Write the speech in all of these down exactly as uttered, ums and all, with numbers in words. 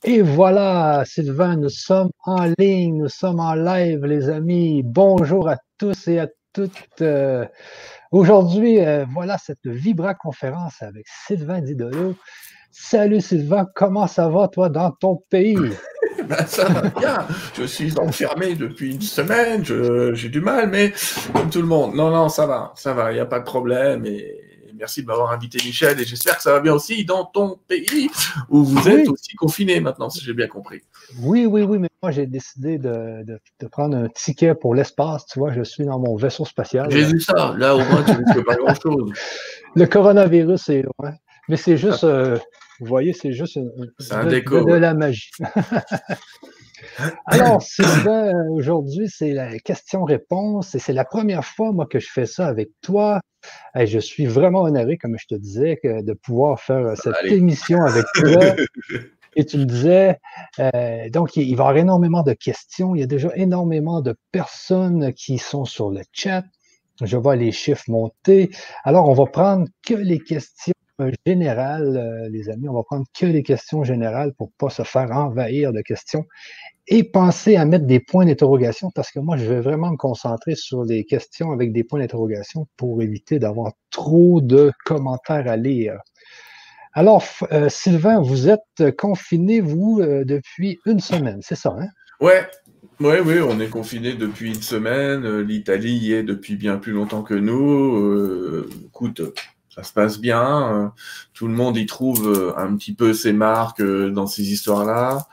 Et voilà, Sylvain, nous sommes en ligne, nous sommes en live, les amis. Bonjour à tous et à toutes. Euh, aujourd'hui, euh, voilà cette Vibra conférence avec Sylvain Didolo. Salut Sylvain, comment ça va toi dans ton pays? Ben, ça va bien. Je suis enfermé depuis une semaine. Je- J'ai du mal, mais comme tout le monde. Non, non, ça va, ça va. Il n'y a pas de problème. Et, et merci de m'avoir invité, Michel. Et j'espère que ça va bien aussi dans ton pays où vous êtes Oui, aussi confiné maintenant, si j'ai bien compris. oui, oui, oui, mais moi j'ai décidé de, de- de prendre un ticket pour l'espace. Tu vois, je suis dans mon vaisseau J'ai spatial. vu ça. Là, au moins, tu risques pas grand-chose. Le coronavirus est loin, mais c'est juste, euh, vous voyez, c'est juste une- C'est un de de- déco, de ouais. la magie. Alors, Sylvain, euh, aujourd'hui, c'est la question-réponse et c'est la première fois, moi, que je fais ça avec toi. Et je suis vraiment honoré, comme je te disais, que- de pouvoir faire euh, cette Allez. émission avec toi. Et tu me disais, euh, donc, il il va y avoir énormément de questions. Il y a déjà énormément de personnes qui sont sur le chat. Je vois les chiffres monter. Alors, on va prendre que les questions euh, générales, euh, les amis. On va prendre que les questions générales pour pas se faire envahir de questions et penser à mettre des points d'interrogation parce que moi, je vais vraiment me concentrer sur les questions avec des points d'interrogation pour éviter d'avoir trop de commentaires à lire. Alors, euh, Sylvain, vous êtes confiné, vous, euh, depuis une semaine, c'est ça, hein? Ouais, ouais, oui, on est confiné depuis une semaine. euh, L'Italie y est depuis bien plus longtemps que nous. Euh, écoute, ça se passe bien. euh, Tout le monde y trouve euh, un petit peu ses marques euh, dans ces histoires-là.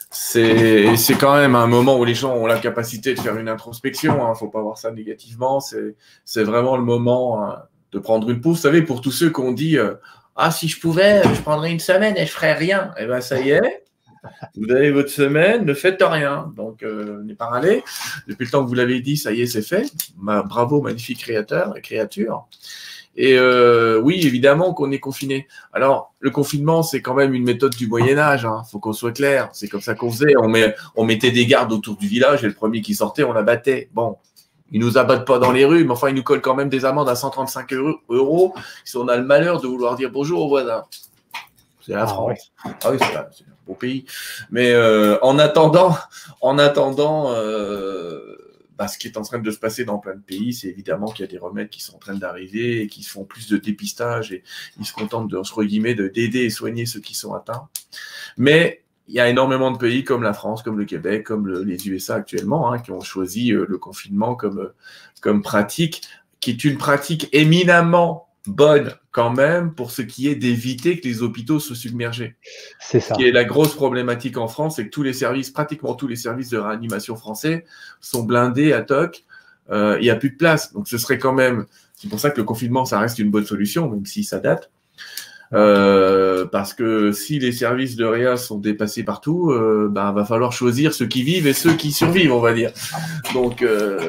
C'est, c'est quand même un moment où les gens ont la capacité de faire une introspection. Hein, faut pas voir ça négativement. C'est, c'est vraiment le moment hein, de prendre une pause. Vous savez, pour tous ceux qui ont dit euh, ah si je pouvais, je prendrais une semaine et je ferais rien. Eh ben ça y est. Vous avez votre semaine, ne faites rien. Donc, euh, n'est pas râlé. Depuis le temps que vous l'avez dit, ça y est, c'est fait. Ma, bravo, magnifique créateur et créature. Et euh, oui, évidemment qu'on est confiné. Alors, le confinement, c'est quand même une méthode du Moyen Âge. Hein. Faut qu'on soit clair. C'est comme ça qu'on faisait. On, met, on mettait des gardes autour du village et le premier qui sortait, on l'abattait. Bon, ils nous abattent pas dans les rues, mais enfin, ils nous collent quand même des amendes à cent trente-cinq euros si on a le malheur de vouloir dire bonjour aux voisins. C'est la Ah oui. France. Ah oui, c'est un beau pays. Mais euh, en attendant, en attendant euh, bah, ce qui est en train de se passer dans plein de pays, c'est évidemment qu'il y a des remèdes qui sont en train d'arriver et qui se font plus de dépistage et ils se contentent de, entre guillemets, de, d'aider et soigner ceux qui sont atteints. Mais il y a énormément de pays comme la France, comme le Québec, comme le, les U S A actuellement, hein, qui ont choisi euh, le confinement comme, comme pratique, qui est une pratique éminemment bonne quand même pour ce qui est d'éviter que les hôpitaux soient submergés. C'est Ce qui ça. est la grosse problématique en France, c'est que tous les services, pratiquement tous les services de réanimation français sont blindés à toc. Euh, il n'y a plus de place. Donc ce serait quand même, c'est pour ça que le confinement, ça reste une bonne solution, même si ça date. Ouais. Euh, parce que si les services de réa sont dépassés partout, euh, ben va falloir choisir ceux qui vivent et ceux qui survivent, on va dire. Donc, euh,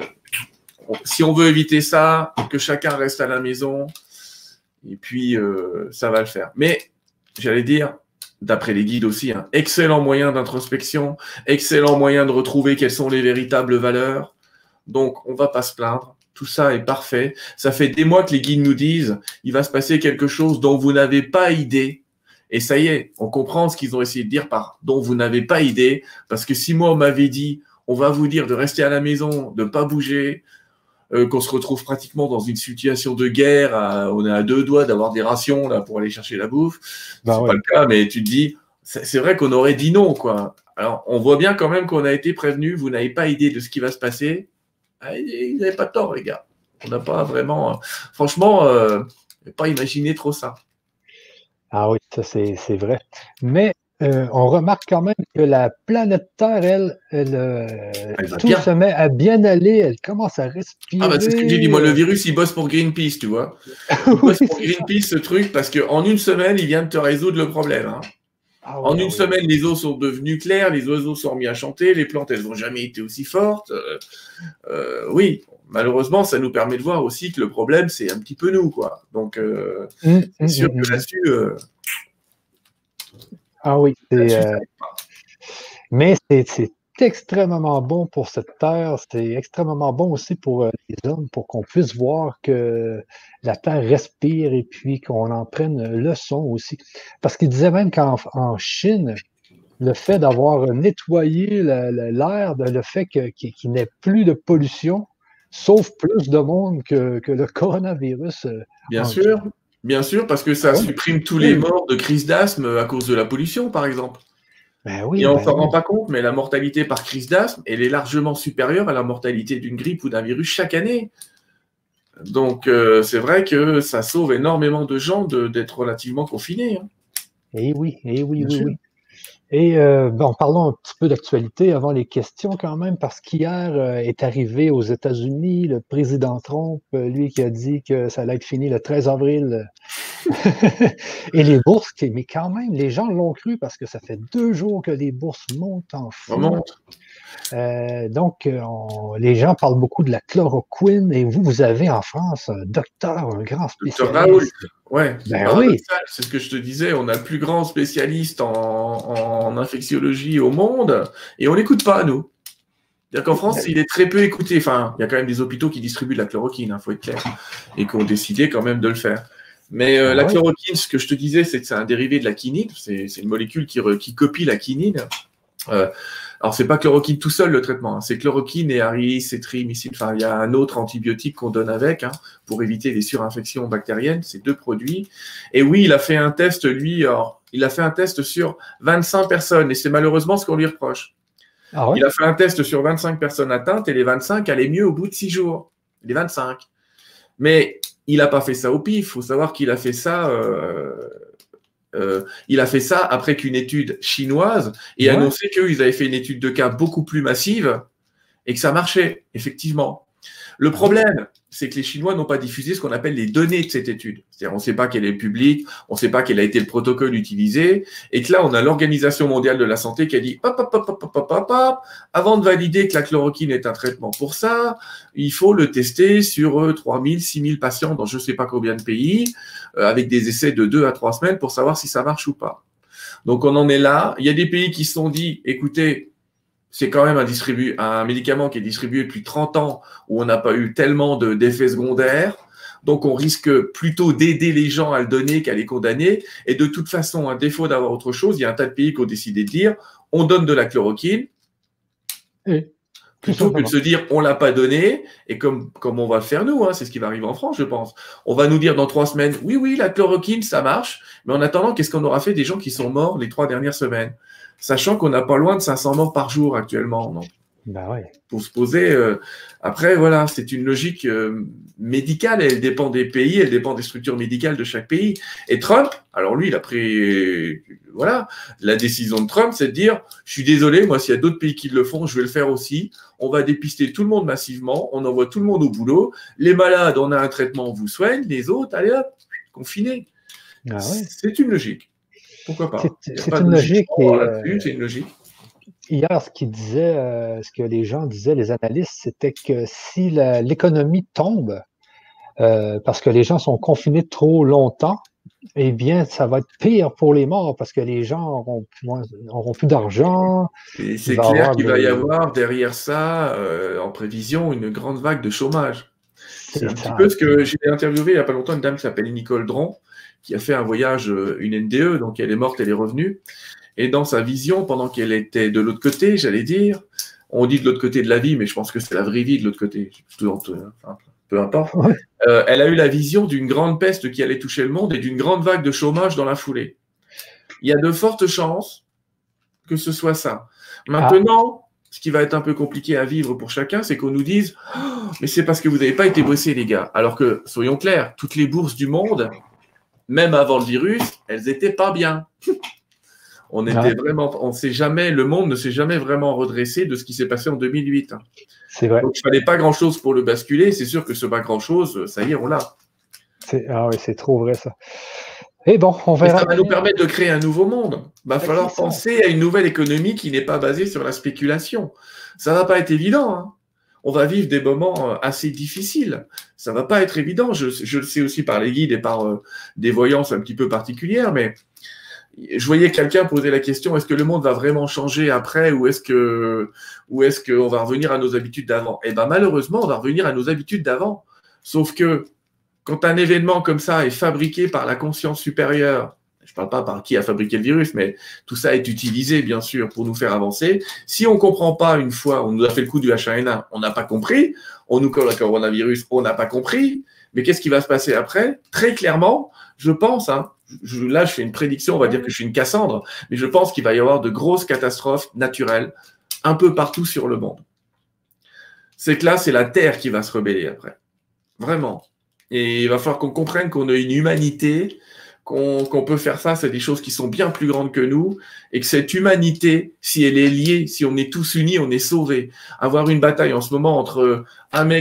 si on veut éviter ça, que chacun reste à la maison, et puis euh, ça va le faire. Mais j'allais dire, d'après les guides aussi, un excellent moyen d'introspection, excellent moyen de retrouver quelles sont les véritables valeurs. Donc, on va pas se plaindre. Tout ça est parfait. Ça fait des mois que les guides nous disent, il va se passer quelque chose dont vous n'avez pas idée. Et ça y est, on comprend ce qu'ils ont essayé de dire par dont vous n'avez pas idée. Parce que si moi, on m'avait dit, on va vous dire de rester à la maison, de ne pas bouger, euh, qu'on se retrouve pratiquement dans une situation de guerre, à, on est à deux doigts d'avoir des rations là pour aller chercher la bouffe. Ben C'est pas oui. le cas, mais tu te dis, c'est, c'est vrai qu'on aurait dit non, quoi. Alors, on voit bien quand même qu'on a été prévenu, vous n'avez pas idée de ce qui va se passer. Ah, ils n'avaient pas tort, les gars. On n'a pas vraiment. Euh, franchement, euh, pas imaginé trop ça. Ah oui, ça c'est c'est vrai. Mais euh, on remarque quand même que la planète Terre, elle, elle euh, Elle va tout bien. se met à bien aller, elle commence à Ah bah c'est ce que j'ai dit. respirer. Moi, le euh. virus, il bosse pour Greenpeace, tu vois. Il Oui, bosse pour c'est ça. Greenpeace, ce truc, parce qu'en une semaine, il vient de te résoudre le problème. Hein. Ah En oui, ah une oui, ah oui. semaine, les eaux sont devenues claires, les oiseaux sont mis à chanter, les plantes, elles n'ont jamais été aussi fortes. Euh, euh, oui, malheureusement, ça nous permet de voir aussi que le problème, c'est un petit peu nous, quoi. Donc, euh, Hum, c'est hum, sûr hum, que hum. là-dessus, euh, Ah oui, c'est là-dessus, ça euh, n'aide pas. mais c'est c'est extrêmement bon pour cette terre, c'est extrêmement bon aussi pour euh, les hommes, pour qu'on puisse voir que la terre respire et puis qu'on en prenne leçon aussi. Parce qu'il disait même qu'en en Chine, le fait d'avoir nettoyé l'air, le fait qu'il qu'il n'y ait plus de pollution, sauve plus de monde que, que le coronavirus. Bien sûr, bien sûr, parce que ça Ah ouais. supprime tous les morts de crise d'asthme à cause de la pollution, par exemple. Ben oui, Et on ne ben s'en oui. rend pas compte, mais la mortalité par crise d'asthme, elle est largement supérieure à la mortalité d'une grippe ou d'un virus chaque année. Donc, euh, c'est vrai que ça sauve énormément de gens d'être relativement confinés. Hein. Eh oui, eh oui, Bien oui, sûr. oui. Et euh, bon, parlons un petit peu d'actualité avant les questions quand même, parce qu'hier euh, est arrivé aux États-Unis le président Trump, euh, lui qui a dit que ça allait être fini le treize avril. Et les bourses, mais quand même, les gens l'ont cru parce que ça fait deux jours que les bourses montent en fou. Remonte. Euh, donc, on, les gens parlent beaucoup de la chloroquine et vous, vous avez en France un docteur, un grand spécialiste. Docteur Raoult, ouais, c'est ben paradoxal, oui. c'est ce que je te disais, on a le plus grand spécialiste en, en infectiologie au monde et on l'écoute pas, nous. C'est-à-dire qu'en France, il est très peu écouté. Enfin, il y a quand même des hôpitaux qui distribuent de la chloroquine, il hein, faut être clair, et qui ont décidé quand même de le faire. Mais euh, ah, la ouais. chloroquine, ce que je te disais, c'est que c'est un dérivé de la quinine, c'est une molécule qui, re, qui copie la quinine. Euh, alors, c'est pas chloroquine tout seul le traitement, hein. C'est chloroquine et Aris, Cetrimicine. Enfin, il y a un autre antibiotique qu'on donne avec hein, pour éviter les surinfections bactériennes. C'est deux produits. Et oui, il a fait un test, lui, alors, il a fait un test sur vingt-cinq personnes et c'est malheureusement ce qu'on lui reproche. Ah ouais? Il a fait un test sur vingt-cinq personnes atteintes et les vingt-cinq allaient mieux au bout de six jours. Les vingt-cinq. Mais il n'a pas fait ça au pif. Il faut savoir qu'il a fait ça. Euh, euh, il a fait ça après qu'une étude chinoise ait ouais. annoncé qu'ils avaient fait une étude de cas beaucoup plus massive et que ça marchait, effectivement. Le problème, c'est que les Chinois n'ont pas diffusé ce qu'on appelle les données de cette étude. C'est-à-dire, on ne sait pas quel est le public, on ne sait pas quel a été le protocole utilisé, et que là, on a l'Organisation mondiale de la santé qui a dit, hop, hop, hop, hop, hop, hop, hop, avant de valider que la chloroquine est un traitement pour ça, il faut le tester sur euh, trois mille, six mille patients dans je ne sais pas combien de pays, euh, avec des essais de deux à trois semaines pour savoir si ça marche ou pas. Donc, on en est là. Il y a des pays qui se sont dit, écoutez, c'est quand même un, distribu un médicament qui est distribué depuis trente ans où on n'a pas eu tellement d'effets secondaires. Donc, on risque plutôt d'aider les gens à le donner qu'à les condamner. Et de toute façon, à défaut d'avoir autre chose, il y a un tas de pays qui ont décidé de dire on donne de la chloroquine. Et plutôt que de se dire on l'a pas donné. Et comme, comme on va le faire nous, hein, c'est ce qui va arriver en France, je pense. On va nous dire dans trois semaines oui, oui, la chloroquine, ça marche. Mais en attendant, qu'est-ce qu'on aura fait des gens qui sont morts les trois dernières semaines? Sachant qu'on n'a pas loin de cinq cents morts par jour actuellement. Donc, ben ouais. Pour se poser. Euh, après, voilà, c'est une logique euh, médicale. Elle dépend des pays, elle dépend des structures médicales de chaque pays. Et Trump, alors lui, il a pris. Voilà, la décision de Trump, c'est de dire je suis désolé, moi, s'il y a d'autres pays qui le font, je vais le faire aussi. On va dépister tout le monde massivement. On envoie tout le monde au boulot. Les malades, on a un traitement, on vous soigne. Les autres, allez hop, confinés. Ah ouais. C'est une logique. Pourquoi pas? C'est une logique. Euh... C'est une logique. Hier, ce qu'ils disaient, euh, ce que les gens disaient, les analystes, c'était que si l'économie tombe, euh, parce que les gens sont confinés trop longtemps, eh bien, ça va être pire pour les morts parce que les gens auront, auront plus d'argent. Et c'est clair qu'il va y avoir derrière ça, euh, en prévision, une grande vague de chômage. C'est un petit peu ce que j'ai interviewé il n'y a pas longtemps, une dame qui s'appelle Nicole Dron, qui a fait un voyage, une N D E, donc elle est morte, elle est revenue. Et dans sa vision, pendant qu'elle était de l'autre côté, j'allais dire, on dit de l'autre côté de la vie, mais je pense que c'est la vraie vie de l'autre côté, enfin, peu importe, ouais. euh, elle a eu la vision d'une grande peste qui allait toucher le monde et d'une grande vague de chômage dans la foulée. Il y a de fortes chances que ce soit ça. Maintenant, ah. ce qui va être un peu compliqué à vivre pour chacun, c'est qu'on nous dise oh, « mais c'est parce que vous n'avez pas été bossés, les gars ». Alors que, soyons clairs, toutes les bourses du monde, même avant le virus, elles étaient pas bien. On était ah. vraiment, on sait jamais, le monde ne s'est jamais vraiment redressé de ce qui s'est passé en deux mille huit. C'est vrai. Donc, il fallait pas grand-chose pour le basculer. C'est sûr que ce pas grand-chose, ça y est, on l'a. Ah oui, c'est trop vrai, ça. Et bon, on verra. Et ça va nous permettre de créer un nouveau monde. Il va falloir penser à une nouvelle économie qui n'est pas basée sur la spéculation. Ça va pas être évident, hein. On va vivre des moments assez difficiles. Ça va pas être évident. Je, je le sais aussi par les guides et par euh, des voyances un petit peu particulières, mais je voyais quelqu'un poser la question, est-ce que le monde va vraiment changer après ou est-ce que, ou est-ce qu'on va revenir à nos habitudes d'avant? Eh bien, malheureusement, on va revenir à nos habitudes d'avant. Sauf que quand un événement comme ça est fabriqué par la conscience supérieure, je ne parle pas par qui a fabriqué le virus, mais tout ça est utilisé, bien sûr, pour nous faire avancer. Si on ne comprend pas une fois, on nous a fait le coup du H un N un, on n'a pas compris, on nous colle le coronavirus, on n'a pas compris, mais qu'est-ce qui va se passer après? Très clairement, je pense, hein, je, là je fais une prédiction, on va dire que je suis une Cassandre, mais je pense qu'il va y avoir de grosses catastrophes naturelles un peu partout sur le monde. C'est que là, c'est la Terre qui va se rebeller après. Vraiment. Et il va falloir qu'on comprenne qu'on a une humanité, qu'on qu'on peut faire face à des choses qui sont bien plus grandes que nous, et que cette humanité, si elle est liée, si on est tous unis, on est sauvés. Avoir une bataille en ce moment entre un mec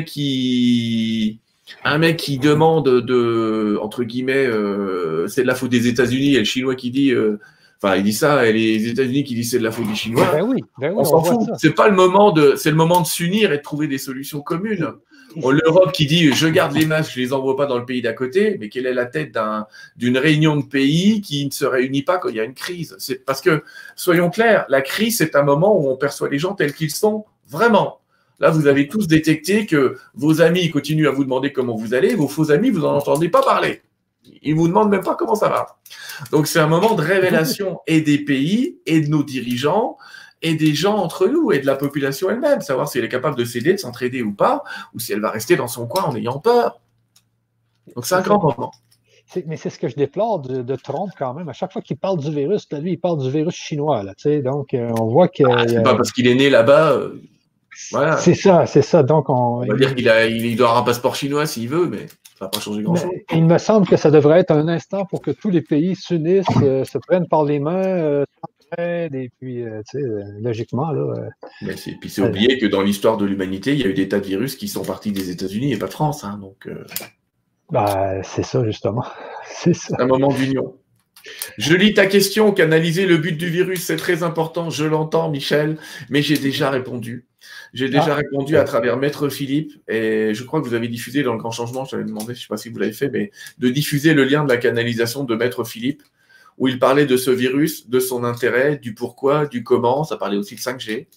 qui, un mec qui demande de, entre guillemets, euh, c'est de la faute des États-Unis, et le Chinois qui dit, euh, enfin, il dit ça, et les États-Unis qui disent c'est de la faute des Chinois. Ben oui, ben oui, on s'en fout. C'est pas le moment de, c'est le moment de s'unir et de trouver des solutions communes. L'Europe qui dit je garde les masques, je les envoie pas dans le pays d'à côté, mais quelle est la tête d'un, d'une réunion de pays qui ne se réunit pas quand il y a une crise? C'est parce que, soyons clairs, la crise, c'est un moment où on perçoit les gens tels qu'ils sont vraiment. Là, vous avez tous détecté que vos amis continuent à vous demander comment vous allez, vos faux amis, vous n'en entendez pas parler. Ils ne vous demandent même pas comment ça va. Donc, c'est un moment de révélation et des pays et de nos dirigeants et des gens entre nous et de la population elle-même, savoir si elle est capable de s'aider, de s'entraider ou pas, ou si elle va rester dans son coin en ayant peur. Donc, c'est un grand moment. Mais c'est ce que je déplore de, de Trump quand même. À chaque fois qu'il parle du virus, lui, il parle du virus chinois. Là, donc, euh, on voit que... Ah, c'est euh, pas parce qu'il est né là-bas... Euh, voilà. C'est ça, c'est ça. Donc, on, on va il... dire qu'il a, il doit avoir un passeport chinois s'il veut, mais... Ça va pas changer grand-chose. Il me semble que ça devrait être un instant pour que tous les pays s'unissent, euh, se prennent par les mains, euh, s'entraident, et puis, euh, tu sais, euh, logiquement, là... Euh, Mais c'est, puis c'est oublié euh, que dans l'histoire de l'humanité, il y a eu des tas de virus qui sont partis des États-Unis et pas de France, hein, donc... Euh... Bah, c'est ça, justement. C'est ça. Un moment d'union. Je lis ta question, canaliser le but du virus, c'est très important, je l'entends, Michel, mais j'ai déjà répondu. J'ai déjà ah, répondu ouais. à travers Maître Philippe, et je crois que vous avez diffusé dans le Grand Changement, je t'avais demandé, je ne sais pas si vous l'avez fait, mais de diffuser le lien de la canalisation de Maître Philippe, où il parlait de ce virus, de son intérêt, du pourquoi, du comment, ça parlait aussi de cinq G.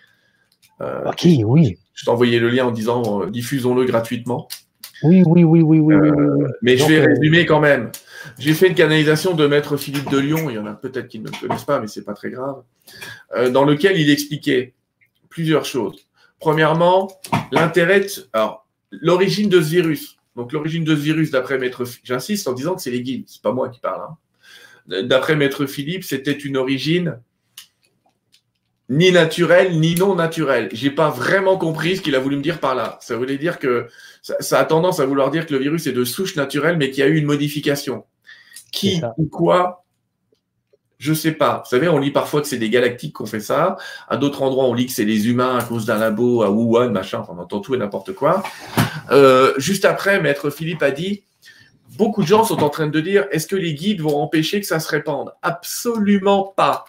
Euh, ok, oui. Je t'ai envoyé le lien en disant, euh, diffusons-le gratuitement. Oui, oui, oui, oui, oui. Euh, oui, oui. Mais Donc, je vais euh... résumer quand même. J'ai fait une canalisation de Maître Philippe de Lyon, il y en a peut-être qui ne me connaissent pas, mais c'est pas très grave, euh, dans lequel il expliquait plusieurs choses. Premièrement, l'intérêt, alors, l'origine de ce virus. Donc, l'origine de ce virus, d'après Maître, j'insiste en disant que c'est les guides, c'est pas moi qui parle. Hein. D'après Maître Philippe, c'était une origine ni naturelle, ni non naturelle. J'ai pas vraiment compris ce qu'il a voulu me dire par là. Ça voulait dire que, ça, ça a tendance à vouloir dire que le virus est de souche naturelle, mais qu'il y a eu une modification. Qui ou quoi? Je sais pas. Vous savez, on lit parfois que c'est des galactiques qui ont fait ça. À d'autres endroits, on lit que c'est les humains à cause d'un labo à Wuhan, machin. On entend tout et n'importe quoi. Euh, juste après, Maître Philippe a dit, beaucoup de gens sont en train de dire, est-ce que les guides vont empêcher que ça se répande? Absolument pas.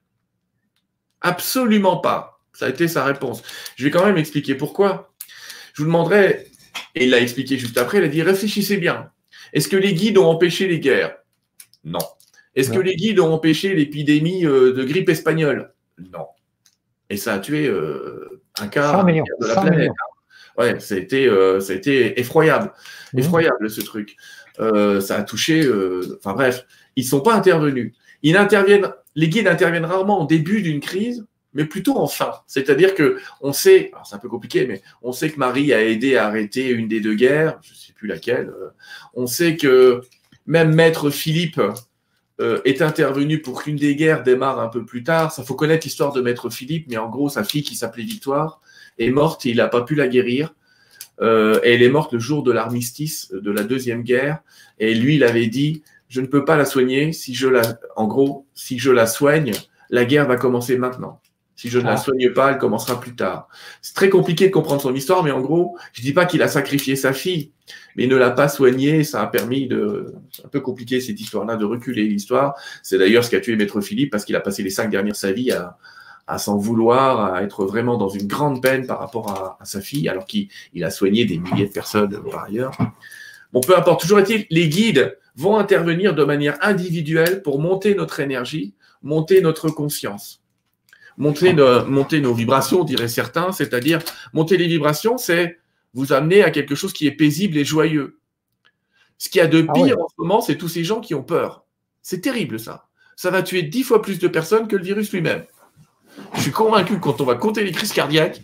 Absolument pas. Ça a été sa réponse. Je vais quand même expliquer pourquoi. Je vous demanderai, et il l'a expliqué juste après, il a dit, réfléchissez bien. Est-ce que les guides ont empêché les guerres? Non. Est-ce que les guides ont empêché l'épidémie euh, de grippe espagnole? Non. Et ça a tué euh, un quart de la planète. Millions. Ouais, ça a été, euh, ça a été effroyable. Mmh. Effroyable, ce truc. Euh, ça a touché... Euh, enfin bref, ils ne sont pas intervenus. Ils interviennent, les guides interviennent rarement au début d'une crise, mais plutôt en fin. C'est-à-dire qu'on sait, alors c'est un peu compliqué, mais on sait que Marie a aidé à arrêter une des deux guerres, je ne sais plus laquelle. Euh, on sait que même Maître Philippe... Euh, est intervenu pour qu'une des guerres démarre un peu plus tard. Ça faut connaître l'histoire de Maître Philippe, mais en gros, sa fille qui s'appelait Victoire est morte et il n'a pas pu la guérir. Euh, et elle est morte le jour de l'armistice de la Deuxième Guerre. Et lui, il avait dit, je ne peux pas la soigner. Si je la, en gros, si je la soigne, la guerre va commencer maintenant. Si je ne ah. la soigne pas, elle commencera plus tard. C'est très compliqué de comprendre son histoire, mais en gros, je dis pas qu'il a sacrifié sa fille, mais il ne l'a pas soignée. Ça a permis de... C'est un peu compliqué cette histoire-là, de reculer l'histoire. C'est d'ailleurs ce qui a tué Maître Philippe, parce qu'il a passé les cinq dernières de sa vie à, à s'en vouloir, à être vraiment dans une grande peine par rapport à, à sa fille, alors qu'il il a soigné des milliers de personnes par ailleurs. Bon, peu importe. Toujours est-il, les guides vont intervenir de manière individuelle pour monter notre énergie, monter notre conscience. Monter, de, monter nos vibrations, diraient certains, c'est-à-dire monter les vibrations, c'est vous amener à quelque chose qui est paisible et joyeux. Ce qu'il y a de pire ah ouais. en ce moment, c'est tous ces gens qui ont peur. C'est terrible ça. Ça va tuer dix fois plus de personnes que le virus lui-même. Je suis convaincu que quand on va compter les crises cardiaques,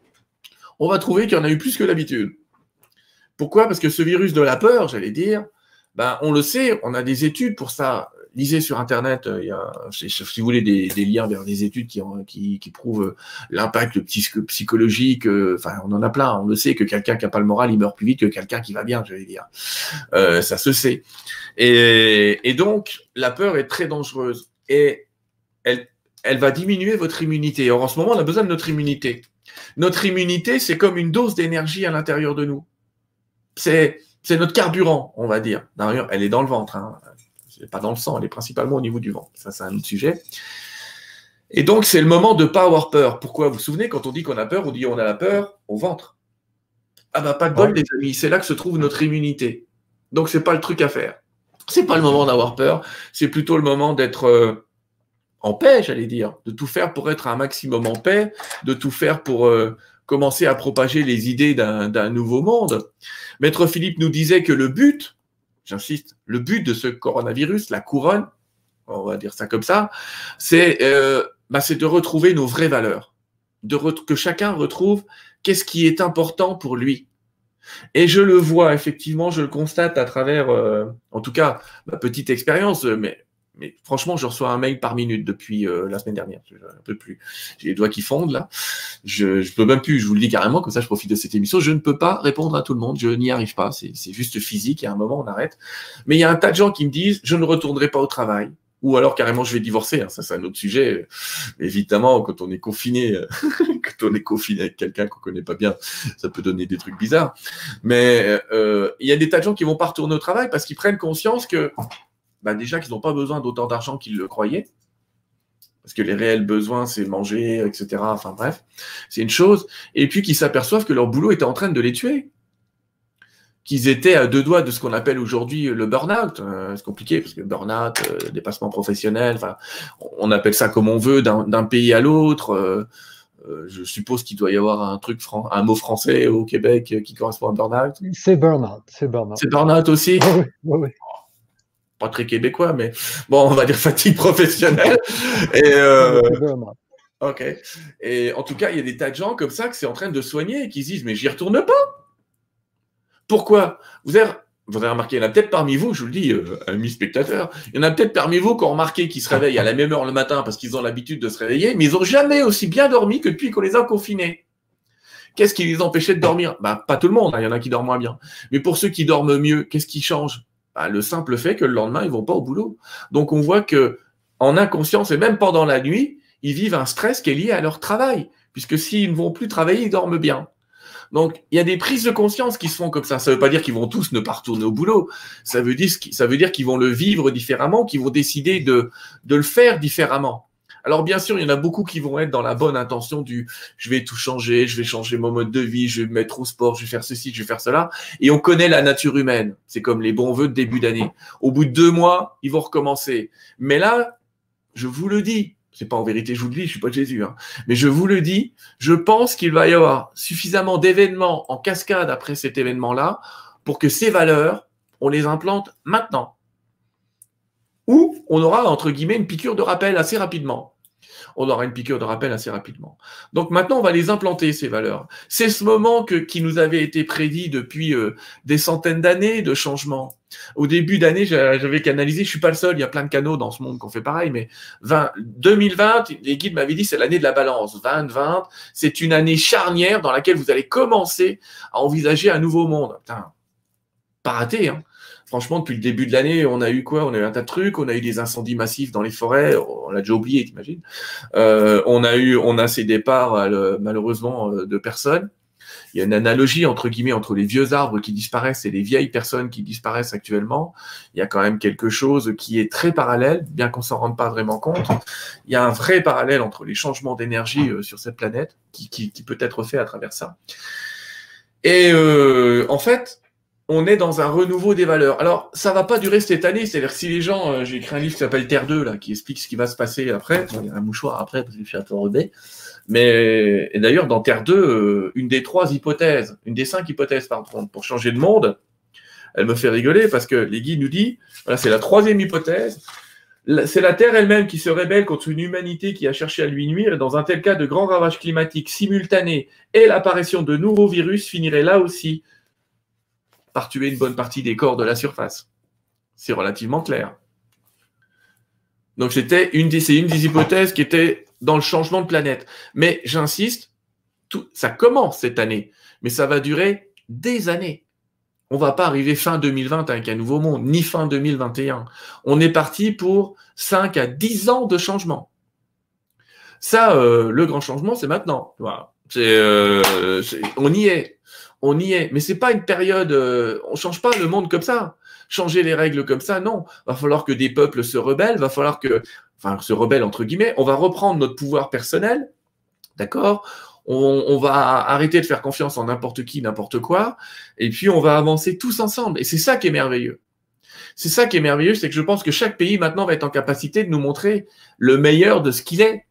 on va trouver qu'il y en a eu plus que d'habitude. Pourquoi? Parce que ce virus de la peur, j'allais dire, ben, on le sait, on a des études pour ça. Lisez sur Internet, il y a, si vous voulez, des, des liens vers des études qui, qui, qui prouvent l'impact psychologique. Enfin, on en a plein. On le sait que quelqu'un qui n'a pas le moral, il meurt plus vite que quelqu'un qui va bien, j'allais dire. Euh, ça se sait. Et, et donc, la peur est très dangereuse. Et elle, elle va diminuer votre immunité. Or, en ce moment, on a besoin de notre immunité. Notre immunité, c'est comme une dose d'énergie à l'intérieur de nous. C'est, c'est notre carburant, on va dire. D'ailleurs, elle est dans le ventre, hein. C'est pas dans le sang, elle est principalement au niveau du ventre. Ça, c'est un autre sujet. Et donc, c'est le moment de ne pas avoir peur. Pourquoi? Vous vous souvenez, quand on dit qu'on a peur, on dit on a la peur au ventre. Ah bah, pas de bol, ouais. Les amis. C'est là que se trouve notre immunité. Donc, c'est pas le truc à faire. C'est pas le moment d'avoir peur. C'est plutôt le moment d'être euh, en paix, j'allais dire. De tout faire pour être un maximum en paix. De tout faire pour euh, commencer à propager les idées d'un, d'un nouveau monde. Maître Philippe nous disait que le but, j'insiste, le but de ce coronavirus, la couronne, on va dire ça comme ça, c'est, euh, bah, c'est de retrouver nos vraies valeurs, de re- que chacun retrouve qu'est-ce qui est important pour lui. Et je le vois, effectivement, je le constate à travers, euh, en tout cas, ma petite expérience, mais, mais franchement, je reçois un mail par minute depuis euh, la semaine dernière. Je ne peux plus. J'ai les doigts qui fondent, là. Je ne peux même plus, je vous le dis carrément, comme ça je profite de cette émission. Je ne peux pas répondre à tout le monde, je n'y arrive pas. C'est, c'est juste physique, il y a un moment, on arrête. Mais il y a un tas de gens qui me disent, je ne retournerai pas au travail. Ou alors carrément, je vais divorcer. Hein. Ça, c'est un autre sujet. Évidemment, quand on est confiné, quand on est confiné avec quelqu'un qu'on connaît pas bien, ça peut donner des trucs bizarres. Mais euh, il y a des tas de gens qui vont pas retourner au travail parce qu'ils prennent conscience que, bah déjà, qu'ils n'ont pas besoin d'autant d'argent qu'ils le croyaient. Parce que les réels besoins, c'est manger, et cetera. Enfin bref, c'est une chose. Et puis qu'ils s'aperçoivent que leur boulot était en train de les tuer. Qu'ils étaient à deux doigts de ce qu'on appelle aujourd'hui le burn-out. Euh, c'est compliqué parce que burn-out, euh, dépassement professionnel, enfin, on appelle ça comme on veut d'un, d'un pays à l'autre. Euh, euh, je suppose qu'il doit y avoir un truc, fran- un mot français au Québec qui correspond à burn-out. C'est burn-out. C'est burn-out. C'est burn-out aussi. Oui, oui, oui. Pas très québécois, mais bon, on va dire fatigue professionnelle. Et euh, ok. Et en tout cas, il y a des tas de gens comme ça que c'est en train de soigner et qui se disent mais j'y retourne pas. Pourquoi? Vous avez, vous avez remarqué, il y en a peut-être parmi vous, je vous le dis, euh, amis spectateurs, il y en a peut-être parmi vous qui ont remarqué qu'ils se réveillent à la même heure le matin parce qu'ils ont l'habitude de se réveiller, mais ils n'ont jamais aussi bien dormi que depuis qu'on les a confinés. Qu'est-ce qui les empêchait de dormir? Bah, pas tout le monde, hein, il y en a qui dorment moins bien. Mais pour ceux qui dorment mieux, qu'est-ce qui change? Bah, le simple fait que le lendemain, ils vont pas au boulot. Donc, on voit que en inconscience et même pendant la nuit, ils vivent un stress qui est lié à leur travail, puisque s'ils ne vont plus travailler, ils dorment bien. Donc, il y a des prises de conscience qui se font comme ça. Ça ne veut pas dire qu'ils vont tous ne pas retourner au boulot. Ça veut dire, ça veut dire qu'ils vont le vivre différemment, qu'ils vont décider de, de le faire différemment. Alors, bien sûr, il y en a beaucoup qui vont être dans la bonne intention du « je vais tout changer, je vais changer mon mode de vie, je vais me mettre au sport, je vais faire ceci, je vais faire cela ». Et on connaît la nature humaine. C'est comme les bons vœux de début d'année. Au bout de deux mois, ils vont recommencer. Mais là, je vous le dis, c'est pas en vérité, je vous le dis, je suis pas Jésus, hein, mais je vous le dis, je pense qu'il va y avoir suffisamment d'événements en cascade après cet événement-là pour que ces valeurs, on les implante maintenant. Ou on aura, entre guillemets, une piqûre de rappel assez rapidement. On aura une piqûre de rappel assez rapidement. Donc maintenant, on va les implanter, ces valeurs. C'est ce moment que, qui nous avait été prédit depuis euh, des centaines d'années de changement. Au début d'année, j'avais canalisé, je suis pas le seul, il y a plein de canaux dans ce monde qui ont fait pareil, mais vingt, deux mille vingt, les guides m'avaient dit, c'est l'année de la balance. vingt vingt, c'est une année charnière dans laquelle vous allez commencer à envisager un nouveau monde. Putain, pas raté, hein. Franchement, depuis le début de l'année, on a eu quoi? On a eu un tas de trucs, on a eu des incendies massifs dans les forêts, on l'a déjà oublié, t'imagines. Euh, on a eu, on a ces départs, euh, malheureusement, euh, de personnes. Il y a une analogie, entre guillemets, entre les vieux arbres qui disparaissent et les vieilles personnes qui disparaissent actuellement. Il y a quand même quelque chose qui est très parallèle, bien qu'on s'en rende pas vraiment compte. Il y a un vrai parallèle entre les changements d'énergie euh, sur cette planète, qui, qui, qui peut être fait à travers ça. Et euh, en fait, on est dans un renouveau des valeurs. Alors, ça va pas durer cette année, c'est-à-dire que si les gens, euh, j'ai écrit un livre qui s'appelle Terre deux, là, qui explique ce qui va se passer après, il y a un mouchoir après, parce que je suis un peu rebelle, mais, et d'ailleurs, dans Terre deux, euh, une des trois hypothèses, une des cinq hypothèses, pardon, pour changer de monde, elle me fait rigoler, parce que les guides nous disent, voilà, c'est la troisième hypothèse, C'est la Terre elle-même qui se rébelle contre une humanité qui a cherché à lui nuire, et dans un tel cas, de grands ravages climatiques simultanés et l'apparition de nouveaux virus finiraient là aussi par tuer une bonne partie des corps de la surface. C'est relativement clair. Donc c'était une des, c'est une des hypothèses qui était dans le changement de planète. Mais j'insiste, tout, ça commence cette année, mais ça va durer des années. On ne va pas arriver fin deux mille vingt avec un nouveau monde, ni fin deux mille vingt et un. On est parti pour cinq à dix ans de changement. Ça, euh, le grand changement, c'est maintenant. Voilà. C'est, euh, c'est, on y est. On y est. Mais ce n'est pas une période... Euh, on ne change pas le monde comme ça. Changer les règles comme ça, non. Il va falloir que des peuples se rebellent. Il va falloir que... Enfin, se rebellent, entre guillemets. On va reprendre notre pouvoir personnel. D'accord ? On, on va arrêter de faire confiance en n'importe qui, n'importe quoi, et puis on va avancer tous ensemble. Et c'est ça qui est merveilleux. C'est ça qui est merveilleux, c'est que je pense que chaque pays maintenant va être en capacité de nous montrer le meilleur de ce qu'il est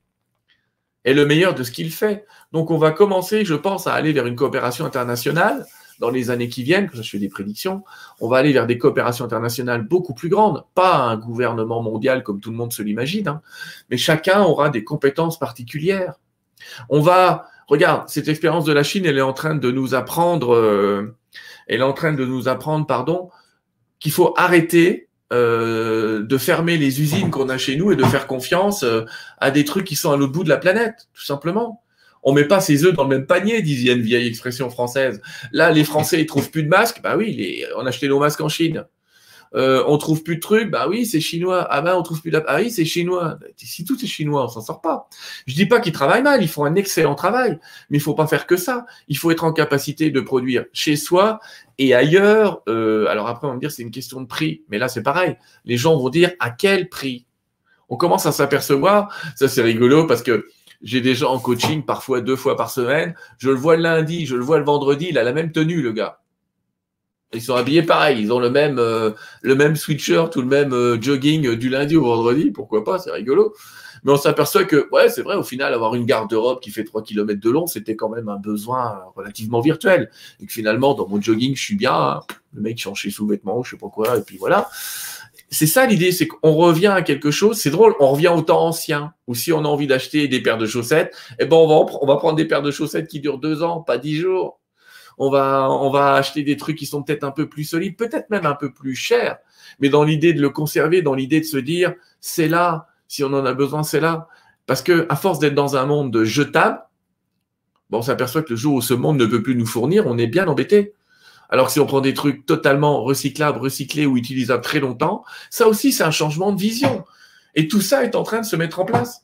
et le meilleur de ce qu'il fait. Donc on va commencer, je pense, à aller vers une coopération internationale dans les années qui viennent, que je fais des prédictions, on va aller vers des coopérations internationales beaucoup plus grandes, pas un gouvernement mondial comme tout le monde se l'imagine, hein, mais chacun aura des compétences particulières. On va... Regarde, cette expérience de la Chine, elle est en train de nous apprendre, euh, elle est en train de nous apprendre, pardon, qu'il faut arrêter euh, de fermer les usines qu'on a chez nous et de faire confiance euh, à des trucs qui sont à l'autre bout de la planète, tout simplement. On met pas ses œufs dans le même panier, disait une vieille expression française. Là, les Français, ils trouvent plus de masques. Bah oui, les... on a acheté nos masques en Chine. Euh, on trouve plus de trucs, bah oui, c'est chinois. Ah ben, on trouve plus de... Ah oui, c'est chinois. Si tout est chinois, on s'en sort pas. Je dis pas qu'ils travaillent mal, ils font un excellent travail, mais il faut pas faire que ça. Il faut être en capacité de produire chez soi et ailleurs. Euh, alors après, on va me dire c'est une question de prix, mais là c'est pareil. Les gens vont dire à quel prix. On commence à s'apercevoir, ça c'est rigolo parce que j'ai des gens en coaching parfois deux fois par semaine. Je le vois le lundi, je le vois le vendredi, il a la même tenue, le gars. Ils sont habillés pareil, ils ont le même, euh, le même sweatshirt ou le même euh, jogging euh, du lundi au vendredi, pourquoi pas, c'est rigolo. Mais on s'aperçoit que, ouais, c'est vrai, au final, avoir une garde-robe qui fait trois kilomètres de long, c'était quand même un besoin relativement virtuel. Et que finalement, dans mon jogging, je suis bien, hein, le mec change ses sous-vêtements, je sais pas quoi, et puis voilà. C'est ça l'idée, c'est qu'on revient à quelque chose, c'est drôle, on revient au temps ancien, où si on a envie d'acheter des paires de chaussettes, eh ben on va, on va prendre des paires de chaussettes qui durent deux ans, pas dix jours. On va, on va acheter des trucs qui sont peut-être un peu plus solides, peut-être même un peu plus chers, mais dans l'idée de le conserver, dans l'idée de se dire, c'est là, si on en a besoin, c'est là. Parce que à force d'être dans un monde de jetables, bon, on s'aperçoit que le jour où ce monde ne peut plus nous fournir, on est bien embêté. Alors que si on prend des trucs totalement recyclables, recyclés ou utilisables très longtemps, ça aussi, c'est un changement de vision. Et tout ça est en train de se mettre en place.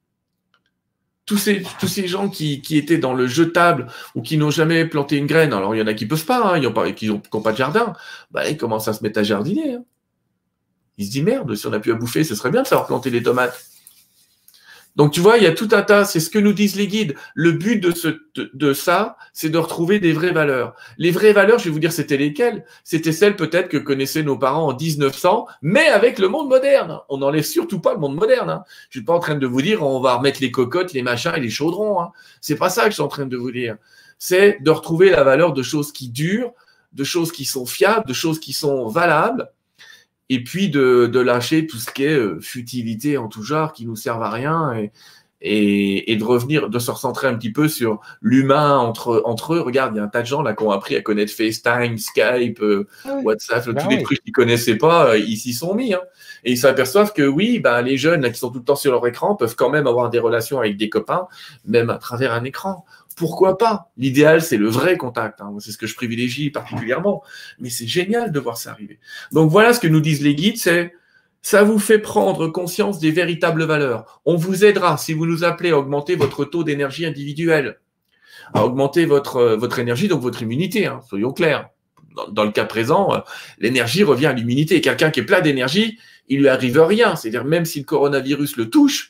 Tous ces, tous ces gens qui, qui étaient dans le jetable ou qui n'ont jamais planté une graine, alors il y en a qui peuvent pas, hein, ils n'ont pas, qui n'ont pas de jardin, bah, ils commencent à se mettre à jardiner. Hein. Ils se disent merde, si on n'a plus à bouffer, ce serait bien de savoir planter des tomates. Donc tu vois, il y a tout un tas, c'est ce que nous disent les guides. Le but de, ce, de, de ça, c'est de retrouver des vraies valeurs. Les vraies valeurs, je vais vous dire, c'était lesquelles? C'était celles peut-être que connaissaient nos parents en dix-neuf cents, mais avec le monde moderne. On n'enlève surtout pas le monde moderne. Hein. Je suis pas en train de vous dire on va remettre les cocottes, les machins et les chaudrons. Hein. C'est pas ça que je suis en train de vous dire. C'est de retrouver la valeur de choses qui durent, de choses qui sont fiables, de choses qui sont valables. Et puis de, de lâcher tout ce qui est euh, futilité en tout genre qui nous servent à rien et, et, et de revenir, de se recentrer un petit peu sur l'humain entre, entre eux. Regarde, il y a un tas de gens là qui ont appris à connaître FaceTime, Skype, euh, ah oui. WhatsApp, ben tous oui. les trucs qu'ils connaissaient pas, euh, ils s'y sont mis. Hein. Et ils s'aperçoivent que oui, ben, les jeunes là, qui sont tout le temps sur leur écran peuvent quand même avoir des relations avec des copains, même à travers un écran. Pourquoi pas? L'idéal, c'est le vrai contact. Hein. C'est ce que je privilégie particulièrement. Mais c'est génial de voir ça arriver. Donc voilà ce que nous disent les guides, c'est ça vous fait prendre conscience des véritables valeurs. On vous aidera si vous nous appelez à augmenter votre taux d'énergie individuelle, à augmenter votre, votre énergie, donc votre immunité, hein, soyons clairs. Dans, dans le cas présent, euh, l'énergie revient à l'immunité. Quelqu'un qui est plein d'énergie, il lui arrive rien. C'est-à-dire même si le coronavirus le touche,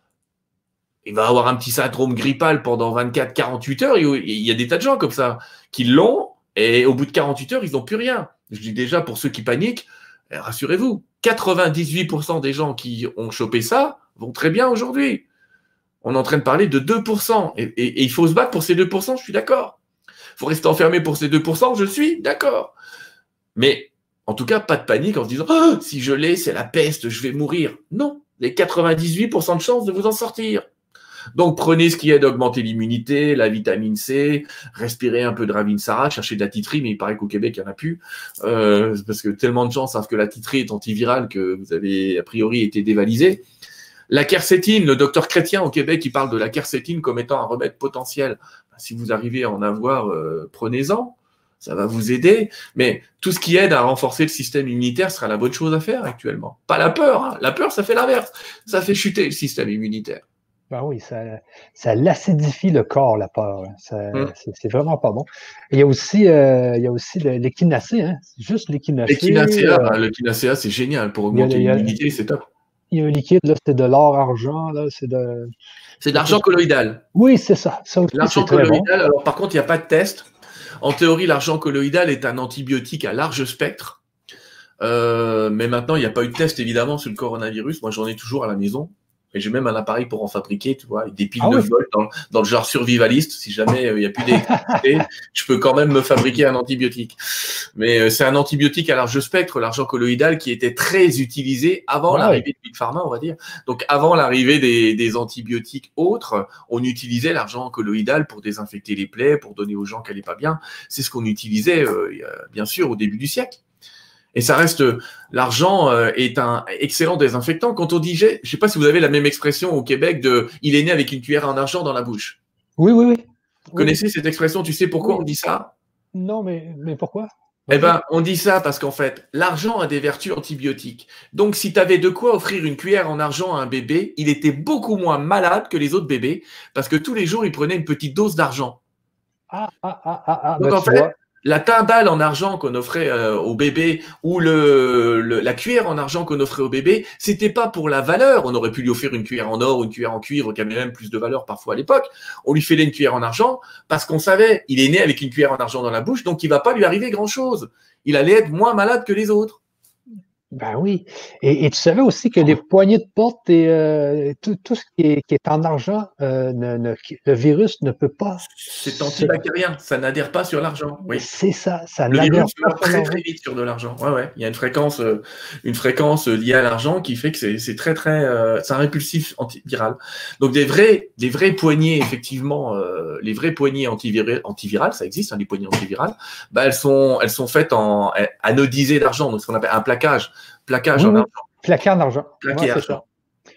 il va avoir un petit syndrome grippal pendant vingt-quatre à quarante-huit heures. Il y a des tas de gens comme ça qui l'ont et au bout de quarante-huit heures, ils n'ont plus rien. Je dis déjà pour ceux qui paniquent, rassurez-vous, quatre-vingt-dix-huit pour cent des gens qui ont chopé ça vont très bien aujourd'hui. On est en train de parler de deux pour cent et, et, et il faut se battre pour ces deux pour cent, je suis d'accord. Il faut rester enfermé pour ces deux pour cent, je suis d'accord. Mais En tout cas, pas de panique en se disant oh, « si je l'ai, c'est la peste, je vais mourir ». Non, vous avez quatre-vingt-dix-huit pour cent de chances de vous en sortir. Donc, prenez ce qui aide à augmenter l'immunité, la vitamine C, respirez un peu de Ravinsara, cherchez de la titri, mais il paraît qu'au Québec, il n'y en a plus, euh, parce que tellement de gens savent que la titri est antivirale que vous avez a priori été dévalisé. La quercétine, le docteur Chrétien au Québec, il parle de la quercétine comme étant un remède potentiel. Si vous arrivez à en avoir, euh, prenez-en, ça va vous aider. Mais tout ce qui aide à renforcer le système immunitaire sera la bonne chose à faire actuellement. Pas la peur, hein. La peur, ça fait l'inverse. Ça fait chuter le système immunitaire. Ben oui, ça, ça l'acidifie le corps, la peur. Hum. C'est vraiment pas bon. Il y a aussi, euh, il y a aussi l'échinacée, hein? Juste l'échinacée. L'échinacea, euh, l'échinacea, c'est génial pour augmenter l'immunité, c'est top. Il y a un liquide, là, c'est de l'or-argent, là, c'est de... C'est de l'argent colloïdal. Oui, c'est ça. ça l'argent colloïdal, bon. Alors par contre, il n'y a pas de test. En théorie, l'argent colloïdal est un antibiotique à large spectre. Euh, mais maintenant, il n'y a pas eu de test, évidemment, sur le coronavirus. Moi, j'en ai toujours à la maison. Et j'ai même un appareil pour en fabriquer, tu vois, avec des piles ah, de oui. volts dans, dans le genre survivaliste. Si jamais il euh, n'y a plus d'électricité, je peux quand même me fabriquer un antibiotique. Mais euh, c'est un antibiotique à large spectre, l'argent colloïdal, qui était très utilisé avant ouais. l'arrivée de Big Pharma, on va dire. Donc, avant l'arrivée des, des antibiotiques autres, on utilisait l'argent colloïdal pour désinfecter les plaies, pour donner aux gens qui n'allaient pas bien. C'est ce qu'on utilisait, euh, bien sûr, au début du siècle. Et ça reste, l'argent euh, est un excellent désinfectant. Quand on dit, je ne sais pas si vous avez la même expression au Québec de « il est né avec une cuillère en argent dans la bouche ». Oui, oui, oui. Vous oui. connaissez cette expression? Tu sais pourquoi oui. on dit ça? Non, mais, mais pourquoi? Eh bien, on dit ça parce qu'en fait, l'argent a des vertus antibiotiques. Donc, si tu avais de quoi offrir une cuillère en argent à un bébé, il était beaucoup moins malade que les autres bébés parce que tous les jours, il prenait une petite dose d'argent. Ah, ah, ah, ah, ah. Donc, ben, en fait, vois. La timbale en argent qu'on offrait euh, au bébé ou le, le, la cuillère en argent qu'on offrait au bébé, c'était pas pour la valeur. On aurait pu lui offrir une cuillère en or ou une cuillère en cuivre qui avait même plus de valeur parfois à l'époque. On lui filait une cuillère en argent parce qu'on savait, il est né avec une cuillère en argent dans la bouche, donc il va pas lui arriver grand-chose. Il allait être moins malade que les autres. Ben oui. Et, et tu savais aussi que les poignées de porte et euh, tout, tout ce qui est, qui est en argent, euh, ne, ne, le virus ne peut pas. C'est antibactérien, ça n'adhère pas sur l'argent. Oui. C'est ça, ça le n'adhère pas. Le virus très très vite sur de l'argent. Ouais, ouais. Il y a une fréquence, euh, une fréquence liée à l'argent qui fait que c'est très très, euh, c'est un répulsif antiviral. Donc des vrais, des vrais poignées effectivement, euh, les vraies poignées antivirales, antivirales, ça existe, hein, les poignées antivirales. Bah elles sont, elles sont faites en anodisées d'argent, donc ce qu'on appelle un plaquage. Plaquage oui, en argent. Plaqué en argent. Plaqué ouais, argent.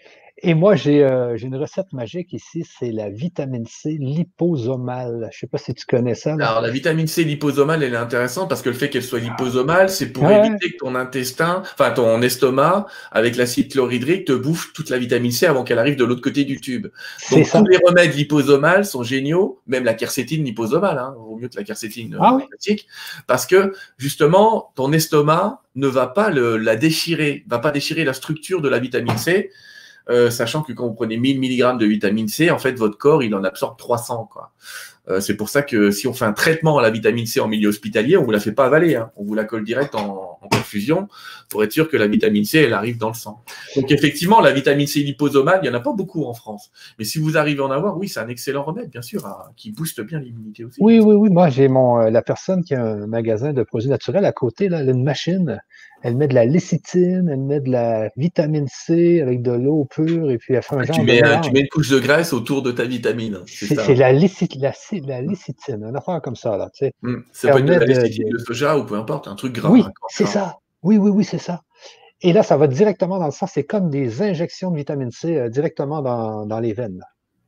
Et moi, j'ai euh, une recette magique ici, c'est la vitamine C liposomale. Je ne sais pas si tu connais ça. Là. Alors, la vitamine C liposomale, elle est intéressante parce que le fait qu'elle soit liposomale, c'est pour ouais. éviter que ton intestin, enfin ton estomac, avec l'acide chlorhydrique, te bouffe toute la vitamine C avant qu'elle arrive de l'autre côté du tube. Donc, ça. Tous les remèdes liposomales sont géniaux, même la quercétine liposomale, hein, vaut mieux que la quercétine ah, oui. classique, parce que, justement, ton estomac ne va pas le, la déchirer, va pas déchirer la structure de la vitamine C, Euh, sachant que quand vous prenez mille milligrammes de vitamine C, en fait, votre corps, il en absorbe trois cents, quoi. Euh, c'est pour ça que si on fait un traitement à la vitamine C en milieu hospitalier, on vous la fait pas avaler, hein. On vous la colle direct en, en perfusion pour être sûr que la vitamine C, elle arrive dans le sang. Donc, effectivement, la vitamine C liposomale, il n'y en a pas beaucoup en France. Mais si vous arrivez à en avoir, oui, c'est un excellent remède, bien sûr, à, qui booste bien l'immunité aussi. Oui, oui, oui. Moi, j'ai mon euh, la personne qui a un magasin de produits naturels à côté, là, elle a une machine. Elle met de la lécithine, elle met de la vitamine C avec de l'eau pure et puis elle fait un ah, genre tu mets, de euh, tu mets une couche de graisse autour de ta vitamine. C'est la, lécith, la, la lécithine, une affaire comme ça. Là, tu sais. Mmh, ça peut être de la lécithine, de, de soja ou peu importe, un truc gras. Oui, c'est ça. Oui, oui, oui, c'est ça. Et là, ça va directement dans le sang. C'est comme des injections de vitamine C euh, directement dans, dans les veines. Là.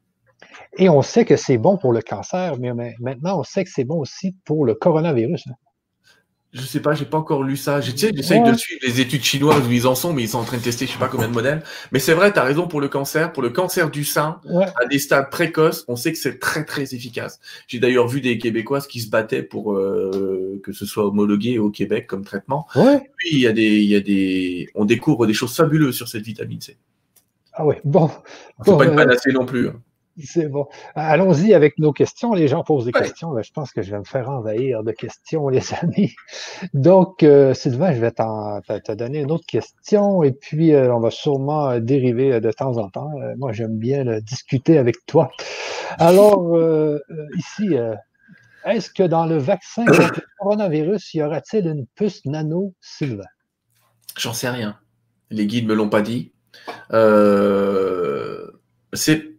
Et on sait que c'est bon pour le cancer, mais, mais maintenant, on sait que c'est bon aussi pour le coronavirus. Hein. Je sais pas, j'ai pas encore lu ça. Tu sais, j'essaye ouais. de suivre les études chinoises où ils en sont, mais ils sont en train de tester je sais pas combien de modèles. Mais c'est vrai, tu as raison pour le cancer. Pour le cancer du sein, ouais. à des stades précoces, on sait que c'est très très efficace. J'ai d'ailleurs vu des Québécoises qui se battaient pour euh, que ce soit homologué au Québec comme traitement. Ouais. Puis il y a des, il y a des, on découvre des choses fabuleuses sur cette vitamine C. Ah ouais, bon. Faut bon, pas une euh... panacée non plus. C'est bon. Allons-y avec nos questions. Les gens posent des ouais. questions. Là, je pense que je vais me faire envahir de questions, les amis. Donc, euh, Sylvain, je vais te donner une autre question et puis euh, on va sûrement dériver de temps en temps. Euh, moi, j'aime bien là, discuter avec toi. Alors, euh, ici, euh, Est-ce que dans le vaccin contre le coronavirus, y aura-t-il une puce nano, Sylvain? J'en sais rien. Les guides me l'ont pas dit. Euh, c'est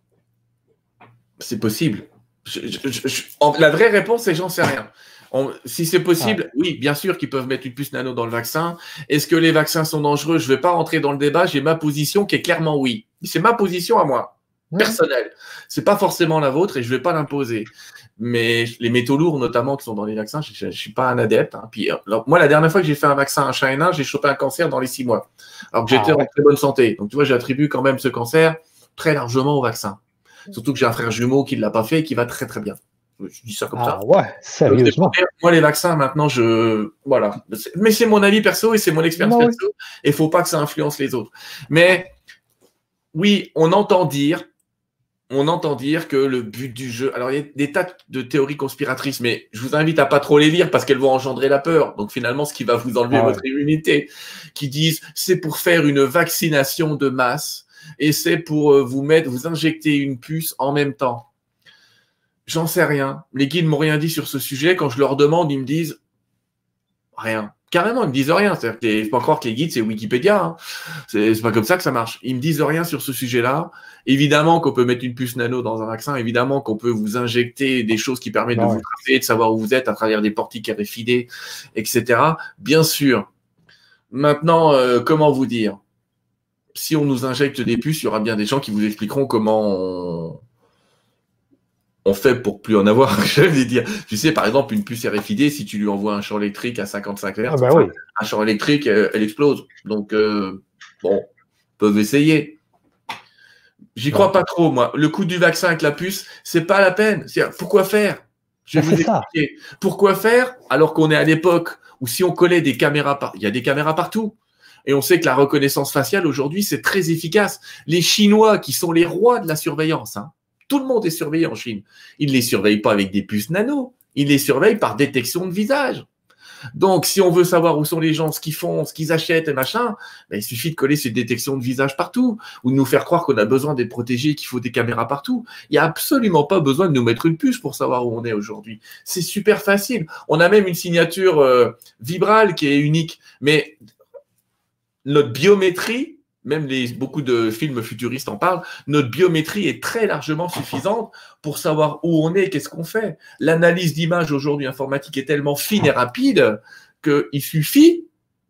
c'est possible. Je, je, je, la vraie réponse, c'est j'en sais rien. On, si c'est possible, ah. oui, bien sûr qu'ils peuvent mettre une puce nano dans le vaccin. Est-ce que les vaccins sont dangereux? Je ne vais pas rentrer dans le débat. J'ai ma position qui est clairement oui. C'est ma position à moi, oui. personnelle. C'est pas forcément la vôtre et je ne vais pas l'imposer. Mais les métaux lourds, notamment, qui sont dans les vaccins, je ne suis pas un adepte. Hein. Puis, alors, moi, la dernière fois que j'ai fait un vaccin à chat et nain, j'ai chopé un cancer dans les six mois. Alors que j'étais ah, ouais. en très bonne santé. Donc, tu vois, j'attribue quand même ce cancer très largement au vaccin. Surtout que j'ai un frère jumeau qui ne l'a pas fait et qui va très, très bien. Je dis ça comme ah, ça. Ouais, sérieusement. Moi, les vaccins, maintenant, je. Voilà. Mais c'est mon avis perso et c'est mon expérience non, perso. Oui. Et il ne faut pas que ça influence les autres. Mais oui, on entend dire. On entend dire que le but du jeu. Alors, il y a des tas de théories conspiratrices, mais je vous invite à pas trop les lire parce qu'elles vont engendrer la peur. Donc, finalement, ce qui va vous enlever ah, votre ouais. immunité, qui disent c'est pour faire une vaccination de masse et c'est pour vous mettre, vous injecter une puce en même temps. J'en sais rien. Les guides m'ont rien dit sur ce sujet. Quand je leur demande, ils me disent rien. Carrément, ils me disent rien. C'est-à-dire qu'il ne faut pas croire que les guides, c'est Wikipédia. Hein. C'est, c'est pas comme ça que ça marche. Ils me disent rien sur ce sujet-là. Évidemment qu'on peut mettre une puce nano dans un vaccin. Évidemment qu'on peut vous injecter des choses qui permettent ouais. de vous tracer, de savoir où vous êtes à travers des portiques R F I D, et cetera. Bien sûr. Maintenant, euh, comment vous dire? Si on nous injecte des puces, il y aura bien des gens qui vous expliqueront comment on... on fait pour plus en avoir, je vais dire. Tu sais, par exemple, une puce R F I D, si tu lui envoies un champ électrique à cinquante-cinq hertz, ah bah oui. un champ électrique, elle, elle explose. Donc, euh, bon, peuvent essayer. J'y crois ouais. pas trop, moi. Le coût du vaccin avec la puce, c'est pas la peine. C'est-à-dire, pourquoi faire? Je vais vous expliquer. Ça. Pourquoi faire alors qu'on est à l'époque où si on collait des caméras, par... il y a des caméras partout. Et on sait que la reconnaissance faciale, aujourd'hui, c'est très efficace. Les Chinois, qui sont les rois de la surveillance, hein, tout le monde est surveillé en Chine. Ils ne les surveillent pas avec des puces nano. Ils les surveillent par détection de visage. Donc, si on veut savoir où sont les gens, ce qu'ils font, ce qu'ils achètent et machin, ben, il suffit de coller ces détections de visage partout ou de nous faire croire qu'on a besoin d'être protégé, qu'il faut des caméras partout. Il n'y a absolument pas besoin de nous mettre une puce pour savoir où on est aujourd'hui. C'est super facile. On a même une signature euh, vibrale qui est unique. Mais notre biométrie, même les, beaucoup de films futuristes en parlent, notre biométrie est très largement suffisante pour savoir où on est, qu'est-ce qu'on fait. L'analyse d'image aujourd'hui informatique est tellement fine et rapide qu'il suffit,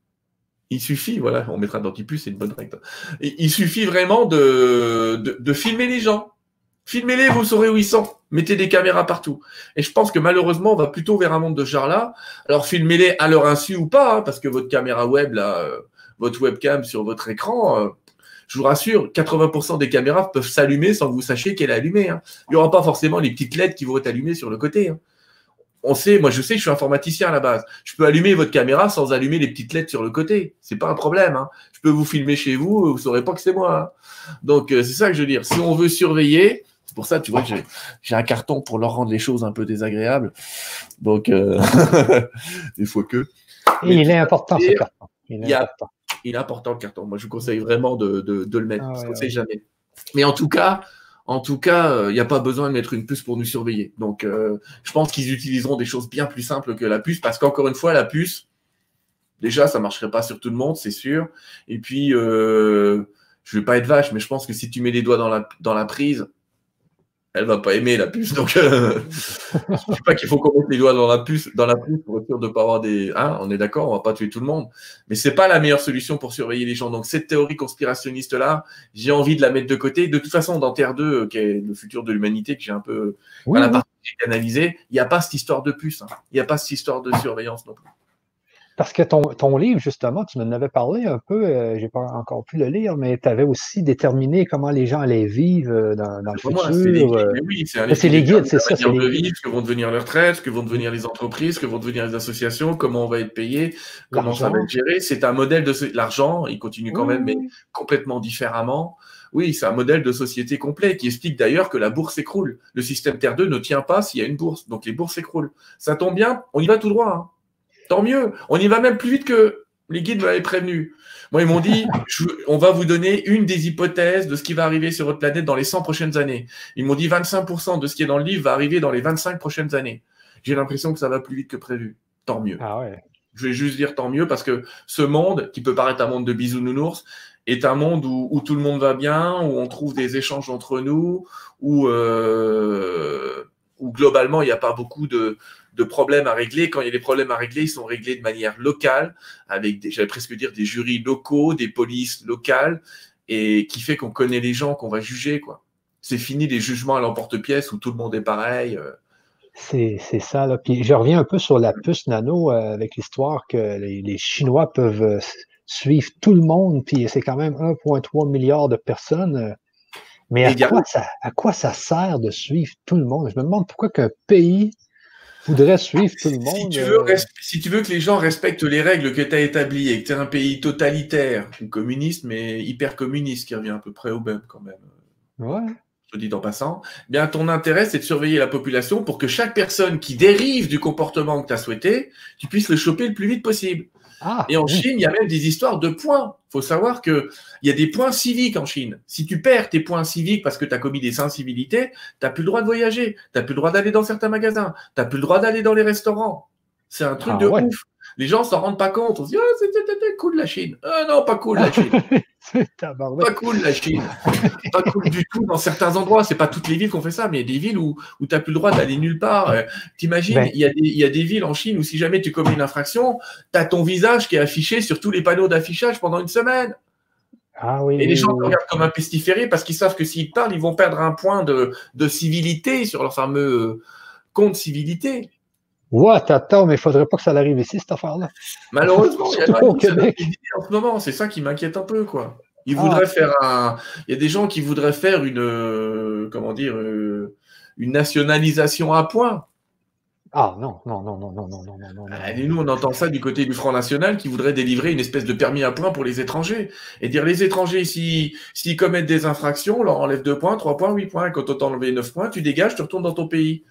il suffit, voilà, on mettra d'antipuce, c'est une bonne règle. Il suffit vraiment de, de, de filmer les gens. Filmez-les, vous saurez où ils sont. Mettez des caméras partout. Et je pense que malheureusement, on va plutôt vers un monde de ce genre-là. Alors filmez-les à leur insu ou pas, hein, parce que votre caméra web, là... Euh, votre webcam sur votre écran, euh, je vous rassure, quatre-vingts pour cent des caméras peuvent s'allumer sans que vous sachiez qu'elle est allumée. Hein. Il n'y aura pas forcément les petites L E D qui vont être allumées sur le côté. Hein. On sait, moi je sais, je suis informaticien à la base. Je peux allumer votre caméra sans allumer les petites L E D sur le côté. C'est pas un problème. Hein. Je peux vous filmer chez vous, vous ne saurez pas que c'est moi. Hein. Donc euh, c'est ça que je veux dire. Si on veut surveiller, c'est pour ça, tu vois, que j'ai, j'ai un carton pour leur rendre les choses un peu désagréables. Donc, euh... des fois que. Et il est important ce carton. Il est important. Il est important le carton. Moi, je vous conseille vraiment de, de, de le mettre. Ah, je ne ouais, conseille ouais. jamais. Mais en tout cas, en tout cas, il euh, n'y a pas besoin de mettre une puce pour nous surveiller. Donc, euh, je pense qu'ils utiliseront des choses bien plus simples que la puce, parce qu'encore une fois, la puce, déjà, ça ne marcherait pas sur tout le monde, c'est sûr. Et puis, euh, je ne vais pas être vache, mais je pense que si tu mets les doigts dans la, dans la prise, elle va pas aimer la puce. Donc, euh, je ne dis pas qu'il faut qu'on mette les doigts dans la puce, dans la puce pour être sûr de ne pas avoir des. Hein, on est d'accord, on ne va pas tuer tout le monde. Mais ce n'est pas la meilleure solution pour surveiller les gens. Donc, cette théorie conspirationniste-là, j'ai envie de la mettre de côté. De toute façon, dans Terre deux, qui est le futur de l'humanité, que j'ai un peu oui, à la partie analysée, il n'y a pas cette histoire de puce. Hein. Il n'y a pas cette histoire de surveillance non plus. Parce que ton, ton livre, justement, tu m'en avais parlé un peu, euh, j'ai pas encore pu le lire, mais tu avais aussi déterminé comment les gens allaient vivre dans, dans le futur. Moi, c'est les guides, euh... oui, c'est, c'est les guides, c'est ça. C'est les guides. Ce que vont devenir les retraites, ce que vont devenir les entreprises, ce que vont devenir les associations, comment on va être payé, comment l'argent. Ça va être géré. C'est un modèle de l'argent, il continue quand oui. même, mais complètement différemment. Oui, c'est un modèle de société complet qui explique d'ailleurs que la bourse s'écroule. Le système Terre deux ne tient pas s'il y a une bourse, donc les bourses s'écroulent. Ça tombe bien, on y va tout droit. Hein. Tant mieux. On y va même plus vite que les guides m'avaient prévenu. Moi, ils m'ont dit, je, on va vous donner une des hypothèses de ce qui va arriver sur votre planète dans les cent prochaines années. Ils m'ont dit vingt-cinq pour cent de ce qui est dans le livre va arriver dans les vingt-cinq prochaines années. j'ai l'impression que ça va plus vite que prévu. Tant mieux. Ah ouais. Je vais juste dire tant mieux parce que ce monde, qui peut paraître un monde de bisounours, est un monde où, où tout le monde va bien, où on trouve des échanges entre nous, où, euh, où globalement, il n'y a pas beaucoup de, de problèmes à régler. Quand il y a des problèmes à régler, ils sont réglés de manière locale, avec, des, j'allais presque dire, des jurys locaux, des polices locales, et qui fait qu'on connaît les gens, qu'on va juger, quoi. C'est fini les jugements à l'emporte-pièce où tout le monde est pareil. Euh, C'est c'est ça, là. Puis je reviens un peu sur la puce nano euh, avec l'histoire que les, les Chinois peuvent euh, suivre tout le monde, puis c'est quand même un virgule trois milliard de personnes. euh. Mais à quoi, ça, à quoi ça sert de suivre tout le monde? Je me demande pourquoi qu'un pays voudrait suivre tout le Si monde. tu veux, euh. si tu veux que les gens respectent les règles que tu as établies et que tu es un pays totalitaire ou communiste, mais hyper communiste, qui revient à peu près au même quand même, Ouais. je le dis en passant, eh bien ton intérêt, c'est de surveiller la population pour que chaque personne qui dérive du comportement que tu as souhaité, tu puisses le choper le plus vite possible. Ah, Et en oui. Chine, il y a même des histoires de points. Il faut savoir qu'il y a des points civiques en Chine. Si tu perds tes points civiques parce que tu as commis des incivilités, tu n'as plus le droit de voyager, tu n'as plus le droit d'aller dans certains magasins, tu n'as plus le droit d'aller dans les restaurants. C'est un truc Ah, de ouais. ouf. Les gens s'en rendent pas compte. On se dit, oh, c'est cool la Chine. Ah non, pas cool la Chine. Pas cool la Chine. Pas cool du tout dans certains endroits. C'est pas toutes les villes qui ont fait ça, mais il y a des villes où, où tu n'as plus le droit d'aller nulle part. Euh, T'imagines, Ben. il y, a des, il y a des villes en Chine où si jamais tu commets une infraction, tu as ton visage qui est affiché sur tous les panneaux d'affichage pendant une semaine. Ah oui. Et les oui, gens oui, te oui. regardent comme un pestiféré parce qu'ils savent que s'ils parlent, ils vont perdre un point de, de civilité sur leur fameux compte civilité. Ouais, t'attends, mais il ne faudrait pas que ça arrive ici, cette affaire-là. Malheureusement, il y a Surtout au Québec. des idées en ce moment. C'est ça qui m'inquiète un peu, quoi. Ils Ah. voudraient faire un. Il y a des gens qui voudraient faire une. Euh, comment dire euh, une nationalisation à points. Ah non, non, non, non, non, non, non, non, non. Ah, et nous, on entend ça du côté du Front National qui voudrait délivrer une espèce de permis à points pour les étrangers. Et dire les étrangers, s'ils si, commettent des infractions, on leur enlève deux points, trois points, huit points. Et quand on t'a enlevé neuf points, tu dégages, tu retournes dans ton pays.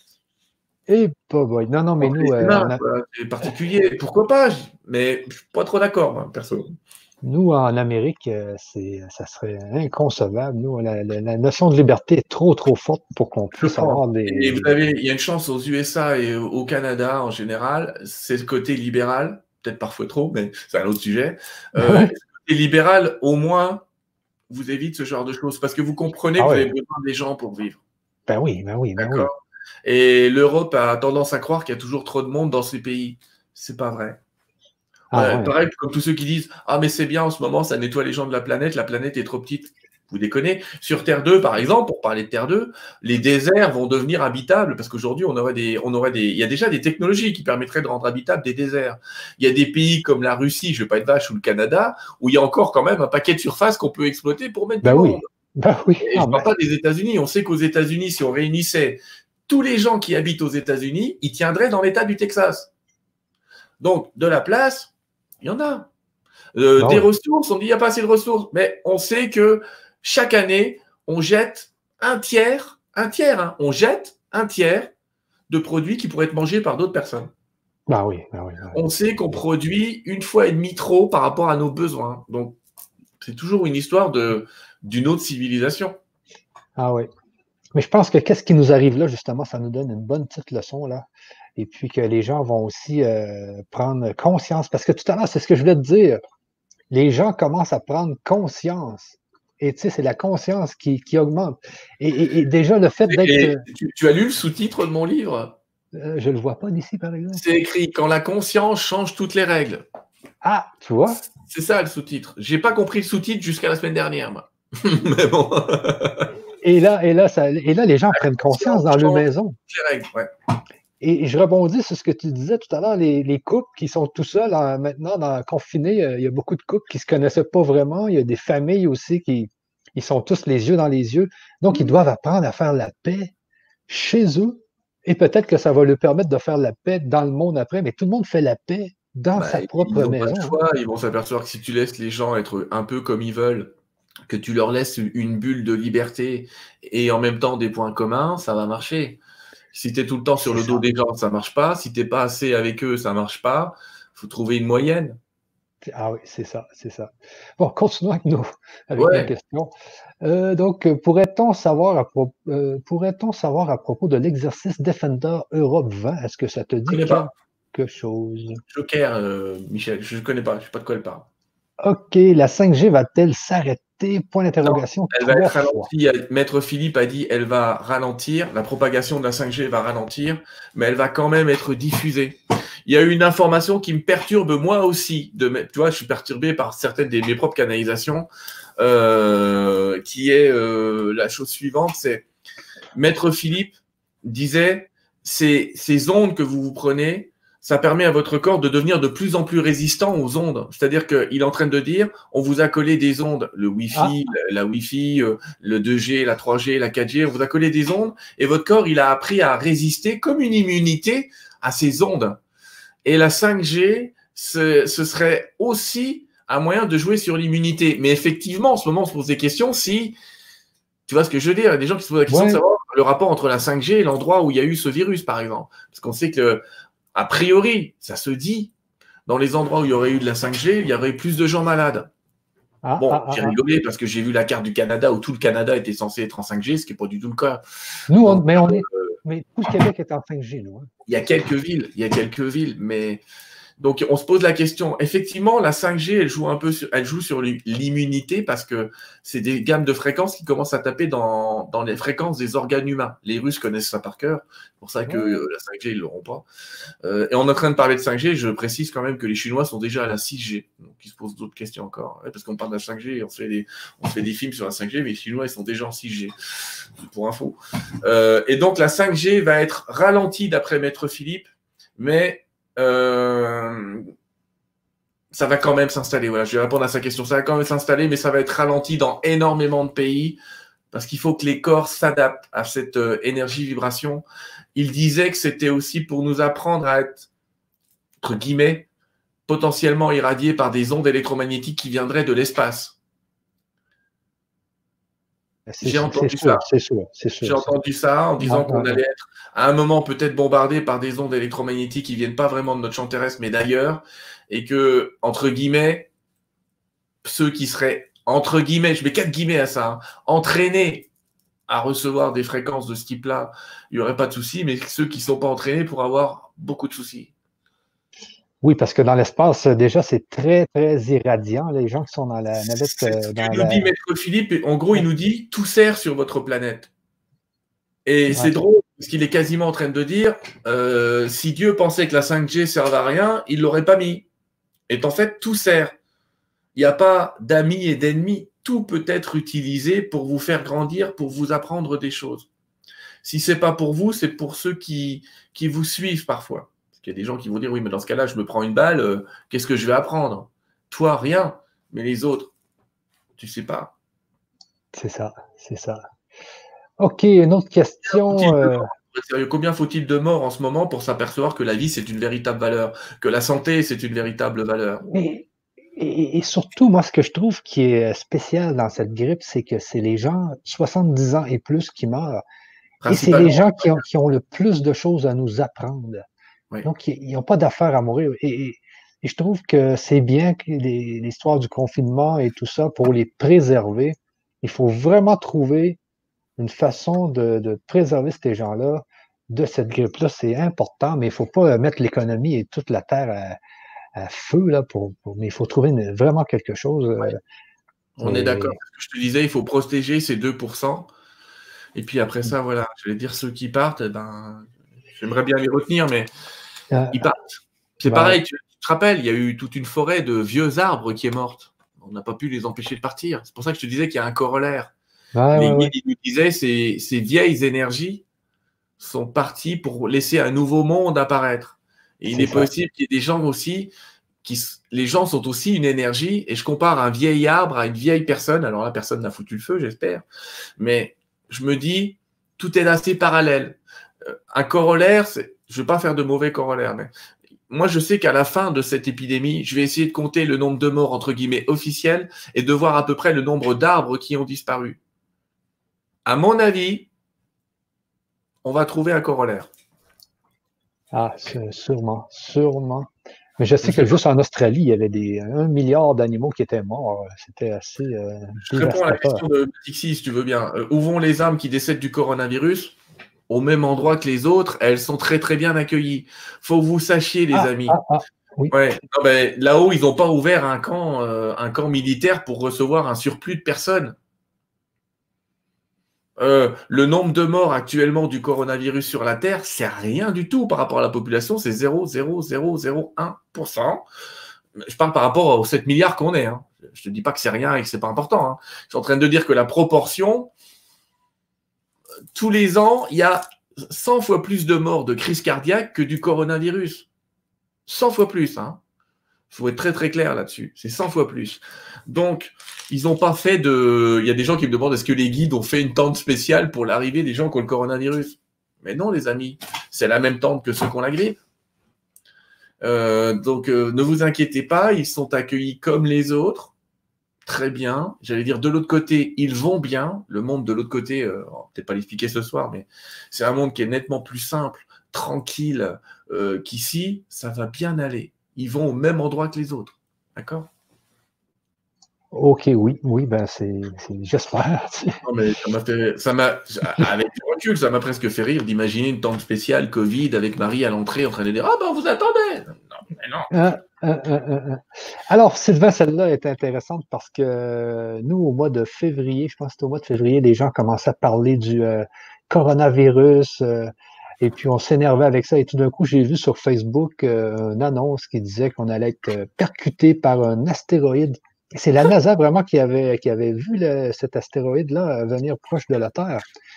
Et pas boy. Non, non, mais nous, euh, humains, on a... c'est particulier. Pourquoi pas? Mais je suis pas trop d'accord, moi, perso. nous, en Amérique, euh, c'est, ça serait inconcevable. Nous, la, la, la notion de liberté est trop, trop forte pour qu'on Je puisse pense. avoir des. Et vous avez, il y a une chance aux U S A et au Canada en général, c'est le côté libéral, peut-être parfois trop, mais c'est un autre sujet. Euh, Ouais. le côté libéral, au moins, vous évite ce genre de choses parce que vous comprenez Ah que vous ouais. avez besoin des gens pour vivre. Ben oui, ben oui, ben oui. D'accord. Et l'Europe a tendance à croire qu'il y a toujours trop de monde dans ces pays. C'est pas vrai. Ah Ouais, ouais. pareil, comme tous ceux qui disent « Ah, mais c'est bien en ce moment, ça nettoie les gens de la planète, la planète est trop petite. » Vous déconnez. Sur Terre deux, par exemple, pour parler de Terre deux, les déserts vont devenir habitables parce qu'aujourd'hui, on aurait des, on aurait des, il y a déjà des technologies qui permettraient de rendre habitables des déserts. Il y a des pays comme la Russie, je ne vais pas être vache, ou le Canada, où il y a encore quand même un paquet de surface qu'on peut exploiter pour mettre Ben du oui. monde. Ben oui. Et je Ah ne ben. parle pas des États-Unis. On sait qu'aux États-Unis, si on réunissait tous les gens qui habitent aux États-Unis, ils tiendraient dans l'État du Texas. Donc, de la place, il y en a. Euh, Ben des ouais. ressources, on dit il n'y a pas assez de ressources, mais on sait que chaque année, on jette un tiers, un tiers, hein, on jette un tiers de produits qui pourraient être mangés par d'autres personnes. Ben oui, ben oui. Ben oui. On sait qu'on produit une fois et demie trop par rapport à nos besoins. Donc, c'est toujours une histoire de, d'une autre civilisation. Ah oui. Mais je pense que qu'est-ce qui nous arrive là, justement, ça nous donne une bonne petite leçon, là. Et puis que les gens vont aussi euh, prendre conscience. Parce que tout à l'heure, c'est ce que je voulais te dire. Les gens commencent à prendre conscience. Et tu sais, c'est la conscience qui, qui augmente. Et, et, et déjà, le fait d'être. Tu, tu as lu le sous-titre de mon livre? Euh, je ne le vois pas d'ici, par exemple. C'est écrit « Quand la conscience change toutes les règles ». Ah, tu vois? C'est ça le sous-titre. J'ai pas compris le sous-titre jusqu'à la semaine dernière, moi. Mais bon. Et là, et là, ça, et là, les gens prennent conscience dans leur maison. Les règles, ouais. Et je rebondis sur ce que tu disais tout à l'heure, les, les couples qui sont tout seuls en, maintenant dans, confinés. Il y a beaucoup de couples qui ne se connaissaient pas vraiment. Il y a des familles aussi qui ils sont tous les yeux dans les yeux. Donc, ils doivent apprendre à faire la paix chez eux. Et peut-être que ça va leur permettre de faire la paix dans le monde après. Mais tout le monde fait la paix dans bah, sa propre ils maison. Pas le choix. Ils vont s'apercevoir que si tu laisses les gens être un peu comme ils veulent, que tu leur laisses une bulle de liberté et en même temps des points communs, ça va marcher. Si tu es tout le temps sur le dos des gens, ça marche pas. Si tu n'es pas assez avec eux, ça marche pas. Il faut trouver une moyenne. Ah oui, c'est ça, c'est ça. Bon, continuons avec nos, avec nos Ouais, questions. Euh, donc, euh, pourrait-on savoir à pro- euh, pourrait-on savoir à propos de l'exercice Defender Europe vingt, est-ce que ça te je dit connais pas. quelque chose? Joker, euh, Michel, je ne connais pas, je ne sais pas de quoi elle parle. OK, la cinq G va-t-elle s'arrêter? Point Non, d'interrogation, elle va être trois fois. ralentie. Maître Philippe a dit elle va ralentir, la propagation de la cinq G va ralentir, mais elle va quand même être diffusée. Il y a eu une information qui me perturbe moi aussi. De, tu vois, je suis perturbé par certaines de mes propres canalisations, euh, qui est euh, la chose suivante, c'est Maître Philippe disait ces, ces ondes que vous vous prenez, ça permet à votre corps de devenir de plus en plus résistant aux ondes. C'est-à-dire qu'il est en train de dire, on vous a collé des ondes, le Ah, Wi-Fi, la Wi-Fi, euh, le deux G, la trois G, la quatre G, on vous a collé des ondes et votre corps, il a appris à résister comme une immunité à ces ondes. Et la cinq G, ce, ce serait aussi un moyen de jouer sur l'immunité. Mais effectivement, en ce moment, on se pose des questions si, tu vois ce que je veux dire, il y a des gens qui se posent la question de ouais. savoir le rapport entre la cinq G et l'endroit où il y a eu ce virus, par exemple. Parce qu'on sait que, a priori, ça se dit, dans les endroits où il y aurait eu de la cinq G, il y aurait plus de gens malades. Ah, Bon, ah, j'ai ah, ah. rigolé parce que j'ai vu la carte du Canada où tout le Canada était censé être en cinq G, ce qui n'est pas du tout le cas. Nous, on, Donc, mais on est, mais tout le Québec est en cinq G, nous, hein. il y a quelques villes, il y a quelques villes, mais donc on se pose la question. Effectivement, la cinq G, elle joue un peu sur, elle joue sur l'immunité parce que c'est des gammes de fréquences qui commencent à taper dans, dans les fréquences des organes humains. Les Russes connaissent ça par cœur, c'est pour ça que Ouais. euh, la cinq G, ils l'auront pas. Euh, et on est en train de parler de cinq G, je précise quand même que les Chinois sont déjà à la six G, donc ils se posent d'autres questions encore. Ouais, parce qu'on parle de la cinq G, on se fait des, on se fait des films sur la cinq G, mais les Chinois, ils sont déjà en six G, pour info. Euh, et donc la cinq G va être ralentie d'après Maître Philippe, mais euh, ça va quand même s'installer. Voilà, je vais répondre à sa question. Ça va quand même s'installer, mais ça va être ralenti dans énormément de pays parce qu'il faut que les corps s'adaptent à cette euh, énergie-vibration. Il disait que c'était aussi pour nous apprendre à être, entre guillemets, potentiellement irradiés par des ondes électromagnétiques qui viendraient de l'espace. C'est J'ai c'est entendu ça. sûr, c'est sûr, c'est J'ai sûr, ça. entendu ça en Ouais, disant ouais, qu'on ouais. allait être à un moment peut-être bombardé par des ondes électromagnétiques qui viennent pas vraiment de notre champ terrestre, mais d'ailleurs, et que, entre guillemets, ceux qui seraient, entre guillemets, je mets quatre guillemets à ça, hein, entraînés à recevoir des fréquences de ce type-là, il n'y aurait pas de souci, mais ceux qui ne sont pas entraînés pourraient avoir beaucoup de soucis. Oui, parce que dans l'espace, euh, déjà, c'est très, très irradiant. Les gens qui sont dans la navette, C'est ce euh, que dans nous dit la. Maître Philippe. En gros, il Ouais, nous dit tout sert sur votre planète. Et c'est ouais, drôle, parce qu'il est quasiment en train de dire euh, si Dieu pensait que la cinq G servait à rien, il ne l'aurait pas mis. Et en fait, tout sert. Il n'y a pas d'amis et d'ennemis. Tout peut être utilisé pour vous faire grandir, pour vous apprendre des choses. Si c'est pas pour vous, c'est pour ceux qui, qui vous suivent parfois. Parce qu'il y a des gens qui vont dire oui, mais dans ce cas-là, je me prends une balle, euh, qu'est-ce que je vais apprendre? Toi, rien. Mais les autres, tu sais pas. c'est ça, c'est ça. OK, une autre question. Faut-il de euh, morts pour être sérieux, combien faut-il de morts en ce moment pour s'apercevoir que la vie, c'est une véritable valeur, que la santé, c'est une véritable valeur? mais, et, et surtout, moi, ce que je trouve qui est spécial dans cette grippe, c'est que c'est les gens soixante-dix ans et plus qui meurent. Et c'est les Principalement, gens qui ont, qui ont le plus de choses à nous apprendre. oui. Donc, ils n'ont pas d'affaires à mourir. Et, et- et je trouve que c'est bien que les- l'histoire du confinement et tout ça, pour les préserver, il faut vraiment trouver une façon de, de préserver ces gens-là de cette grippe-là. C'est important, mais il ne faut pas mettre l'économie et toute la terre à, à feu, là, pour, pour- mais il faut trouver une- vraiment quelque chose. Ouais. euh, On est d'accord. et- Ce que je te disais, il faut protéger ces deux pour cent. Et puis après ça, voilà, je vais dire ceux qui partent, eh ben, j'aimerais bien les retenir, mais euh, ils partent. C'est ben ouais, pareil, tu, tu te rappelles, il y a eu toute une forêt de vieux arbres qui est morte. On n'a pas pu les empêcher de partir. C'est pour ça que je te disais qu'il y a un corollaire. ouais, Les ouais, guides, ouais, ils nous disaient, ces, ces vieilles énergies sont parties pour laisser un nouveau monde apparaître. Et il c'est est ça. possible qu'il y ait des gens aussi, qui, les gens sont aussi une énergie, et je compare un vieil arbre à une vieille personne. Alors là, personne n'a foutu le feu, j'espère. Mais je me dis, tout est assez parallèle. Euh, Un corollaire, c'est, je ne veux pas faire de mauvais corollaires, mais moi, je sais qu'à la fin de cette épidémie, je vais essayer de compter le nombre de morts, entre guillemets, officiels, et de voir à peu près le nombre d'arbres qui ont disparu. À mon avis, on va trouver un corollaire. Ah, c'est- sûrement, sûrement. Mais je sais que juste en Australie, il y avait des un milliard d'animaux qui étaient morts. C'était assez euh, Je réponds à la dévastateur. question de Tixi, si tu veux bien. Euh, où vont les âmes qui décèdent du coronavirus? Au même endroit que les autres, elles sont très très bien accueillies. Faut que vous sachiez, les Ah, amis. ah, ah, oui. Ouais. Non, ben, là-haut, ils n'ont pas ouvert un camp, euh, un camp militaire pour recevoir un surplus de personnes. Euh, le nombre de morts actuellement du coronavirus sur la Terre, c'est rien du tout par rapport à la population, c'est zéro virgule zéro zéro zéro un pour cent. Je parle par rapport aux sept milliards qu'on est. Hein. Je ne te dis pas que c'est rien et que c'est pas important. Hein. Je suis en train de dire que la proportion, tous les ans, il y a cent fois plus de morts de crise cardiaque que du coronavirus. cent fois plus. Hein. Il faut être très très clair là-dessus. C'est cent fois plus. Donc, ils n'ont pas fait de... Il y a des gens qui me demandent est-ce que les guides ont fait une tente spéciale pour l'arrivée des gens qui ont le coronavirus? Mais non, les amis. C'est la même tente que ceux qui ont la grippe. Euh, donc, euh, ne vous inquiétez pas. Ils sont accueillis comme les autres. Très bien. J'allais dire, de l'autre côté, ils vont bien. Le monde de l'autre côté, euh, on va peut-être pas l'expliquer ce soir, mais c'est un monde qui est nettement plus simple, tranquille, euh, qu'ici. Ça va bien aller. Ils vont au même endroit que les autres. D'accord? OK, oui, oui, ben c'est, j'espère. Non, mais ça m'a fait, ça m'a, avec du recul, ça m'a presque fait rire d'imaginer une tente spéciale Covid avec Marie à l'entrée en train de dire ah ben vous attendez. Non, mais non. Euh, euh, euh, euh. Alors, Sylvain, celle-là est intéressante parce que nous, au mois de février, je pense que c'était au mois de février, les gens commençaient à parler du euh, coronavirus euh, et puis on s'énervait avec ça. Et tout d'un coup, j'ai vu sur Facebook euh, une annonce qui disait qu'on allait être euh, percuté par un astéroïde. Et c'est la NASA vraiment qui avait, qui avait vu le, cet astéroïde-là venir proche de la Terre.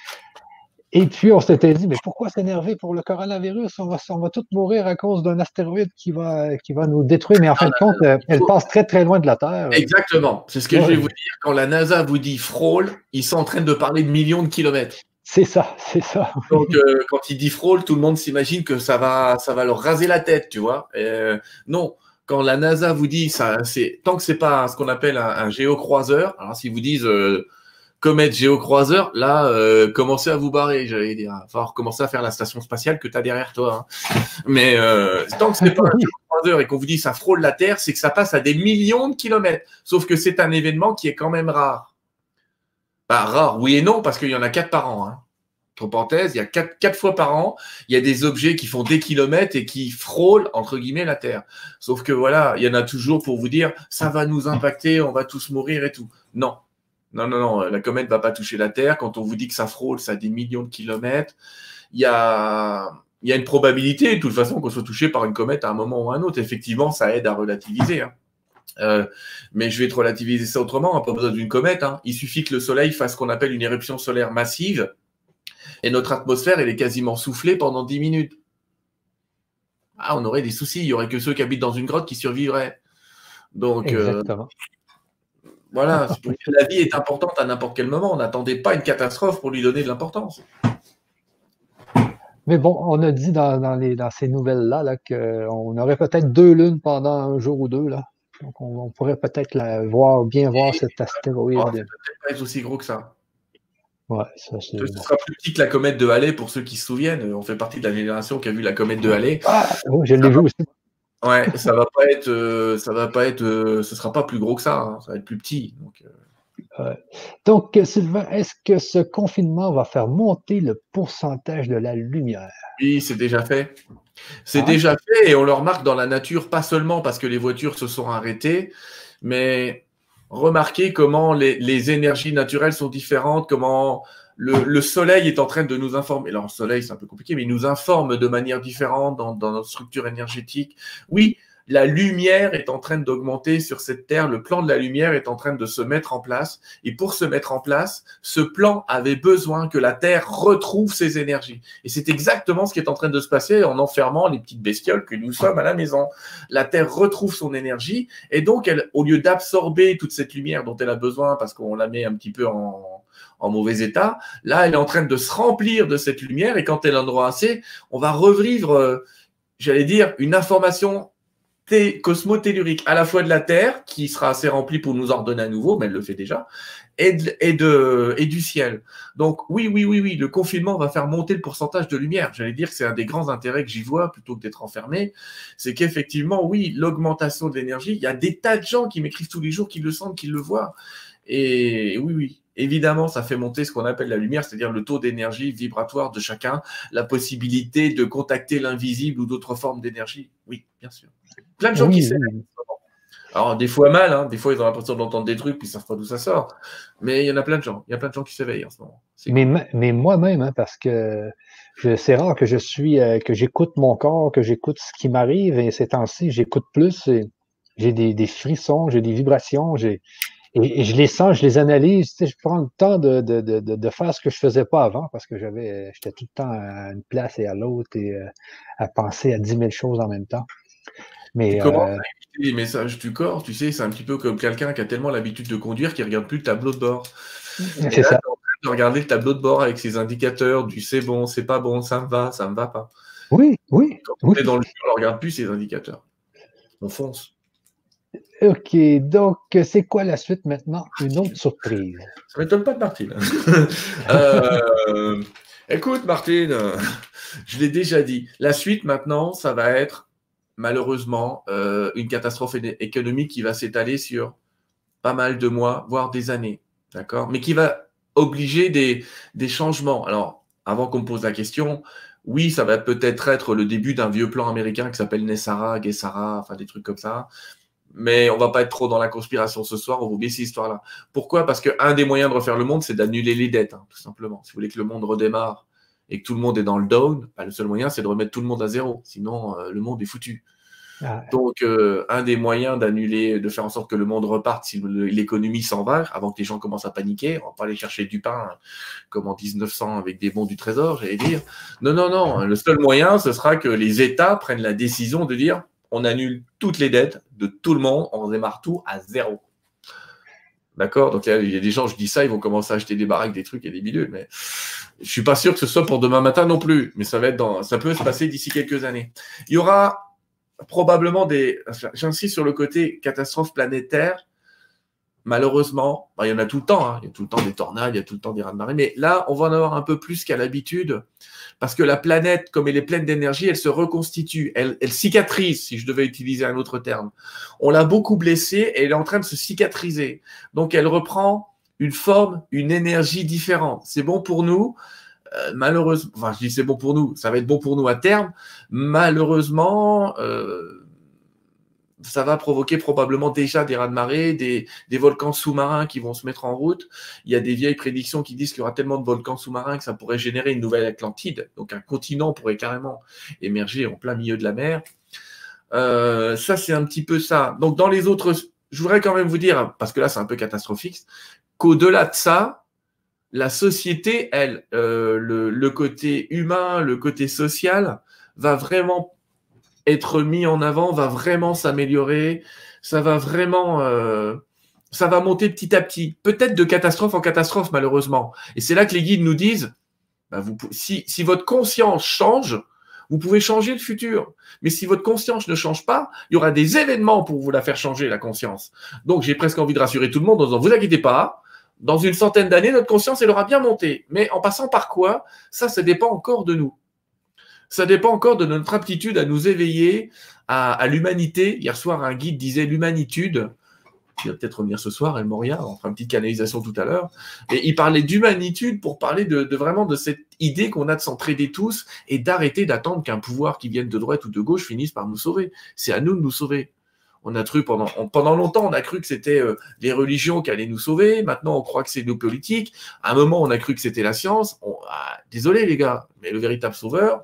Et puis, on s'était dit, mais pourquoi s'énerver pour le coronavirus? On va, on va tous mourir à cause d'un astéroïde qui va, qui va nous détruire. Mais en fin de compte, euh, elle passe très, très loin de la Terre. Exactement. C'est ce que Ouais. je vais vous dire. Quand la NASA vous dit frôle, ils sont en train de parler de millions de kilomètres. C'est ça, c'est ça. Donc, euh, quand il dit frôle, tout le monde s'imagine que ça va, ça va leur raser la tête, tu vois. Euh, non. Quand la NASA vous dit ça, c'est tant que c'est pas ce qu'on appelle un, un géocroiseur. Alors, s'ils vous disent euh, comète géocroiseur, là, euh, commencez à vous barrer, j'allais dire. Il va falloir commencer à faire la station spatiale que tu as derrière toi. Hein. Mais euh, tant que c'est pas un géocroiseur et qu'on vous dit ça frôle la Terre, c'est que ça passe à des millions de kilomètres. Sauf que c'est un événement qui est quand même rare. Bah, rare, oui et non, parce qu'il y en a quatre par an. Hein. Entre parenthèses, il y a quatre, quatre fois par an, il y a des objets qui font des kilomètres et qui frôlent, entre guillemets, la Terre. Sauf que voilà, il y en a toujours pour vous dire, ça va nous impacter, on va tous mourir et tout. Non. Non, non, non, la comète ne va pas toucher la Terre. Quand on vous dit que ça frôle, ça a des millions de kilomètres. Il y a, il y a une probabilité, de toute façon, qu'on soit touché par une comète à un moment ou à un autre. Effectivement, ça aide à relativiser. Hein. Euh, mais je vais te relativiser ça autrement, on n'a pas besoin d'une comète. Hein. Il suffit que le Soleil fasse ce qu'on appelle une éruption solaire massive. Et notre atmosphère, elle est quasiment soufflée pendant dix minutes. Ah, on aurait des soucis. Il n'y aurait que ceux qui habitent dans une grotte qui survivraient. Donc, exactement. Euh, voilà. La vie est importante à n'importe quel moment. On n'attendait pas une catastrophe pour lui donner de l'importance. Mais bon, on a dit dans, dans, les, dans ces nouvelles-là là, qu'on aurait peut-être deux lunes pendant un jour ou deux. Là. Donc, on, on pourrait peut-être la voir, bien voir Et, cet astéroïde. Oh, c'est peut-être pas être aussi gros que ça. Ouais, ça, c'est... Ce sera plus petit que la comète de Halley, pour ceux qui se souviennent. On fait partie de la génération qui a vu la comète de Halley. Ah, oh, je l'ai vu aussi. Ouais, ça va pas être, euh, ça va pas être, euh, ce sera pas plus gros que ça. Hein, ça va être plus petit. Donc, euh... ouais. donc, Sylvain, est-ce que ce confinement va faire monter le pourcentage de la lumière? Oui, c'est déjà fait. C'est ah. déjà fait et on le remarque dans la nature, pas seulement parce que les voitures se sont arrêtées, mais remarquez comment les, les énergies naturelles sont différentes, comment le, le soleil est en train de nous informer. Alors, le soleil, c'est un peu compliqué, mais il nous informe de manière différente dans, dans notre structure énergétique. Oui, la lumière est en train d'augmenter sur cette Terre. Le plan de la lumière est en train de se mettre en place. Et pour se mettre en place, ce plan avait besoin que la Terre retrouve ses énergies. Et c'est exactement ce qui est en train de se passer en enfermant les petites bestioles que nous sommes à la maison. La Terre retrouve son énergie. Et donc, elle, au lieu d'absorber toute cette lumière dont elle a besoin parce qu'on la met un petit peu en, en mauvais état, là, elle est en train de se remplir de cette lumière. Et quand elle en aura assez, on va revivre, euh, j'allais dire, une information cosmotellurique, à la fois de la Terre, qui sera assez remplie pour nous ordonner à nouveau, mais elle le fait déjà, et, de, et, de, et du ciel. Donc oui, oui, oui, oui, le confinement va faire monter le pourcentage de lumière. J'allais dire que c'est un des grands intérêts que j'y vois, plutôt que d'être enfermé, c'est qu'effectivement, oui, l'augmentation de l'énergie, il y a des tas de gens qui m'écrivent tous les jours, qui le sentent, qui le voient. Et oui, oui, évidemment, ça fait monter ce qu'on appelle la lumière, c'est-à-dire le taux d'énergie vibratoire de chacun, la possibilité de contacter l'invisible ou d'autres formes d'énergie. Oui, bien sûr. Plein de gens oui, qui savent. oui. Alors, des fois mal, hein, des fois ils ont l'impression d'entendre des trucs, puis ils ne savent pas d'où ça sort. Mais il y en a plein de gens, il y a plein de gens qui s'éveillent en ce moment. Mais, Cool. mais moi-même, hein, parce que c'est rare que je suis, euh, que j'écoute mon corps, que j'écoute ce qui m'arrive, et ces temps-ci, j'écoute plus, j'ai des, des frissons, j'ai des vibrations, j'ai Et, et je les sens, je les analyse, tu sais, je prends le temps de, de, de, de faire ce que je faisais pas avant parce que j'avais, j'étais tout le temps à une place et à l'autre et euh, à penser à dix mille choses en même temps. Tu Mais commences euh, à éviter les messages du corps, tu sais, c'est un petit peu comme quelqu'un qui a tellement l'habitude de conduire qu'il ne regarde plus le tableau de bord. Et c'est là, ça. tu es en train de regarder le tableau de bord avec ses indicateurs du c'est bon, c'est pas bon, ça me va, ça me va pas. Oui, oui, Quand on oui. est dans le jeu, on ne regarde plus ses indicateurs. On fonce. OK, donc c'est quoi la suite maintenant? Une autre surprise. Ça ne m'étonne pas de Martine. euh, écoute, Martine, je l'ai déjà dit. La suite maintenant, ça va être malheureusement euh, une catastrophe é- économique qui va s'étaler sur pas mal de mois, voire des années. D'accord? Mais qui va obliger des, des changements. Alors, avant qu'on me pose la question, oui, ça va peut-être être le début d'un vieux plan américain qui s'appelle Nessara, Guessara, enfin des trucs comme ça. Mais on va pas être trop dans la conspiration ce soir, on va oublier cette histoire-là. Pourquoi? Parce qu'un des moyens de refaire le monde, c'est d'annuler les dettes, hein, tout simplement. Si vous voulez que le monde redémarre et que tout le monde est dans le down, bah, le seul moyen, c'est de remettre tout le monde à zéro. Sinon, euh, le monde est foutu. Ah, Donc, euh, un des moyens d'annuler, de faire en sorte que le monde reparte si le- l'économie s'en va, avant que les gens commencent à paniquer, on va pas aller chercher du pain comme en dix-neuf cents avec des bons du trésor, j'allais dire. Non, non, non. Le seul moyen, ce sera que les États prennent la décision de dire on annule toutes les dettes de tout le monde, on démarre tout à zéro. D'accord? Donc, il y a des gens, je dis ça, ils vont commencer à acheter des baraques, des trucs et des bidules, mais je suis pas sûr que ce soit pour demain matin non plus, mais ça va être dans, ça peut se passer d'ici quelques années. Il y aura probablement des, j'insiste sur le côté catastrophe planétaire. Malheureusement, bah, il y en a tout le temps, hein. Il y a tout le temps des tornades, il y a tout le temps des raz-de-marée, mais là, on va en avoir un peu plus qu'à l'habitude, parce que la planète, comme elle est pleine d'énergie, elle se reconstitue, elle, elle cicatrise, si je devais utiliser un autre terme. On l'a beaucoup blessée et elle est en train de se cicatriser. Donc, elle reprend une forme, une énergie différente. C'est bon pour nous. Euh, malheureusement, enfin, je dis c'est bon pour nous, ça va être bon pour nous à terme. Malheureusement, euh, ça va provoquer probablement déjà des raz-de-marée, des, des volcans sous-marins qui vont se mettre en route. Il y a des vieilles prédictions qui disent qu'il y aura tellement de volcans sous-marins que ça pourrait générer une nouvelle Atlantide. Donc un continent pourrait carrément émerger en plein milieu de la mer. Euh, ça, c'est un petit peu ça. Donc dans les autres, je voudrais quand même vous dire, parce que là c'est un peu catastrophique, qu'au-delà de ça, la société, elle, euh, le, le côté humain, le côté social, va vraiment être mis en avant, va vraiment s'améliorer, ça va vraiment, euh, ça va monter petit à petit, peut-être de catastrophe en catastrophe malheureusement. Et c'est là que les guides nous disent, bah vous, si, si votre conscience change, vous pouvez changer le futur. Mais si votre conscience ne change pas, il y aura des événements pour vous la faire changer, la conscience. Donc j'ai presque envie de rassurer tout le monde en disant, vous inquiétez pas, dans une centaine d'années, notre conscience, elle aura bien monté. Mais en passant par quoi? Ça, ça dépend encore de nous. Ça dépend encore de notre aptitude à nous éveiller à, à l'humanité. Hier soir, un guide disait l'humanitude. Il va peut-être revenir ce soir, El Moria, on fera une petite canalisation tout à l'heure. Et il parlait d'humanitude pour parler de, de vraiment de cette idée qu'on a de s'entraider tous et d'arrêter d'attendre qu'un pouvoir qui vienne de droite ou de gauche finisse par nous sauver. C'est à nous de nous sauver. On a cru pendant, on, pendant longtemps, on a cru que c'était euh, les religions qui allaient nous sauver. Maintenant, on croit que c'est nos politiques. À un moment, on a cru que c'était la science. On, ah, désolé les gars, mais le véritable sauveur,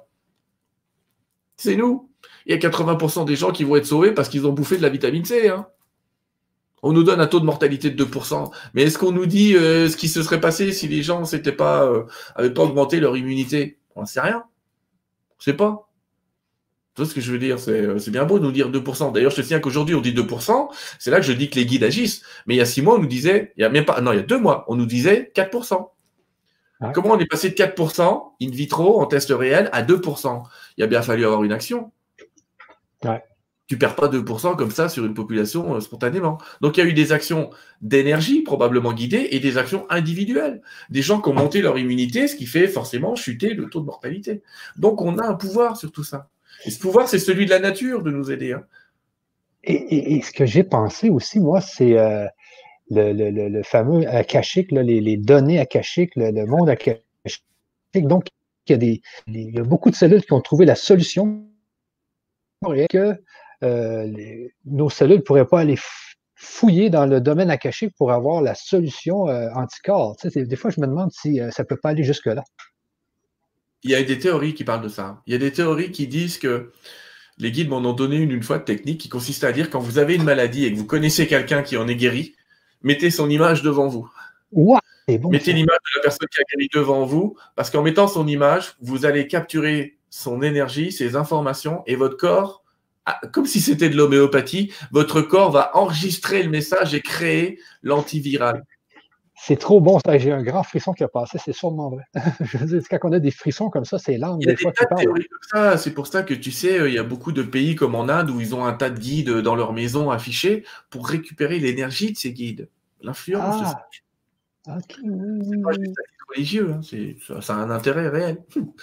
c'est nous. Il y a quatre-vingts pour cent des gens qui vont être sauvés parce qu'ils ont bouffé de la vitamine C. Hein. On nous donne un taux de mortalité de deux pour cent. Mais est-ce qu'on nous dit euh, ce qui se serait passé si les gens n'avaient pas, euh, pas augmenté leur immunité? On ne sait rien. On ne sait pas. Tu vois ce que je veux dire? C'est, c'est bien beau de nous dire deux pour cent. D'ailleurs, je te tiens qu'aujourd'hui, on dit deux pour cent. C'est là que je dis que les guides agissent. Mais il y a six mois, on nous disait, il y a même pas, non, il y a deux mois, on nous disait quatre pour cent. Ouais. Comment on est passé de quatre pour cent in vitro, en test réel, à deux pour cent? Il a bien fallu avoir une action. Ouais. Tu perds pas deux pour cent comme ça sur une population euh, spontanément. Donc il y a eu des actions d'énergie probablement guidées et des actions individuelles. Des gens qui ont monté leur immunité, ce qui fait forcément chuter le taux de mortalité. Donc on a un pouvoir sur tout ça. Et ce pouvoir, c'est celui de la nature de nous aider. Hein. Et, et, et ce que j'ai pensé aussi, moi, c'est euh, le, le, le, le fameux akashique, là, les, les données akashiques, le, le monde akashique. Donc, il y, a des, il y a beaucoup de cellules qui ont trouvé la solution que euh, les, nos cellules ne pourraient pas aller fouiller dans le domaine akashique pour avoir la solution euh, anticorps. Tu sais, des fois, je me demande si euh, ça ne peut pas aller jusque-là. Il y a des théories qui parlent de ça. Il y a des théories qui disent que les guides m'en ont donné une une fois de technique qui consiste à dire quand vous avez une maladie et que vous connaissez quelqu'un qui en est guéri, mettez son image devant vous. Wow, c'est bon, mettez l'image de la personne qui a guéri devant vous, parce qu'en mettant son image, vous allez capturer son énergie, ses informations, et votre corps, comme si c'était de l'homéopathie, votre corps va enregistrer le message et créer l'antiviral. C'est trop bon, ça. J'ai un grand frisson qui a passé, c'est sûrement vrai. Je veux dire, quand on a des frissons comme ça, c'est l'âme Il y a des des fois tas qui de parle. théories comme ça. C'est pour ça que tu sais, il y a beaucoup de pays comme en Inde où ils ont un tas de guides dans leur maison affichés pour récupérer l'énergie de ces guides, l'influence de ces Ah, guides. ok. C'est pas juste un guide religieux, hein. C'est, ça, ça a un intérêt réel.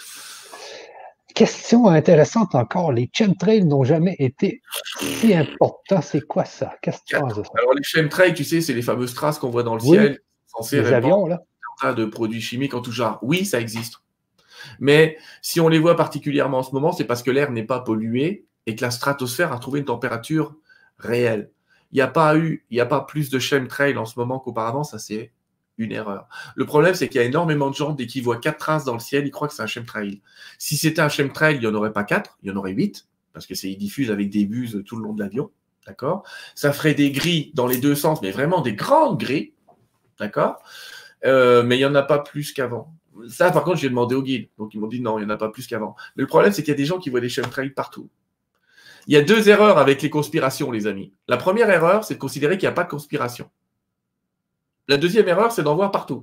Question intéressante encore. Les chemtrails n'ont jamais été si importants. C'est quoi ça? Qu'est-ce que tu penses de ça? Alors, les chemtrails, tu sais, c'est les fameuses traces qu'on voit dans le Oui, ciel, censées les répandre avions, là. un tas de produits chimiques en tout genre. Oui, ça existe. Mais si on les voit particulièrement en ce moment, c'est parce que l'air n'est pas pollué et que la stratosphère a trouvé une température réelle. Il n'y a pas eu, il n'y a pas plus de chemtrails en ce moment qu'auparavant, ça c'est une erreur. Le problème, c'est qu'il y a énormément de gens, dès qu'ils voient quatre traces dans le ciel, ils croient que c'est un chemtrail. Si c'était un chemtrail, il n'y en aurait pas quatre, il y en aurait huit, parce que c'est, ils diffusent avec des buses tout le long de l'avion, d'accord? Ça ferait des grilles dans les deux sens, mais vraiment des grandes grilles, d'accord? Euh, mais il n'y en a pas plus qu'avant. Ça, par contre, j'ai demandé au guide, donc ils m'ont dit non, il n'y en a pas plus qu'avant. Mais le problème, c'est qu'il y a des gens qui voient des chemtrails partout. Il y a deux erreurs avec les conspirations, les amis. La première erreur, c'est de considérer qu'il n'y a pas de conspiration. La deuxième erreur, c'est d'en voir partout.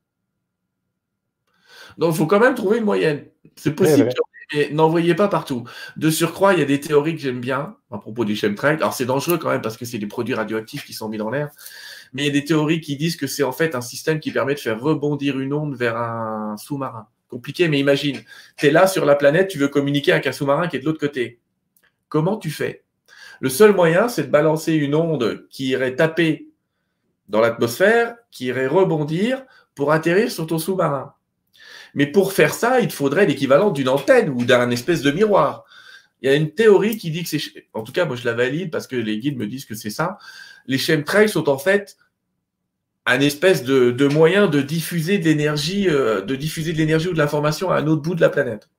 Donc, il faut quand même trouver une moyenne. C'est possible, mais n'en voyez pas partout. De surcroît, il y a des théories que j'aime bien à propos des chemtrails. Alors, c'est dangereux quand même parce que c'est des produits radioactifs qui sont mis dans l'air. Mais il y a des théories qui disent que c'est en fait un système qui permet de faire rebondir une onde vers un sous-marin. Compliqué, mais imagine, tu es là sur la planète, tu veux communiquer avec un sous-marin qui est de l'autre côté. Comment tu fais? Le seul moyen, c'est de balancer une onde qui irait taper dans l'atmosphère, qui irait rebondir pour atterrir sur ton sous-marin. Mais pour faire ça, il te faudrait l'équivalent d'une antenne ou d'un espèce de miroir. Il y a une théorie qui dit que c'est... En tout cas, moi, je la valide parce que les guides me disent que c'est ça. Les chemtrails sont en fait un espèce de, de moyen de diffuser de l'énergie, euh, de diffuser de l'énergie ou de l'information à un autre bout de la planète.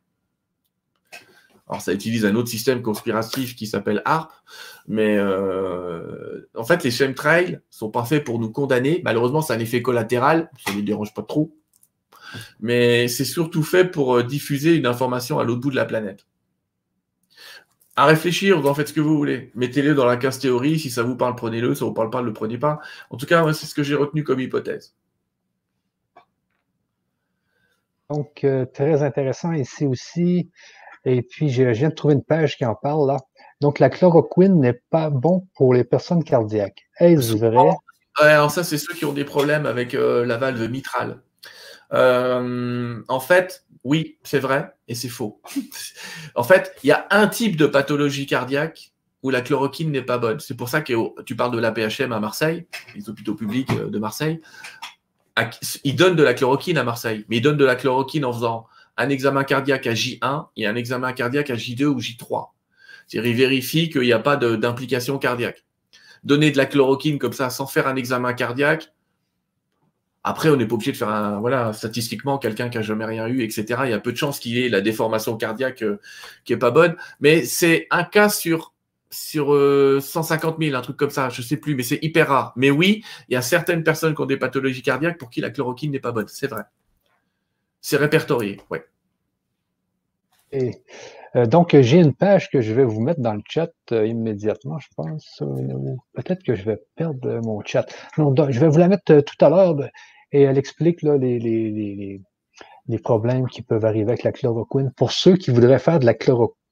Alors, ça utilise un autre système conspiratif qui s'appelle HAARP, mais euh, en fait, les chemtrails sont pas faits pour nous condamner. Malheureusement, c'est un effet collatéral, ça ne les dérange pas trop, mais c'est surtout fait pour diffuser une information à l'autre bout de la planète. À réfléchir, vous en faites ce que vous voulez. Mettez-le dans la case théorie, si ça vous parle, prenez-le, ça vous parle pas, ne le prenez pas. En tout cas, c'est ce que j'ai retenu comme hypothèse. Donc, euh, très intéressant ici aussi. Et puis, je, je viens de trouver une page qui en parle là. Donc, la chloroquine n'est pas bon pour les personnes cardiaques. Est-ce vrai? Ouais, alors ça, c'est ceux qui ont des problèmes avec euh, la valve mitrale. Euh, en fait, oui, c'est vrai et c'est faux. En fait, il y a un type de pathologie cardiaque où la chloroquine n'est pas bonne. C'est pour ça que tu parles de l'A P H M à Marseille, les hôpitaux publics de Marseille. Ils donnent de la chloroquine à Marseille, mais ils donnent de la chloroquine en faisant un examen cardiaque à J un et un examen cardiaque à J deux ou J trois. C'est-à-dire, ils vérifient qu'il n'y a pas d'implication cardiaque. Donner de la chloroquine comme ça sans faire un examen cardiaque, après, on n'est pas obligé de faire un, voilà, statistiquement, quelqu'un qui n'a jamais rien eu, et cetera. Il y a peu de chances qu'il y ait la déformation cardiaque euh, qui est pas bonne, mais c'est un cas sur, sur euh, cent cinquante mille, un truc comme ça, je sais plus, mais c'est hyper rare. Mais oui, il y a certaines personnes qui ont des pathologies cardiaques pour qui la chloroquine n'est pas bonne, c'est vrai. C'est répertorié, oui. Et, euh, donc, j'ai une page que je vais vous mettre dans le chat euh, immédiatement, je pense. Euh, Peut-être que je vais perdre mon chat. Non, donc, je vais vous la mettre euh, tout à l'heure et elle explique là, les, les, les, les problèmes qui peuvent arriver avec la chloroquine pour ceux qui voudraient faire de la chloro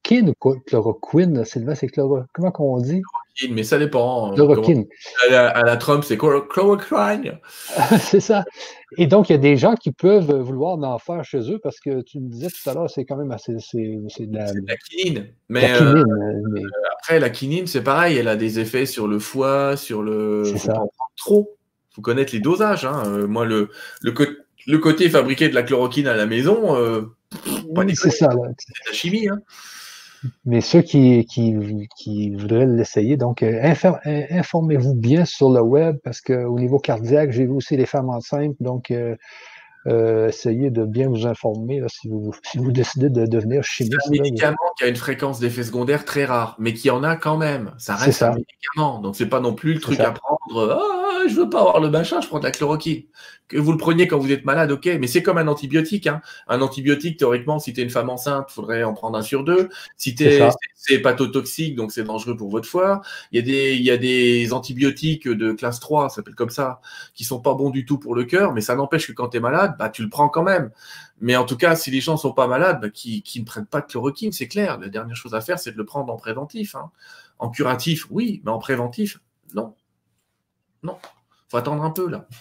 chloroquine ou chloroquine, Sylvain, c'est chloro... Comment qu'on dit? Chloroquine, mais ça dépend. Chloroquine. À la, à la Trump, c'est chloroquine. C'est ça. Et donc, il y a des gens qui peuvent vouloir en faire chez eux parce que tu me disais tout à l'heure, c'est quand même assez. C'est de la, de la quinine. Mais, la quinine, euh, mais... après, la quinine, c'est pareil, elle a des effets sur le foie, sur le. C'est ça. Pas en prendre trop. Il faut connaître les dosages. Hein. Euh, moi, le, le, co le côté fabriqué de la chloroquine à la maison, euh, oui, c'est ça. C'est de la chimie. Hein. Mais ceux qui, qui, qui voudraient l'essayer, donc euh, informez-vous bien sur le web parce qu'au niveau cardiaque, j'ai vu aussi les femmes enceintes, donc euh, euh, essayez de bien vous informer là, si, vous, si vous décidez de devenir chimiste. C'est un médicament là, qui a une fréquence d'effets secondaires très rare, mais qui en a quand même. Ça reste ça. un médicament, donc c'est pas non plus le truc ça. à prendre. Ah, je veux pas avoir le machin, je prends de la chloroquine. Que vous le preniez quand vous êtes malade, ok, mais c'est comme un antibiotique. Hein. Un antibiotique, théoriquement, si tu es une femme enceinte, il faudrait en prendre un sur deux. Si c'est hépatotoxique, donc c'est dangereux pour votre foie. Il y a des, il y a des antibiotiques de classe trois, ça s'appelle comme ça, qui sont pas bons du tout pour le cœur, mais ça n'empêche que quand tu es malade, bah, tu le prends quand même. Mais en tout cas, si les gens sont pas malades, bah, qui, qui ne prennent pas de chloroquine, c'est clair. La dernière chose à faire, c'est de le prendre en préventif. Hein. En curatif, oui, mais en préventif, non. Non. Faut attendre un peu, là.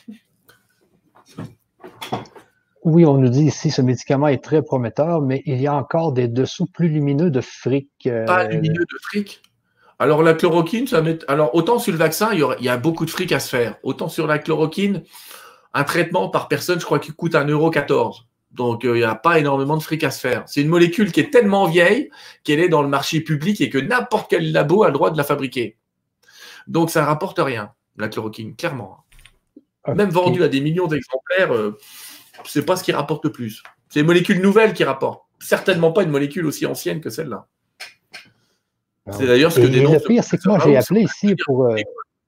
Oui, on nous dit ici ce médicament est très prometteur, mais il y a encore des dessous plus lumineux de fric. Euh... Pas lumineux de fric. Alors la chloroquine, ça met. Alors autant sur le vaccin, il y, aura... il y a beaucoup de fric à se faire. Autant sur la chloroquine, un traitement par personne, je crois qu'il coûte un euro quatorze. Donc euh, il n'y a pas énormément de fric à se faire. C'est une molécule qui est tellement vieille qu'elle est dans le marché public et que n'importe quel labo a le droit de la fabriquer. Donc ça ne rapporte rien, la chloroquine, clairement. Okay. Même vendue à des millions d'exemplaires. Euh... c'est pas ce qui rapporte le plus. C'est les molécules nouvelles qui rapportent. Certainement pas une molécule aussi ancienne que celle-là. C'est d'ailleurs ce que dénonce... Le pire, c'est que moi, j'ai appelé ici pour... Euh...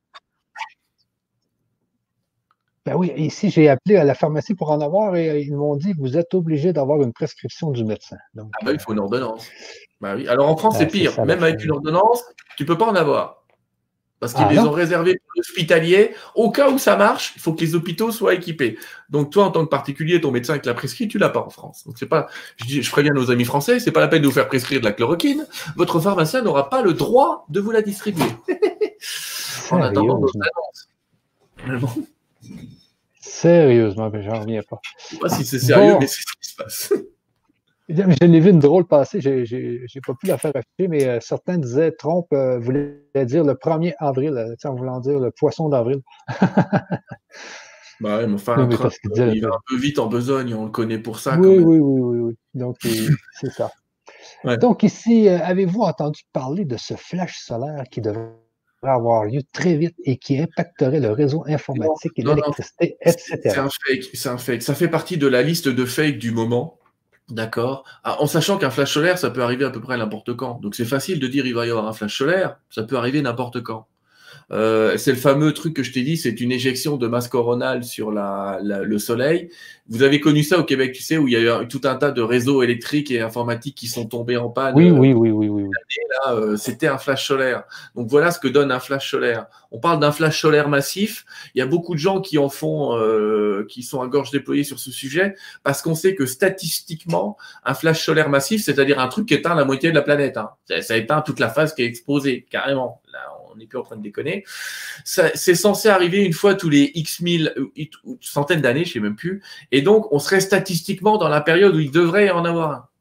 Ben oui, ici, j'ai appelé à la pharmacie pour en avoir et ils m'ont dit que vous êtes obligé d'avoir une prescription du médecin. Donc, ah ben, il faut une ordonnance. Ben oui. Alors, en France, ben, c'est pire. Ça, Même avec une ordonnance, tu peux pas en avoir. Parce qu'ils ah, les non. ont réservés pour l'hospitalier. Au cas où ça marche, il faut que les hôpitaux soient équipés. Donc, toi, en tant que particulier, ton médecin qui l'a prescrit, tu l'as pas en France. Donc, c'est pas, je, dis, je préviens nos amis français, c'est pas la peine de vous faire prescrire de la chloroquine. Votre pharmacien n'aura pas le droit de vous la distribuer. En attendant notre annonce. Bon. Sérieusement, mais j'en reviens pas. Je sais pas si c'est sérieux, bon. Mais c'est ce qui se passe. Je l'ai vu une drôle passer, j'ai pas pu la faire afficher, mais euh, certains disaient Trump euh, voulait dire le premier avril, euh, en voulant dire le poisson d'avril. Bah ouais, mais enfin, oui, Trump, il, euh, il va un peu vite en besogne, on le connaît pour ça. Oui, quand même. oui, oui, oui, oui. Donc, c'est ça. Ouais. Donc, ici, euh, avez-vous entendu parler de ce flash solaire qui devrait avoir lieu très vite et qui impacterait le réseau informatique non, et l'électricité, et cetera. C'est un fake, c'est un fake. Ça fait partie de la liste de fakes du moment. D'accord. Ah, en sachant qu'un flash solaire, ça peut arriver à peu près n'importe quand. Donc c'est facile de dire il va y avoir un flash solaire, ça peut arriver n'importe quand. Euh, c'est le fameux truc que je t'ai dit, c'est une éjection de masse coronale sur la, la, le soleil. Vous avez connu ça au Québec, tu sais, où il y a eu tout un tas de réseaux électriques et informatiques qui sont tombés en panne. Oui, euh, oui, oui, oui, oui. Là, euh, c'était un flash solaire. Donc voilà ce que donne un flash solaire. On parle d'un flash solaire massif. Il y a beaucoup de gens qui en font, euh, qui sont à gorge déployée sur ce sujet, parce qu'on sait que statistiquement, un flash solaire massif, c'est-à-dire un truc qui éteint la moitié de la planète. Hein. Ça, ça éteint toute la phase qui est exposée, carrément. Là, on n'est plus en train de déconner. C'est censé arriver une fois tous les X mille, ou centaines d'années, je ne sais même plus. Et donc, on serait statistiquement dans la période où il devrait y en avoir un.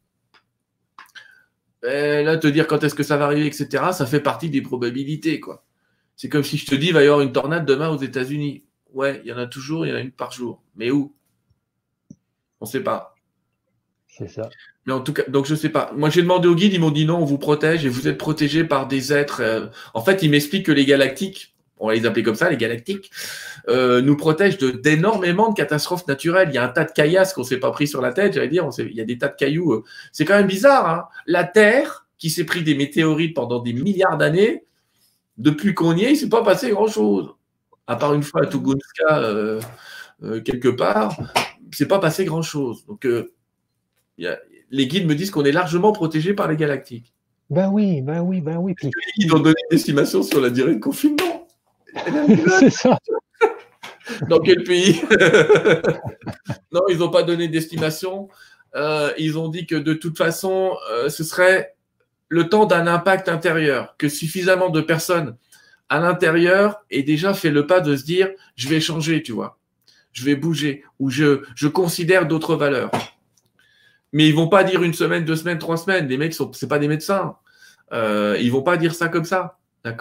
Et là, te dire quand est-ce que ça va arriver, et cetera, ça fait partie des probabilités, quoi. C'est comme si je te dis, il va y avoir une tornade demain aux États-Unis. Ouais, il y en a toujours, il y en a une par jour. Mais où? On ne sait pas. C'est ça. Mais en tout cas, donc je sais pas. Moi, j'ai demandé au guide, ils m'ont dit non, on vous protège et vous êtes protégé par des êtres. Euh... En fait, ils m'expliquent que les galactiques, on va les appeler comme ça, les galactiques, euh, nous protègent d'énormément de, de catastrophes naturelles. Il y a un tas de caillasses qu'on s'est pas pris sur la tête, j'allais dire. On il y a des tas de cailloux. Euh... C'est quand même bizarre, hein. La Terre, qui s'est pris des météorites pendant des milliards d'années, depuis qu'on y est, il s'est pas passé grand-chose. À part une fois à Tunguska, euh, euh, quelque part, c'est pas passé grand-chose. Donc, euh, y a... les guides me disent qu'on est largement protégé par les galactiques. Ben oui, ben oui, ben oui. Puis... Les guides ont donné une estimation sur la durée de confinement. C'est ça. Dans quel pays? Non, ils n'ont pas donné d'estimation. Euh, ils ont dit que de toute façon, euh, ce serait le temps d'un impact intérieur, que suffisamment de personnes à l'intérieur aient déjà fait le pas de se dire « je vais changer, tu vois, je vais bouger » ou je, « je considère d'autres valeurs ». Mais ils vont pas dire une semaine, deux semaines, trois semaines. Les mecs, sont, c'est pas des médecins. Euh, ils vont pas dire ça comme ça. D'accord ?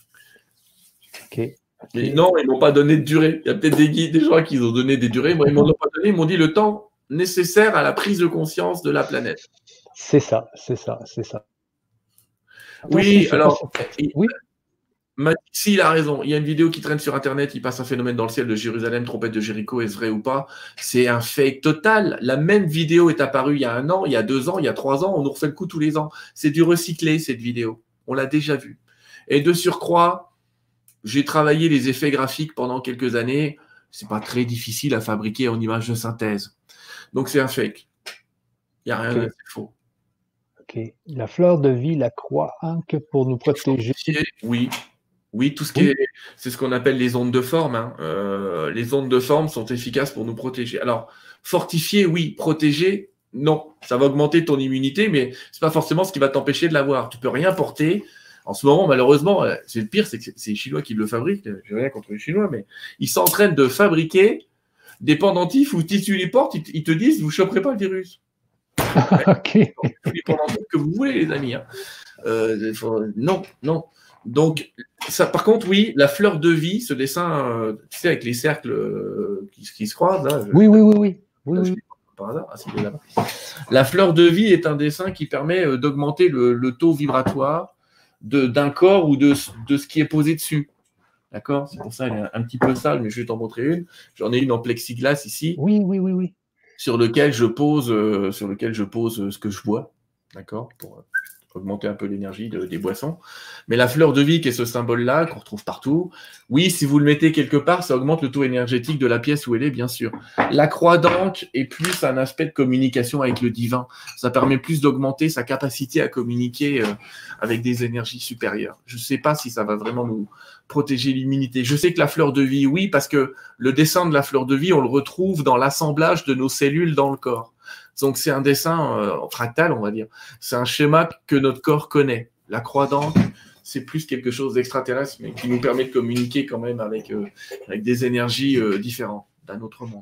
Ok. Mais non, ils m'ont pas donné de durée. Il y a peut-être des guides, des gens qui ont donné des durées. Moi, ils m'en ont pas donné. Ils m'ont dit le temps nécessaire à la prise de conscience de la planète. C'est ça, c'est ça, c'est ça. Oui, alors, il, oui. Si, il a raison. Il y a une vidéo qui traîne sur Internet. Il passe un phénomène dans le ciel de Jérusalem, trompette de Jéricho. Est-ce vrai ou pas? C'est un fake total. La même vidéo est apparue il y a un an, il y a deux ans, il y a trois ans. On nous refait le coup tous les ans. C'est du recyclé, cette vidéo. On l'a déjà vue. Et de surcroît, j'ai travaillé les effets graphiques pendant quelques années. C'est pas très difficile à fabriquer en images de synthèse. Donc, c'est un fake. Il n'y a rien okay. de faux. OK. La fleur de vie, la croix, hein, que pour nous protéger. Oui. Oui, tout ce qui oui. est, c'est ce qu'on appelle les ondes de forme. Hein. Euh, les ondes de forme sont efficaces pour nous protéger. Alors, fortifier, oui. Protéger, non. Ça va augmenter ton immunité, mais c'est pas forcément ce qui va t'empêcher de l'avoir. Tu peux rien porter. En ce moment, malheureusement, c'est le pire, c'est que c'est les Chinois qui le fabriquent. J'ai rien contre les Chinois, mais ils sont en train de fabriquer des pendentifs où si tu les portes, ils te disent, vous choperez pas le virus. OK. Les pendentifs que vous voulez, les amis. Hein. Euh, faut... Non, non. Donc, ça, par contre, oui, la fleur de vie, ce dessin, euh, tu sais, avec les cercles euh, qui, qui se croisent. Là, je, oui, oui, oui, oui. oui, là, oui. Par hasard. Ah, c'est là-bas. La fleur de vie est un dessin qui permet euh, d'augmenter le, le taux vibratoire de, d'un corps ou de, de ce qui est posé dessus. D'accord ? C'est pour ça qu'elle est un petit peu sale, mais je vais t'en montrer une. J'en ai une en plexiglas ici. Oui, oui, oui, oui. Sur lequel je pose, euh, sur lequel je pose euh, ce que je bois. D'accord ? Pour augmenter un peu l'énergie de, des boissons. Mais la fleur de vie, qui est ce symbole-là, qu'on retrouve partout, oui, si vous le mettez quelque part, ça augmente le taux énergétique de la pièce où elle est, bien sûr. La croix d'Ancre est plus un aspect de communication avec le divin. Ça permet plus d'augmenter sa capacité à communiquer euh, avec des énergies supérieures. Je ne sais pas si ça va vraiment nous protéger l'immunité. Je sais que la fleur de vie, oui, parce que le dessin de la fleur de vie, on le retrouve dans l'assemblage de nos cellules dans le corps. Donc, c'est un dessin euh, fractal, on va dire. C'est un schéma que notre corps connaît. La croix d'Ancre, c'est plus quelque chose d'extraterrestre, mais qui nous permet de communiquer quand même avec, euh, avec des énergies euh, différentes d'un autre monde.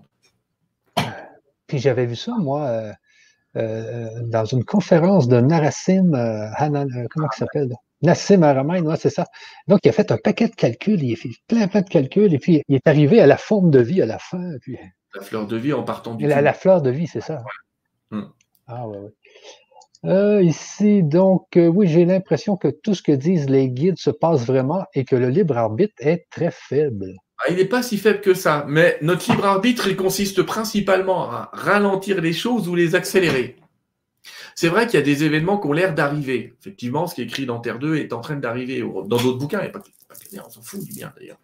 Puis j'avais vu ça, moi, euh, euh, dans une conférence de Narasim, euh, Hanan, euh, comment il s'appelle? Nassim Haramein, ouais, c'est ça. Donc, il a fait un paquet de calculs, il a fait plein, plein de calculs, et puis il est arrivé à la forme de vie à la fin. Puis... La fleur de vie en partant du La, la fleur de vie, c'est ça. Ouais. Hum. Ah, ouais, ouais. Euh, ici, donc, euh, oui, j'ai l'impression que tout ce que disent les guides se passe vraiment et que le libre arbitre est très faible. Ah, il n'est pas si faible que ça, mais notre libre arbitre, il consiste principalement à ralentir les choses ou les accélérer. C'est vrai qu'il y a des événements qui ont l'air d'arriver. Effectivement, ce qui est écrit dans Terre deux est en train d'arriver. Dans d'autres bouquins, il n'y a pas que bien, on s'en fout du bien d'ailleurs.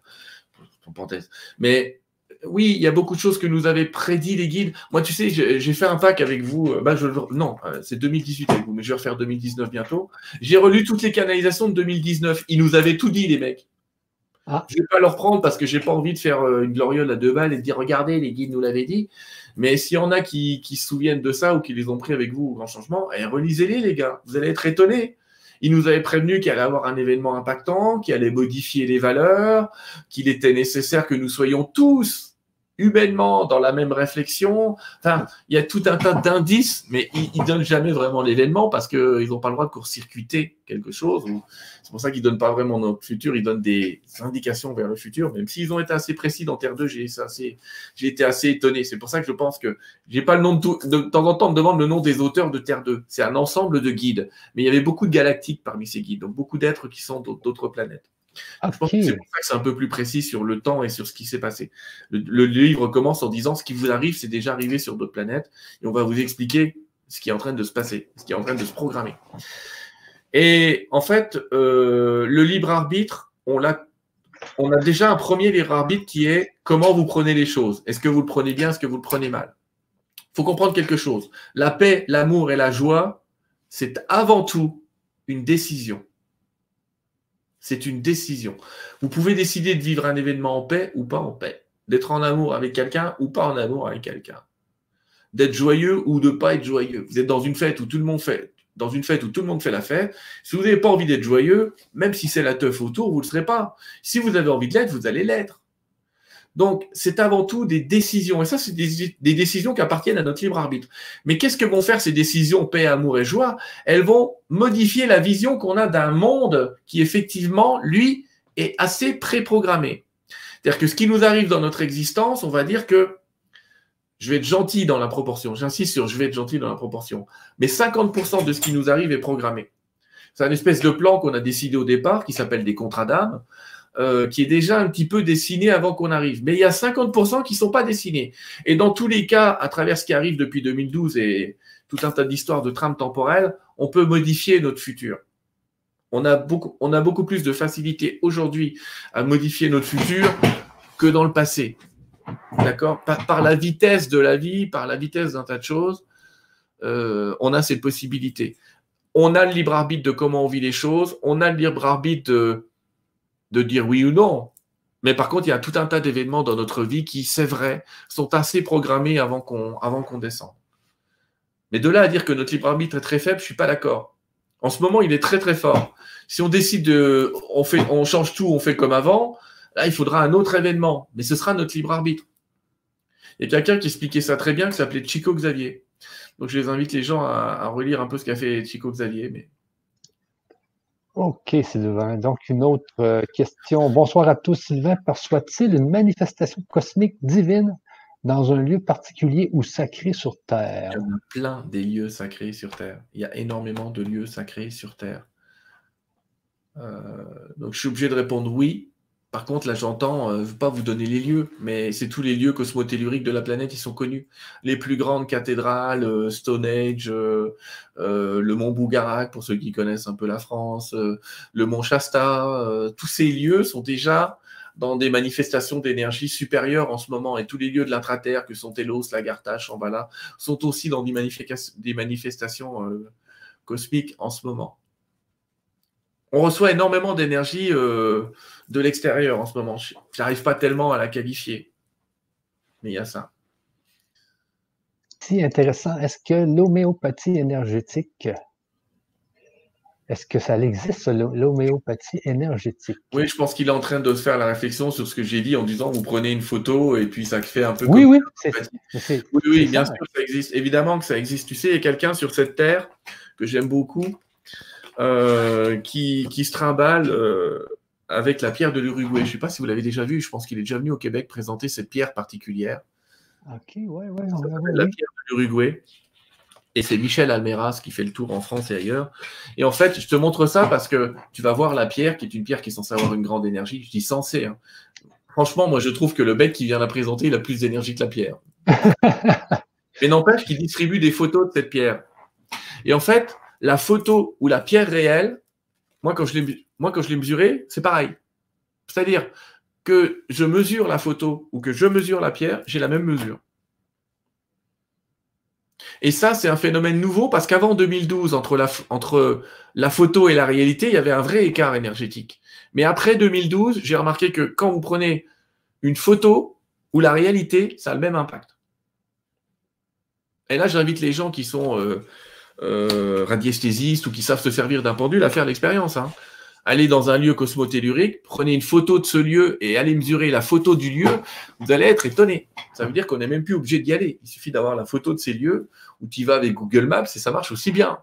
Mais oui, il y a beaucoup de choses que nous avaient prédit les guides. Moi, tu sais, j'ai fait un pack avec vous. Bah, je, non, c'est deux mille dix-huit avec vous, mais je vais refaire deux mille dix-neuf bientôt. J'ai relu toutes les canalisations de deux mille dix-neuf. Ils nous avaient tout dit, les mecs. Ah. Je ne vais pas leur prendre parce que j'ai pas envie de faire une gloriole à deux balles et de dire regardez, les guides nous l'avaient dit. Mais s'il y en a qui, qui se souviennent de ça ou qui les ont pris avec vous au grand changement, eh, relisez-les, les gars. Vous allez être étonnés. Ils nous avaient prévenu qu'il allait avoir un événement impactant, qu'il allait modifier les valeurs, qu'il était nécessaire que nous soyons tous humainement dans la même réflexion. Enfin, il y a tout un tas d'indices, mais ils ne donnent jamais vraiment l'événement parce qu'ils n'ont pas le droit de court-circuiter quelque chose. C'est pour ça qu'ils ne donnent pas vraiment notre futur, ils donnent des indications vers le futur, même s'ils ont été assez précis dans Terre deux, j'ai, assez, j'ai été assez étonné. C'est pour ça que je pense que j'ai pas le nom de tout. De temps en temps, on me demande le nom des auteurs de Terre deux. C'est un ensemble de guides, mais il y avait beaucoup de galactiques parmi ces guides, donc beaucoup d'êtres qui sont d'autres planètes. Okay. Je pense que c'est pour ça que c'est un peu plus précis sur le temps et sur ce qui s'est passé. Le, le livre commence en disant ce qui vous arrive, c'est déjà arrivé sur d'autres planètes, et on va vous expliquer ce qui est en train de se passer, ce qui est en train de se programmer. Et en fait, euh, le libre arbitre, on l'a, on a déjà un premier libre arbitre qui est comment vous prenez les choses. Est-ce que vous le prenez bien, est-ce que vous le prenez mal? Il faut comprendre quelque chose. La paix, l'amour et la joie, c'est avant tout une décision. C'est une décision. Vous pouvez décider de vivre un événement en paix ou pas en paix, d'être en amour avec quelqu'un ou pas en amour avec quelqu'un, d'être joyeux ou de ne pas être joyeux. Vous êtes dans une fête où tout le monde fête. dans une fête où tout le monde fait la fête, si vous n'avez pas envie d'être joyeux, même si c'est la teuf autour, vous ne le serez pas. Si vous avez envie de l'être, vous allez l'être. Donc, c'est avant tout des décisions. Et ça, c'est des, des décisions qui appartiennent à notre libre arbitre. Mais qu'est-ce que vont faire ces décisions, paix, amour et joie? Elles vont modifier la vision qu'on a d'un monde qui, effectivement, lui, est assez préprogrammé. C'est-à-dire que ce qui nous arrive dans notre existence, on va dire que je vais être gentil dans la proportion. J'insiste sur je vais être gentil dans la proportion. Mais cinquante pour cent de ce qui nous arrive est programmé. C'est une espèce de plan qu'on a décidé au départ, qui s'appelle des contrats d'âme, euh, qui est déjà un petit peu dessiné avant qu'on arrive. Mais il y a cinquante pour cent qui ne sont pas dessinés. Et dans tous les cas, à travers ce qui arrive depuis deux mille douze et tout un tas d'histoires de trames temporelles, on peut modifier notre futur. On a beaucoup, on a beaucoup plus de facilité aujourd'hui à modifier notre futur que dans le passé. D'accord, par, par la vitesse de la vie, par la vitesse d'un tas de choses, euh, on a cette possibilité. On a le libre arbitre de comment on vit les choses, on a le libre arbitre de, de dire oui ou non. Mais par contre, il y a tout un tas d'événements dans notre vie qui, c'est vrai, sont assez programmés avant qu'on, avant qu'on descende. Mais de là à dire que notre libre arbitre est très faible, je ne suis pas d'accord. En ce moment, il est très très fort. Si on décide de, on fait, on change tout, on fait comme avant, là, il faudra un autre événement, mais ce sera notre libre arbitre. Il y a quelqu'un qui expliquait ça très bien, qui s'appelait Chico Xavier. Donc, je les invite les gens à, à relire un peu ce qu'a fait Chico Xavier. Mais... OK, Sylvain. Donc, une autre euh, question. Bonsoir à tous. Sylvain, perçoit-il une manifestation cosmique divine dans un lieu particulier ou sacré sur Terre? Il y en a plein des lieux sacrés sur Terre. Il y a énormément de lieux sacrés sur Terre. Euh, donc, je suis obligé de répondre oui. Par contre, là, j'entends, euh, je ne veux pas vous donner les lieux, mais c'est tous les lieux cosmotelluriques de la planète qui sont connus. Les plus grandes cathédrales, euh, Stonehenge, euh, euh, le mont Bougarak, pour ceux qui connaissent un peu la France, euh, le mont Shasta, euh, tous ces lieux sont déjà dans des manifestations d'énergie supérieures en ce moment. Et tous les lieux de l'intraterre, que sont Telos, Lagartha, Shambhala, sont aussi dans des, manifesta- des manifestations euh, cosmiques en ce moment. On reçoit énormément d'énergie euh, de l'extérieur en ce moment. Je n'arrive pas tellement à la qualifier. Mais il y a ça. Si intéressant. Est-ce que l'homéopathie énergétique, est-ce que ça existe, l'homéopathie énergétique? Oui, je pense qu'il est en train de se faire la réflexion sur ce que j'ai dit en disant vous prenez une photo et puis ça fait un peu oui, comme... Oui, c'est, c'est, oui, oui, c'est bien ça. sûr, ça existe. Évidemment que ça existe. Tu sais, il y a quelqu'un sur cette terre que j'aime beaucoup euh, qui, qui se trimballe euh, avec la pierre de l'Uruguay. Je ne sais pas si vous l'avez déjà vu. Je pense qu'il est déjà venu au Québec présenter cette pierre particulière. Ok, ouais, ouais, Ça ouais, s'appelle ouais, la oui. pierre de l'Uruguay. Et c'est Michel Almeras qui fait le tour en France et ailleurs. Et en fait, je te montre ça parce que tu vas voir la pierre, qui est une pierre qui est censée avoir une grande énergie. Je dis censée. Hein. Franchement, moi, je trouve que le mec qui vient la présenter, il a plus d'énergie que la pierre. Mais n'empêche qu'il distribue des photos de cette pierre. Et en fait, la photo ou la pierre réelle, moi, quand je l'ai, moi, quand je l'ai mesurée, c'est pareil. C'est-à-dire que je mesure la photo ou que je mesure la pierre, j'ai la même mesure. Et ça, c'est un phénomène nouveau parce qu'avant deux mille douze, entre la, entre la photo et la réalité, il y avait un vrai écart énergétique. Mais après deux mille douze, j'ai remarqué que quand vous prenez une photo ou la réalité, ça a le même impact. Et là, j'invite les gens qui sont euh, euh, radiesthésistes ou qui savent se servir d'un pendule à faire l'expérience. Hein. Allez dans un lieu cosmotellurique, prenez une photo de ce lieu et allez mesurer la photo du lieu, vous allez être étonné. Ça veut dire qu'on n'est même plus obligé d'y aller. Il suffit d'avoir la photo de ces lieux où tu y vas avec Google Maps et ça marche aussi bien.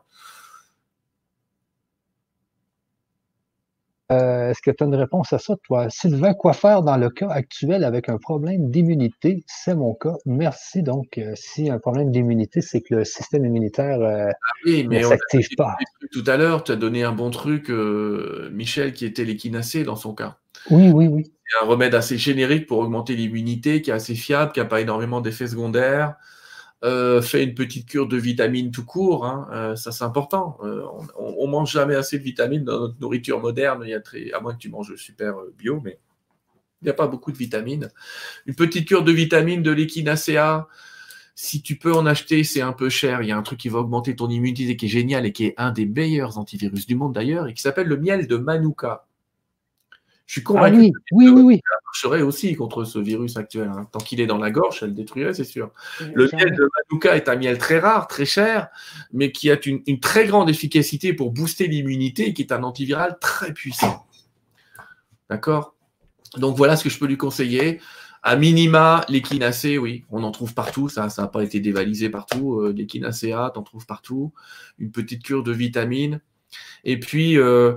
Euh, est-ce que tu as une réponse à ça, toi? Sylvain, quoi faire dans le cas actuel avec un problème d'immunité? C'est mon cas. Merci. Donc, euh, si un problème d'immunité, c'est que le système immunitaire euh, ah oui, mais ne s'active pas. Tout à l'heure, tu as donné un bon truc, euh, Michel, qui était l'échinacée dans son cas. Oui, oui, oui. C'est un remède assez générique pour augmenter l'immunité, qui est assez fiable, qui n'a pas énormément d'effets secondaires. Euh, fait une petite cure de vitamines tout court, hein. euh, ça c'est important. Euh, on, on mange jamais assez de vitamines dans notre nourriture moderne, il y a très, à moins que tu manges super bio, mais il n'y a pas beaucoup de vitamines. Une petite cure de vitamines de l'Echinacea, si tu peux en acheter, c'est un peu cher. Il y a un truc qui va augmenter ton immunité qui est génial et qui est un des meilleurs antivirus du monde d'ailleurs et qui s'appelle le miel de Manuka. Je suis Ah convaincu oui, que oui, oui, oui. ça marcherait aussi contre ce virus actuel. Hein. Tant qu'il est dans la gorge, ça le détruirait, c'est sûr. Euh, Le J'en miel ai. de Manuka est un miel très rare, très cher, mais qui a une, une très grande efficacité pour booster l'immunité et qui est un antiviral très puissant. D'accord? Donc voilà ce que je peux lui conseiller. À minima, l'échinacée, oui, on en trouve partout, ça n'a pas été dévalisé partout. Euh, l'échinacea, t'en trouves partout. Une petite cure de vitamines. Et puis, euh,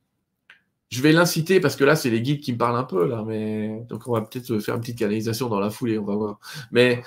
je vais l'inciter, parce que là, c'est les guides qui me parlent un peu, là, mais donc on va peut-être faire une petite canalisation dans la foulée, on va voir. Mais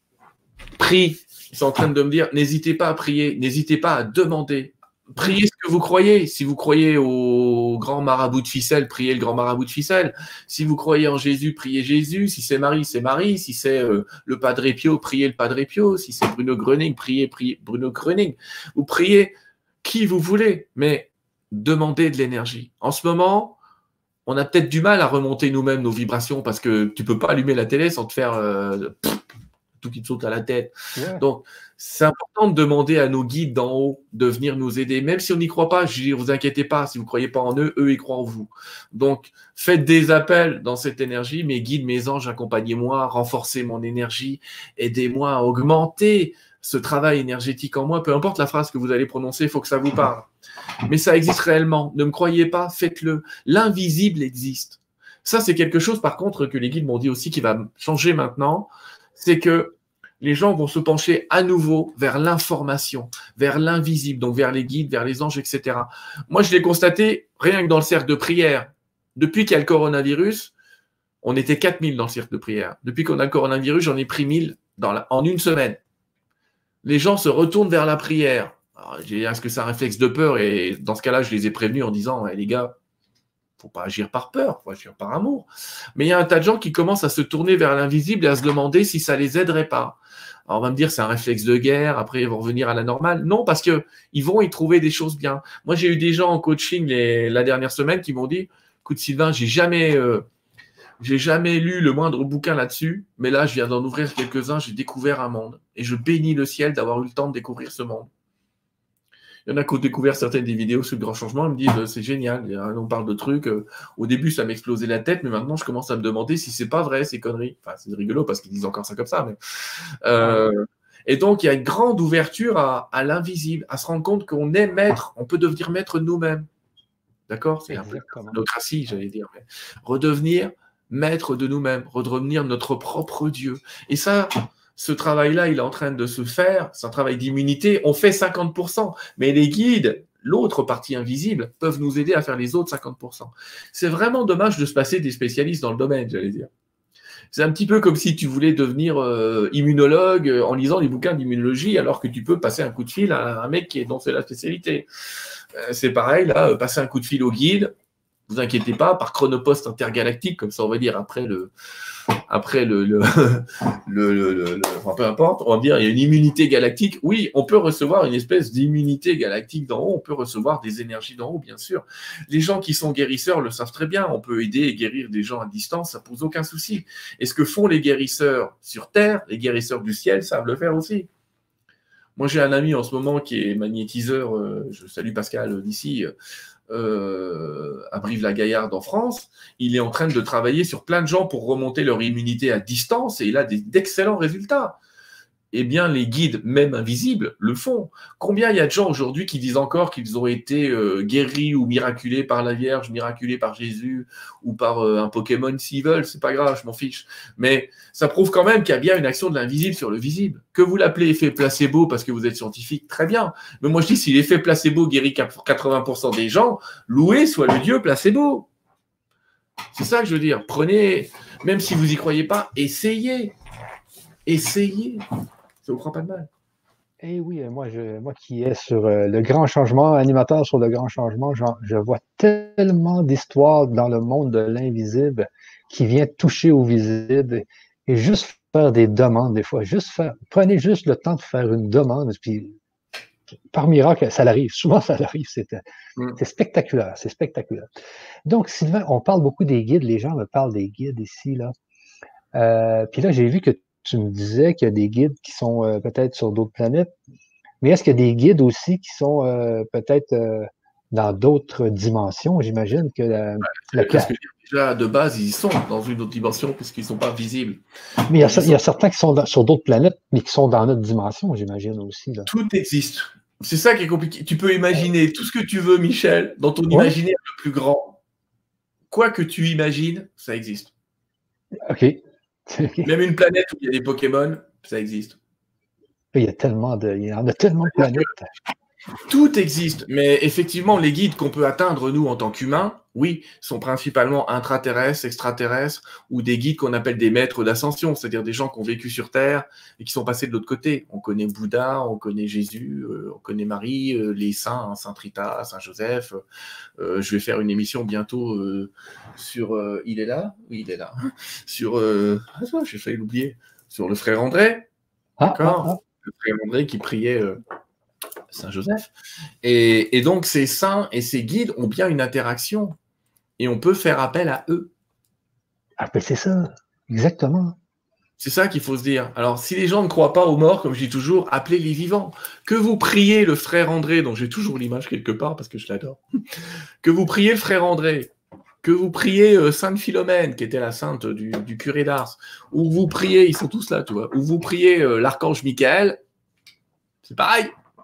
prie, ils sont en train de me dire, n'hésitez pas à prier, n'hésitez pas à demander. Priez ce que vous croyez. Si vous croyez au grand marabout de ficelle, priez le grand marabout de ficelle. Si vous croyez en Jésus, priez Jésus. Si c'est Marie, c'est Marie. Si c'est euh, le Padre Pio, priez le Padre Pio. Si c'est Bruno Gröning, priez, priez Bruno Gröning. Vous priez qui vous voulez, mais demandez de l'énergie. En ce moment, on a peut-être du mal à remonter nous-mêmes nos vibrations parce que tu peux pas allumer la télé sans te faire euh, pff, tout qui te saute à la tête. Ouais. Donc, c'est important de demander à nos guides d'en haut de venir nous aider. Même si on n'y croit pas, je dis, vous inquiétez pas, si vous ne croyez pas en eux, eux, ils croient en vous. Donc, faites des appels dans cette énergie. Mes guides, mes anges, accompagnez-moi, renforcez mon énergie, aidez-moi à augmenter ce travail énergétique en moi. Peu importe la phrase que vous allez prononcer, il faut que ça vous parle. Mais ça existe réellement. Ne me croyez pas, faites-le. L'invisible existe. Ça, c'est quelque chose, par contre, que les guides m'ont dit aussi qui va changer maintenant. C'est que les gens vont se pencher à nouveau vers l'information, vers l'invisible, donc vers les guides, vers les anges, et cetera. Moi, je l'ai constaté rien que dans le cercle de prière. Depuis qu'il y a le coronavirus, on était quatre mille dans le cercle de prière. Depuis qu'on a le coronavirus, j'en ai pris mille dans la, en une semaine. Les gens se retournent vers la prière. Alors, est-ce que c'est un réflexe de peur? Et dans ce cas-là, je les ai prévenus en disant, hey, les gars, faut pas agir par peur, faut agir par amour. Mais il y a un tas de gens qui commencent à se tourner vers l'invisible et à se demander si ça les aiderait pas. Alors on va me dire c'est un réflexe de guerre, après ils vont revenir à la normale. Non, parce que ils vont y trouver des choses bien. Moi j'ai eu des gens en coaching les, la dernière semaine qui m'ont dit, écoute Sylvain, j'ai jamais, euh, j'ai jamais lu le moindre bouquin là-dessus, mais là je viens d'en ouvrir quelques-uns, j'ai découvert un monde et je bénis le ciel d'avoir eu le temps de découvrir ce monde. Il y en a qui ont découvert certaines des vidéos sur le grand changement, ils me disent c'est génial, on parle de trucs, euh, au début ça m'explosait la tête, mais maintenant je commence à me demander si c'est pas vrai ces conneries. Enfin c'est rigolo parce qu'ils disent encore ça comme ça, mais euh, et donc il y a une grande ouverture à, à l'invisible, à se rendre compte qu'on est maître, on peut devenir maître de nous-mêmes. D'accord? C'est un peu la démocratie, j'allais dire, mais redevenir maître de nous-mêmes, redevenir notre propre Dieu. Et ça, ce travail-là, il est en train de se faire, c'est un travail d'immunité, on fait cinquante pour cent, mais les guides, l'autre partie invisible, peuvent nous aider à faire les autres cinquante pour cent. C'est vraiment dommage de se passer des spécialistes dans le domaine, j'allais dire. C'est un petit peu comme si tu voulais devenir euh, immunologue en lisant les bouquins d'immunologie, alors que tu peux passer un coup de fil à un mec qui est dont c'est la spécialité. Euh, c'est pareil, là, passer un coup de fil au guide, vous inquiétez pas, par chronopost intergalactique, comme ça on va dire après le, après le, le, le, le, le, le enfin, peu importe, on va dire il y a une immunité galactique. Oui, on peut recevoir une espèce d'immunité galactique d'en haut, on peut recevoir des énergies d'en haut, bien sûr. Les gens qui sont guérisseurs le savent très bien, on peut aider et guérir des gens à distance, ça pose aucun souci. Et ce que font les guérisseurs sur Terre, les guérisseurs du ciel savent le faire aussi. Moi j'ai un ami en ce moment qui est magnétiseur, euh, je salue Pascal d'ici, Euh, à Brive-la-Gaillarde en France, il est en train de travailler sur plein de gens pour remonter leur immunité à distance et il a des, d'excellents résultats. Eh bien, les guides, même invisibles, le font. Combien il y a de gens aujourd'hui qui disent encore qu'ils ont été euh, guéris ou miraculés par la Vierge, miraculés par Jésus ou par euh, un Pokémon s'ils veulent, c'est pas grave, je m'en fiche. Mais ça prouve quand même qu'il y a bien une action de l'invisible sur le visible. Que vous l'appelez effet placebo parce que vous êtes scientifique, très bien. Mais moi je dis, si l'effet placebo guérit quatre-vingts pour cent des gens, loué soit le dieu placebo. C'est ça que je veux dire. Prenez, même si vous n'y croyez pas, essayez. Essayez. Ça vous fera pas de mal. Eh oui, moi, je, moi qui est sur euh, le grand changement, animateur sur le grand changement, genre, je vois tellement d'histoires dans le monde de l'invisible qui vient toucher au visible et juste faire des demandes des fois. Juste faire, prenez juste le temps de faire une demande, puis par miracle, ça l'arrive. Souvent, ça l'arrive. C'est, mm. c'est spectaculaire. C'est spectaculaire. Donc, Sylvain, on parle beaucoup des guides. Les gens me parlent des guides ici, là. Euh, puis là, j'ai vu que tu me disais qu'il y a des guides qui sont euh, peut-être sur d'autres planètes, mais est-ce qu'il y a des guides aussi qui sont euh, peut-être euh, dans d'autres dimensions? J'imagine que la, ouais, la planète. déjà, de base, ils sont dans une autre dimension puisqu'ils ne sont pas visibles. Mais il y a, il y a certains qui sont dans, sur d'autres planètes, mais qui sont dans notre dimension, j'imagine aussi. Là. Tout existe. C'est ça qui est compliqué. Tu peux imaginer tout ce que tu veux, Michel, dans ton ouais. imaginaire le plus grand. Quoi que tu imagines, ça existe. OK. okay. Même une planète où il y a des Pokémon, ça existe. Il y a tellement de, il y en a tellement de planètes. Tout existe, mais effectivement, les guides qu'on peut atteindre, nous, en tant qu'humains, oui, sont principalement intraterrestres, extraterrestres, ou des guides qu'on appelle des maîtres d'ascension, c'est-à-dire des gens qui ont vécu sur Terre et qui sont passés de l'autre côté. On connaît Bouddha, on connaît Jésus, euh, on connaît Marie, euh, les saints, hein, Saint Rita, Saint Joseph. Euh, je vais faire une émission bientôt euh, sur... Euh, il est là ? Oui, il est là. Sur... Euh, ah, j'ai failli l'oublier. Sur le frère André. Ah, D'accord ah, ah. Le frère André qui priait... Euh, Saint Joseph. Et, et donc, ces saints et ces guides ont bien une interaction et on peut faire appel à eux. Ah, ben c'est ça, exactement. C'est ça qu'il faut se dire. Alors, si les gens ne croient pas aux morts, comme je dis toujours, appelez les vivants. Que vous priez le frère André, dont j'ai toujours l'image quelque part parce que je l'adore, que vous priez le frère André, que vous priez euh, Sainte Philomène, qui était la sainte du, du curé d'Ars, ou vous priez, ils sont tous là, tu vois, ou vous priez euh, l'archange Michael, c'est pareil.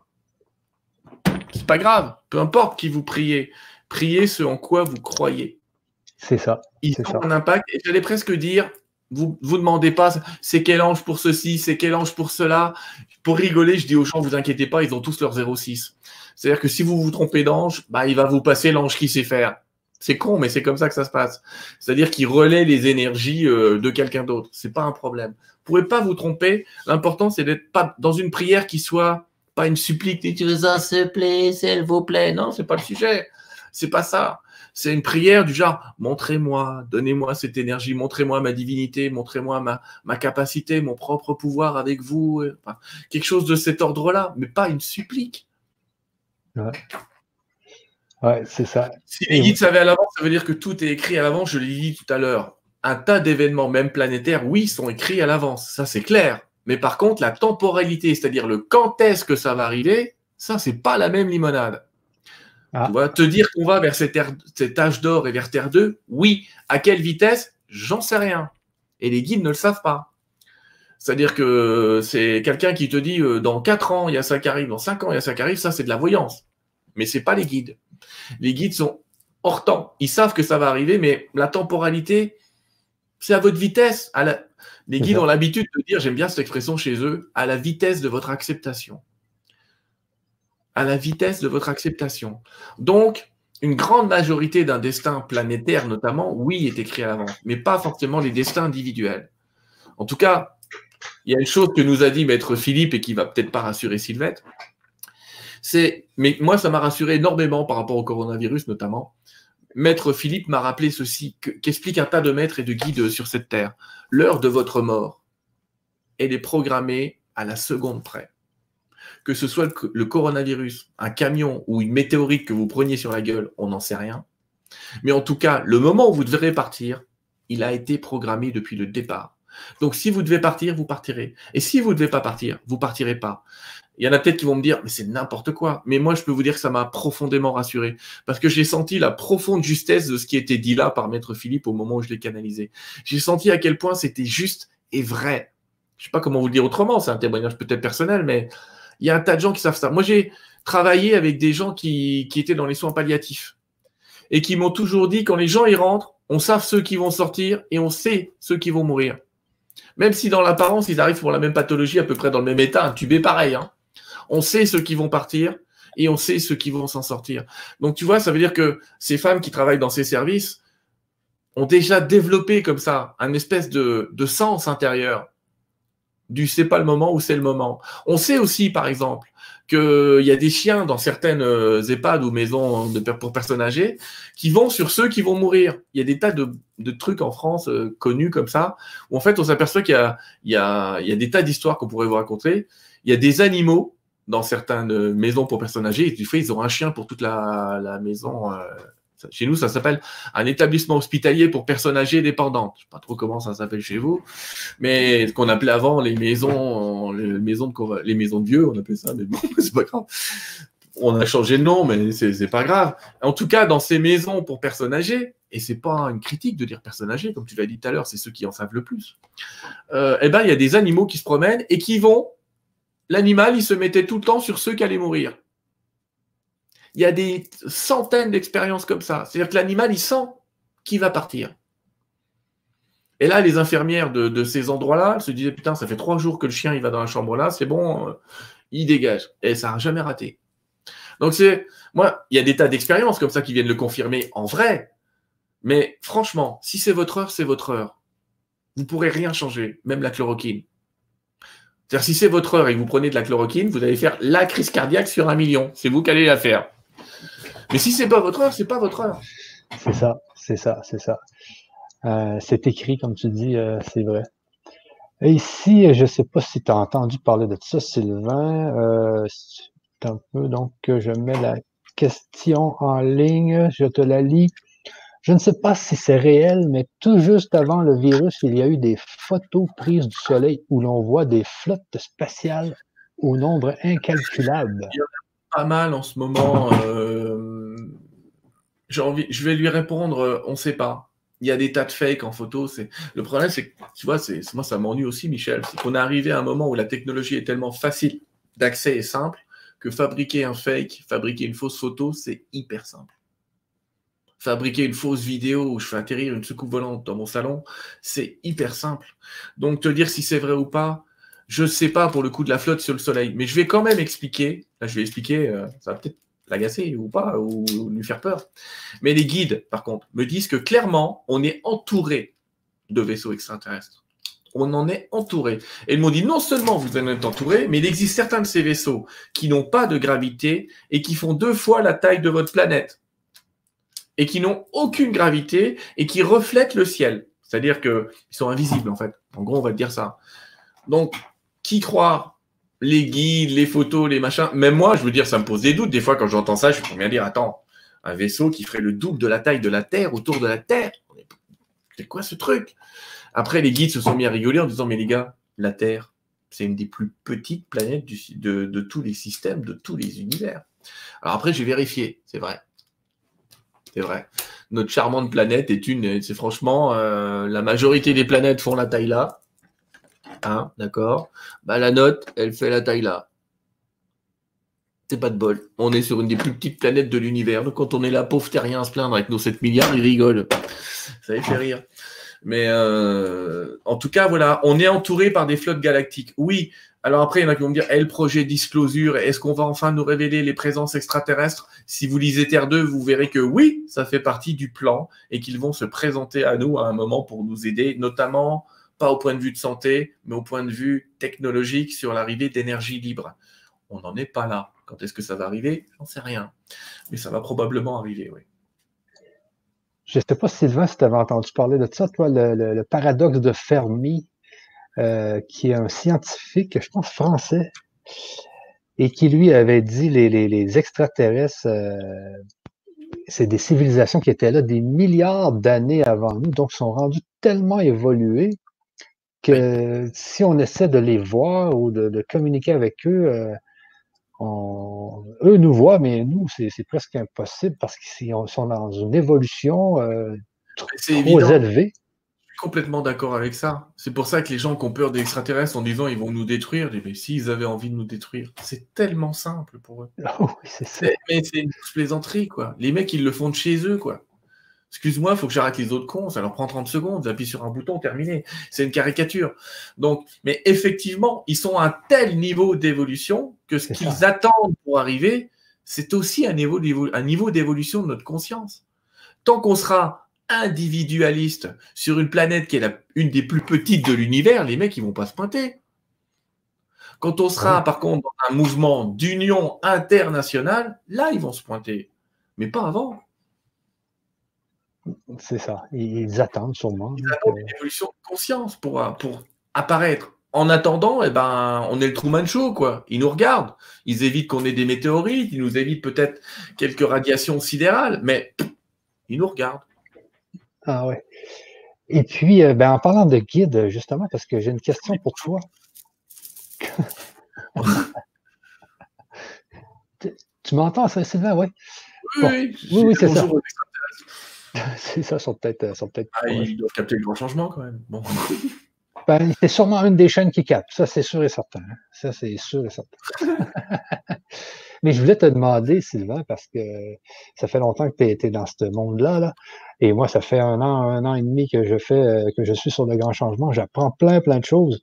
C'est pas grave, peu importe qui vous priez. Priez ce en quoi vous croyez. C'est ça. Ils ont un impact. Et j'allais presque dire, vous vous demandez pas, c'est quel ange pour ceci, c'est quel ange pour cela. Pour rigoler, je dis aux gens, vous inquiétez pas, ils ont tous leur zéro six. C'est-à-dire que si vous vous trompez d'ange, bah, il va vous passer l'ange qui sait faire. C'est con, mais c'est comme ça que ça se passe. C'est-à-dire qu'il relaie les énergies euh, de quelqu'un d'autre. C'est pas un problème. Vous pouvez pas vous tromper. L'important, c'est d'être pas dans une prière qui soit pas une supplique, tu veux ça, s'il vous plaît, s'il vous plaît. Non, c'est pas le sujet. C'est pas ça. C'est une prière du genre, montrez-moi, donnez-moi cette énergie, montrez-moi ma divinité, montrez-moi ma, ma capacité, mon propre pouvoir avec vous. Enfin, quelque chose de cet ordre-là, mais pas une supplique. Ouais, ouais c'est ça. Si les guides savaient à l'avance, ça veut dire que tout est écrit à l'avance, je l'ai dit tout à l'heure. Un tas d'événements, même planétaires, oui, sont écrits à l'avance. Ça, c'est clair. Mais par contre, la temporalité, c'est-à-dire le quand est-ce que ça va arriver, ça, c'est pas la même limonade. Ah. Tu vois, te dire qu'on va vers cette, cette âge d'or et vers Terre deux, oui. À quelle vitesse? J'en sais rien. Et les guides ne le savent pas. C'est-à-dire que c'est quelqu'un qui te dit euh, dans quatre ans, il y a ça qui arrive, dans cinq ans, il y a ça qui arrive, ça, c'est de la voyance. Mais c'est pas les guides. Les guides sont hors temps. Ils savent que ça va arriver, mais la temporalité, c'est à votre vitesse. À la... Les guides ont l'habitude de dire, j'aime bien cette expression chez eux, à la vitesse de votre acceptation. À la vitesse de votre acceptation. Donc, une grande majorité d'un destin planétaire, notamment, oui, est écrit à l'avance, mais pas forcément les destins individuels. En tout cas, il y a une chose que nous a dit Maître Philippe et qui va peut-être pas rassurer Sylvette, c'est, mais moi, ça m'a rassuré énormément par rapport au coronavirus, notamment. Maître Philippe m'a rappelé ceci, que, qu'explique un tas de maîtres et de guides sur cette terre. L'heure de votre mort, elle est programmée à la seconde près. Que ce soit le, le coronavirus, un camion ou une météorite que vous preniez sur la gueule, on n'en sait rien. Mais en tout cas, le moment où vous devrez partir, il a été programmé depuis le départ. Donc, si vous devez partir, vous partirez. Et si vous ne devez pas partir, vous partirez pas. Il y en a peut-être qui vont me dire, mais c'est n'importe quoi. Mais moi, je peux vous dire que ça m'a profondément rassuré. Parce que j'ai senti la profonde justesse de ce qui était dit là par Maître Philippe au moment où je l'ai canalisé. J'ai senti à quel point c'était juste et vrai. Je sais pas comment vous le dire autrement, c'est un témoignage peut-être personnel, mais il y a un tas de gens qui savent ça. Moi, j'ai travaillé avec des gens qui, qui étaient dans les soins palliatifs et qui m'ont toujours dit, quand les gens y rentrent, on sait ceux qui vont sortir et on sait ceux qui vont mourir. Même si dans l'apparence, ils arrivent pour la même pathologie, à peu près dans le même état, intubés pareil, hein. On sait ceux qui vont partir et on sait ceux qui vont s'en sortir. Donc, tu vois, ça veut dire que ces femmes qui travaillent dans ces services ont déjà développé comme ça un espèce de, de sens intérieur du c'est pas le moment ou c'est le moment. On sait aussi, par exemple, qu'il y a des chiens dans certaines EHPAD ou maisons de, pour personnes âgées qui vont sur ceux qui vont mourir. Il y a des tas de, de trucs en France euh, connus comme ça, où en fait on s'aperçoit qu'il y a, il y a, il y a des tas d'histoires qu'on pourrait vous raconter. Il y a des animaux dans certaines maisons pour personnes âgées, et du fait, ils ont un chien pour toute la, la maison. Euh, chez nous, ça s'appelle un établissement hospitalier pour personnes âgées dépendantes. Je ne sais pas trop comment ça s'appelle chez vous, mais ce qu'on appelait avant les maisons, les maisons de, les maisons de vieux, on appelait ça, mais bon, c'est pas grave. on a changé de nom, mais c'est pas grave. En tout cas, dans ces maisons pour personnes âgées, et c'est pas une critique de dire personnes âgées, comme tu l'as dit tout à l'heure, c'est ceux qui en savent le plus, euh, eh ben, il y a des animaux qui se promènent et qui vont, l'animal, il se mettait tout le temps sur ceux qui allaient mourir. Il y a des centaines d'expériences comme ça. C'est-à-dire que l'animal, il sent qu'il va partir. Et là, les infirmières de, de ces endroits-là, elles se disaient, putain, ça fait trois jours que le chien, il va dans la chambre là, c'est bon, euh, il dégage. Et ça n'a jamais raté. Donc, c'est, moi, il y a des tas d'expériences comme ça qui viennent le confirmer en vrai. Mais franchement, si c'est votre heure, c'est votre heure. Vous ne pourrez rien changer, même la chloroquine. C'est-à-dire, si c'est votre heure et que vous prenez de la chloroquine, vous allez faire la crise cardiaque sur un million. C'est vous qui allez la faire. Mais si c'est pas votre heure, c'est pas votre heure. C'est ça, c'est ça, c'est ça. Euh, c'est écrit, comme tu dis, euh, c'est vrai. Et ici, je ne sais pas si tu as entendu parler de ça, Sylvain. Euh, un peu, donc, je mets la question en ligne, je te la lis. Je ne sais pas si c'est réel, mais tout juste avant le virus, il y a eu des photos prises du Soleil où l'on voit des flottes spatiales au nombre incalculable. Il y en a pas mal en ce moment. Euh, j'ai envie, je vais lui répondre, euh, on ne sait pas. Il y a des tas de fakes en photo. C'est... Le problème, c'est que, tu vois, c'est... moi, ça m'ennuie aussi, Michel. C'est qu'on est arrivé à un moment où la technologie est tellement facile d'accès et simple que fabriquer un fake, fabriquer une fausse photo, c'est hyper simple. Fabriquer une fausse vidéo où je fais atterrir une soucoupe volante dans mon salon, c'est hyper simple. Donc, te dire si c'est vrai ou pas, je ne sais pas pour le coup de la flotte sur le Soleil. Mais je vais quand même expliquer. Là, je vais expliquer, euh, ça va peut-être l'agacer ou pas, ou lui faire peur. Mais les guides, par contre, me disent que clairement, on est entouré de vaisseaux extraterrestres. On en est entouré. Et ils m'ont dit, non seulement vous en êtes entouré, mais il existe certains de ces vaisseaux qui n'ont pas de gravité et qui font deux fois la taille de votre planète. Et qui n'ont aucune gravité et qui reflètent le ciel. C'est-à-dire qu'ils sont invisibles, en fait. En gros, on va te dire ça. Donc, qui croire les guides, les photos, les machins. Même moi, je veux dire, ça me pose des doutes. Des fois, quand j'entends ça, je peux bien dire, attends, un vaisseau qui ferait le double de la taille de la Terre autour de la Terre. C'est quoi ce truc? Après, les guides se sont mis à rigoler en disant, mais les gars, la Terre, c'est une des plus petites planètes du, de, de tous les systèmes, de tous les univers. Alors après, j'ai vérifié, c'est vrai. C'est vrai. Notre charmante planète est une, c'est franchement, euh, la majorité des planètes font la taille là. Hein, d'accord. Bah, la note, elle fait la taille là. C'est pas de bol. On est sur une des plus petites planètes de l'univers. Donc, quand on est là, pauvre terrien, à se plaindre avec nos sept milliards, ils rigolent. Ça les fait rire. Mais euh, en tout cas, voilà, on est entouré par des flottes galactiques. Oui. Alors après, il y en a qui vont me dire, eh, le projet Disclosure, est-ce qu'on va enfin nous révéler les présences extraterrestres? Si vous lisez Terre deux, vous verrez que oui, ça fait partie du plan et qu'ils vont se présenter à nous à un moment pour nous aider, notamment pas au point de vue de santé, mais au point de vue technologique sur l'arrivée d'énergie libre. On n'en est pas là. Quand est-ce que ça va arriver? J'en sais rien. Mais ça va probablement arriver, oui. Je ne sais pas, Sylvain, si tu avais entendu parler de ça, toi, le, le, le paradoxe de Fermi, euh, qui est un scientifique, je pense français, et qui, lui, avait dit les, les, les extraterrestres, euh, c'est des civilisations qui étaient là des milliards d'années avant nous, donc sont rendues tellement évoluées que oui. Si on essaie de les voir ou de, de communiquer avec eux, euh, on, eux nous voient, mais nous, c'est presque impossible parce qu'ils sont dans une évolution euh, trop évident. Élevée. Je suis complètement d'accord avec ça. C'est pour ça que les gens qui ont peur des extraterrestres en disant ils vont nous détruire, mais s'ils avaient envie de nous détruire, c'est tellement simple pour eux. Oh, oui, c'est ça. Mais c'est une plaisanterie, quoi. Les mecs, ils le font de chez eux, quoi. Excuse-moi, il faut que j'arrête les autres cons, ça leur prend trente secondes, j'appuie sur un bouton, terminé. C'est une caricature. Donc, mais effectivement, ils sont à un tel niveau d'évolution que ce qu'ils attendent pour arriver, c'est aussi un niveau d'évolution de notre conscience. Tant qu'on sera individualiste sur une planète qui est la, une des plus petites de l'univers, les mecs, ils vont pas se pointer. Quand on sera, par contre, dans un mouvement d'union internationale, là, ils vont se pointer. Mais pas avant. C'est ça. Ils attendent sûrement. Ils attendent une évolution de conscience pour, pour apparaître. En attendant, eh ben, on est le Truman Show, quoi. Ils nous regardent. Ils évitent qu'on ait des météorites. Ils nous évitent peut-être quelques radiations sidérales. Mais pff, ils nous regardent. Ah ouais. Et puis, euh, ben, en parlant de guide, justement, parce que j'ai une question pour toi. Tu m'entends, ça, Sylvain? Oui. Oui, Bon. oui, Oui, oui, c'est ça. bonjour aux C'est ça, sont peut-être sont peut-être ah, ils doivent capter le grand changement quand même. Bon. Ben, c'est sûrement une des chaînes qui capte, ça c'est sûr et certain. Hein. Ça, c'est sûr et certain. Mais je voulais te demander, Sylvain, parce que ça fait longtemps que tu été dans ce monde-là, là, et moi, ça fait un an, un an et demi que je fais, euh, que je suis sur le grand changement. J'apprends plein, plein de choses.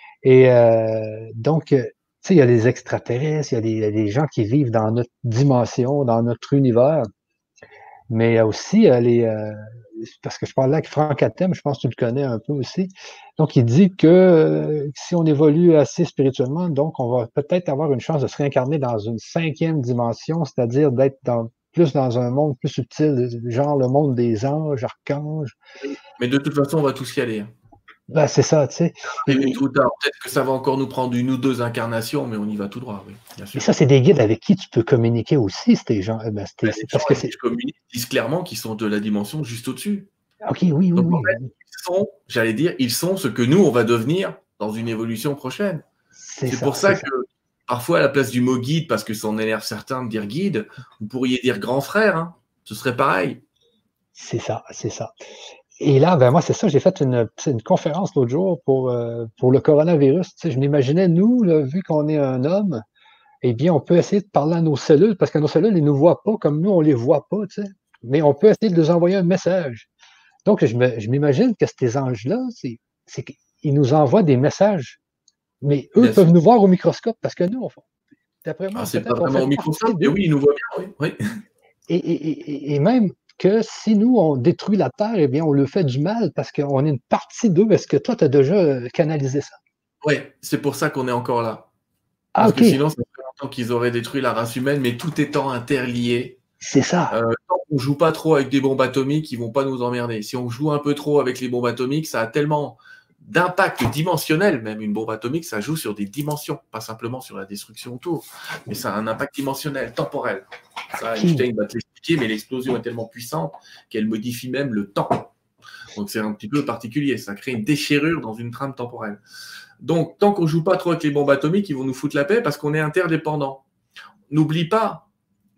Et euh, donc, euh, tu sais, il y a les extraterrestres, il y a des, il y a des gens qui vivent dans notre dimension, dans notre univers. Mais il y a aussi euh, les. Euh, parce que je parlais avec Franck Attem, je pense que tu le connais un peu aussi. Donc, il dit que euh, si on évolue assez spirituellement, donc on va peut-être avoir une chance de se réincarner dans une cinquième dimension, c'est-à-dire d'être dans, plus dans un monde plus subtil, genre le monde des anges, archanges. Mais de toute façon, on va tous y aller. Ben, c'est ça, tu sais. Et, et tout tard. Peut-être que ça va encore nous prendre une ou deux incarnations, mais on y va tout droit, oui, bien sûr. Et ça, c'est des guides avec qui tu peux communiquer aussi, ces gens. Ben, Ben, c'est parce que c'est. Je communique, disent clairement qu'ils sont de la dimension juste au-dessus. Ok, oui, oui, Donc, oui. en fait, ils sont, j'allais dire, ils sont ce que nous, on va devenir dans une évolution prochaine. C'est pour ça que, ça. parfois, à la place du mot guide, parce que ça en énerve certains de dire guide, vous pourriez dire grand frère, hein, ce serait pareil. C'est ça, c'est ça. Et là, ben moi, c'est ça, j'ai fait une, une conférence l'autre jour pour, euh, pour le coronavirus. Tu sais, je m'imaginais, nous, là, vu qu'on est un homme, eh bien, on peut essayer de parler à nos cellules, parce que nos cellules, ils ne nous voient pas comme nous, on les voit pas, tu sais. Mais on peut essayer de leur envoyer un message. Donc, je, me, je m'imagine que ces anges-là, c'est, c'est qu'ils nous envoient des messages. Mais eux Bien peuvent sûr. nous voir au microscope, parce que nous, on, d'après moi, ah, c'est pas vraiment au microscope, mais oui, ils nous voient bien, oui. oui. Et, et, et, et même que si nous, on détruit la Terre, eh bien, on le fait du mal parce qu'on est une partie d'eux. Est-ce que toi, tu as déjà canalisé ça? Oui, c'est pour ça qu'on est encore là. Ah, parce okay. que sinon, ça fait longtemps qu'ils auraient détruit la race humaine, mais tout étant interlié. C'est ça. Euh, tant qu'on ne joue pas trop avec des bombes atomiques, ils ne vont pas nous emmerder. Si on joue un peu trop avec les bombes atomiques, ça a tellement d'impact dimensionnel, même une bombe atomique, ça joue sur des dimensions, pas simplement sur la destruction autour, mais ça a un impact dimensionnel, temporel. Ça, Einstein va te l'expliquer, mais l'explosion est tellement puissante qu'elle modifie même le temps. Donc c'est un petit peu particulier, ça crée une déchirure dans une trame temporelle. Donc tant qu'on ne joue pas trop avec les bombes atomiques, ils vont nous foutre la paix parce qu'on est interdépendants. N'oublie pas,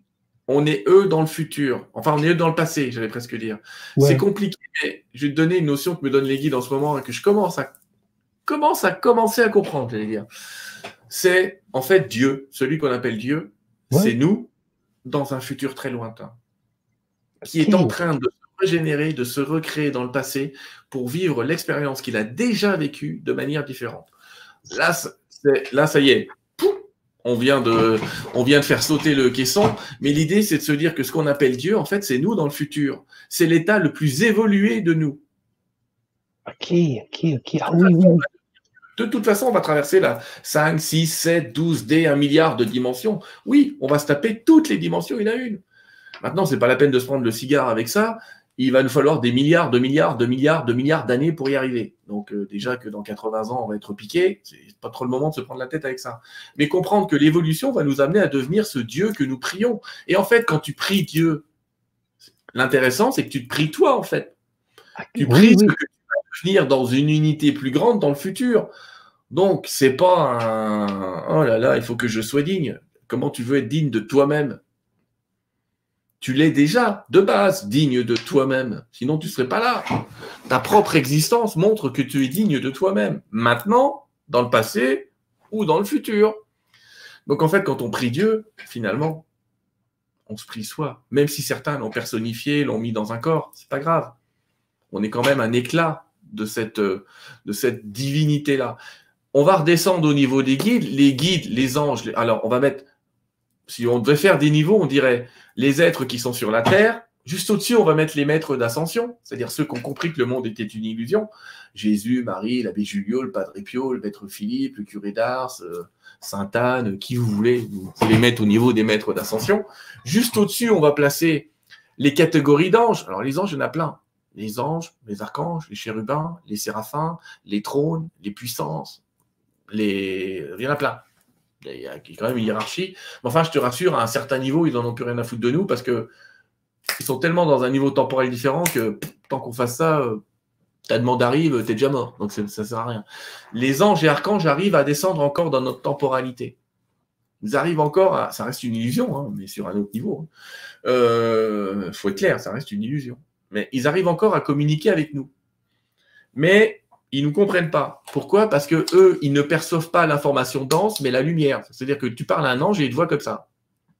on est eux dans le futur. Enfin, on est eux dans le passé, j'allais presque dire. Ouais. C'est compliqué, mais je vais te donner une notion que me donnent les guides en ce moment et que je commence à, commence à commencer à comprendre, j'allais dire. C'est, en fait, Dieu, celui qu'on appelle Dieu, ouais. c'est nous dans un futur très lointain, qui est en train de se régénérer, de se recréer dans le passé pour vivre l'expérience qu'il a déjà vécue de manière différente. Là, c'est, là ça y est. On vient, de, on vient de faire sauter le caisson, mais l'idée, c'est de se dire que ce qu'on appelle Dieu, en fait, c'est nous dans le futur. C'est l'état le plus évolué de nous. Ok, ok, ok. Ah oui, oui. De toute façon, on va traverser la cinq, six, sept, douze, D, un milliard de dimensions. Oui, on va se taper toutes les dimensions une à une. Maintenant, c'est pas la peine de se prendre le cigare avec ça. Il va nous falloir des milliards, de milliards, de milliards, de milliards d'années pour y arriver. Donc euh, déjà que dans quatre-vingts ans, on va être piqué, c'est pas trop le moment de se prendre la tête avec ça. Mais comprendre que l'évolution va nous amener à devenir ce Dieu que nous prions. Et en fait, quand tu pries Dieu, l'intéressant, c'est que tu te pries toi, en fait. Tu pries oui, oui. ce que tu vas devenir dans une unité plus grande dans le futur. Donc, c'est pas un « oh là là, il faut que je sois digne ». Comment tu veux être digne de toi-même ? Tu l'es déjà, de base, digne de toi-même. Sinon, tu ne serais pas là. Ta propre existence montre que tu es digne de toi-même. Maintenant, dans le passé ou dans le futur. Donc, en fait, quand on prie Dieu, finalement, on se prie soi. Même si certains l'ont personnifié, l'ont mis dans un corps, c'est pas grave. On est quand même un éclat de cette, de cette divinité-là. On va redescendre au niveau des guides. Les guides, les anges, les... alors, on va mettre... Si on devait faire des niveaux, on dirait les êtres qui sont sur la Terre. Juste au-dessus, on va mettre les maîtres d'ascension, c'est-à-dire ceux qui ont compris que le monde était une illusion. Jésus, Marie, l'abbé Julio, le Padre Pio, le maître Philippe, le curé d'Ars, euh, Sainte Anne, qui vous voulez, vous les mettre au niveau des maîtres d'ascension. Juste au-dessus, on va placer les catégories d'anges. Alors les anges, il y en a plein. Les anges, les archanges, les chérubins, les séraphins, les trônes, les puissances, les... il y en a plein. Il y a quand même une hiérarchie. Mais enfin, je te rassure, à un certain niveau, ils n'en ont plus rien à foutre de nous parce que ils sont tellement dans un niveau temporel différent que pff, tant qu'on fasse ça, euh, ta demande arrive, t'es déjà mort. Donc ça ne sert à rien. Les anges et archanges arrivent à descendre encore dans notre temporalité. Ils arrivent encore à... Ça reste une illusion, hein, mais sur un autre niveau. Il euh, faut être clair, ça reste une illusion. Mais ils arrivent encore à communiquer avec nous. Mais ils ne nous comprennent pas. Pourquoi? Parce que eux, ils ne perçoivent pas l'information dense, mais la lumière. C'est-à-dire que tu parles à un ange et il te voit comme ça.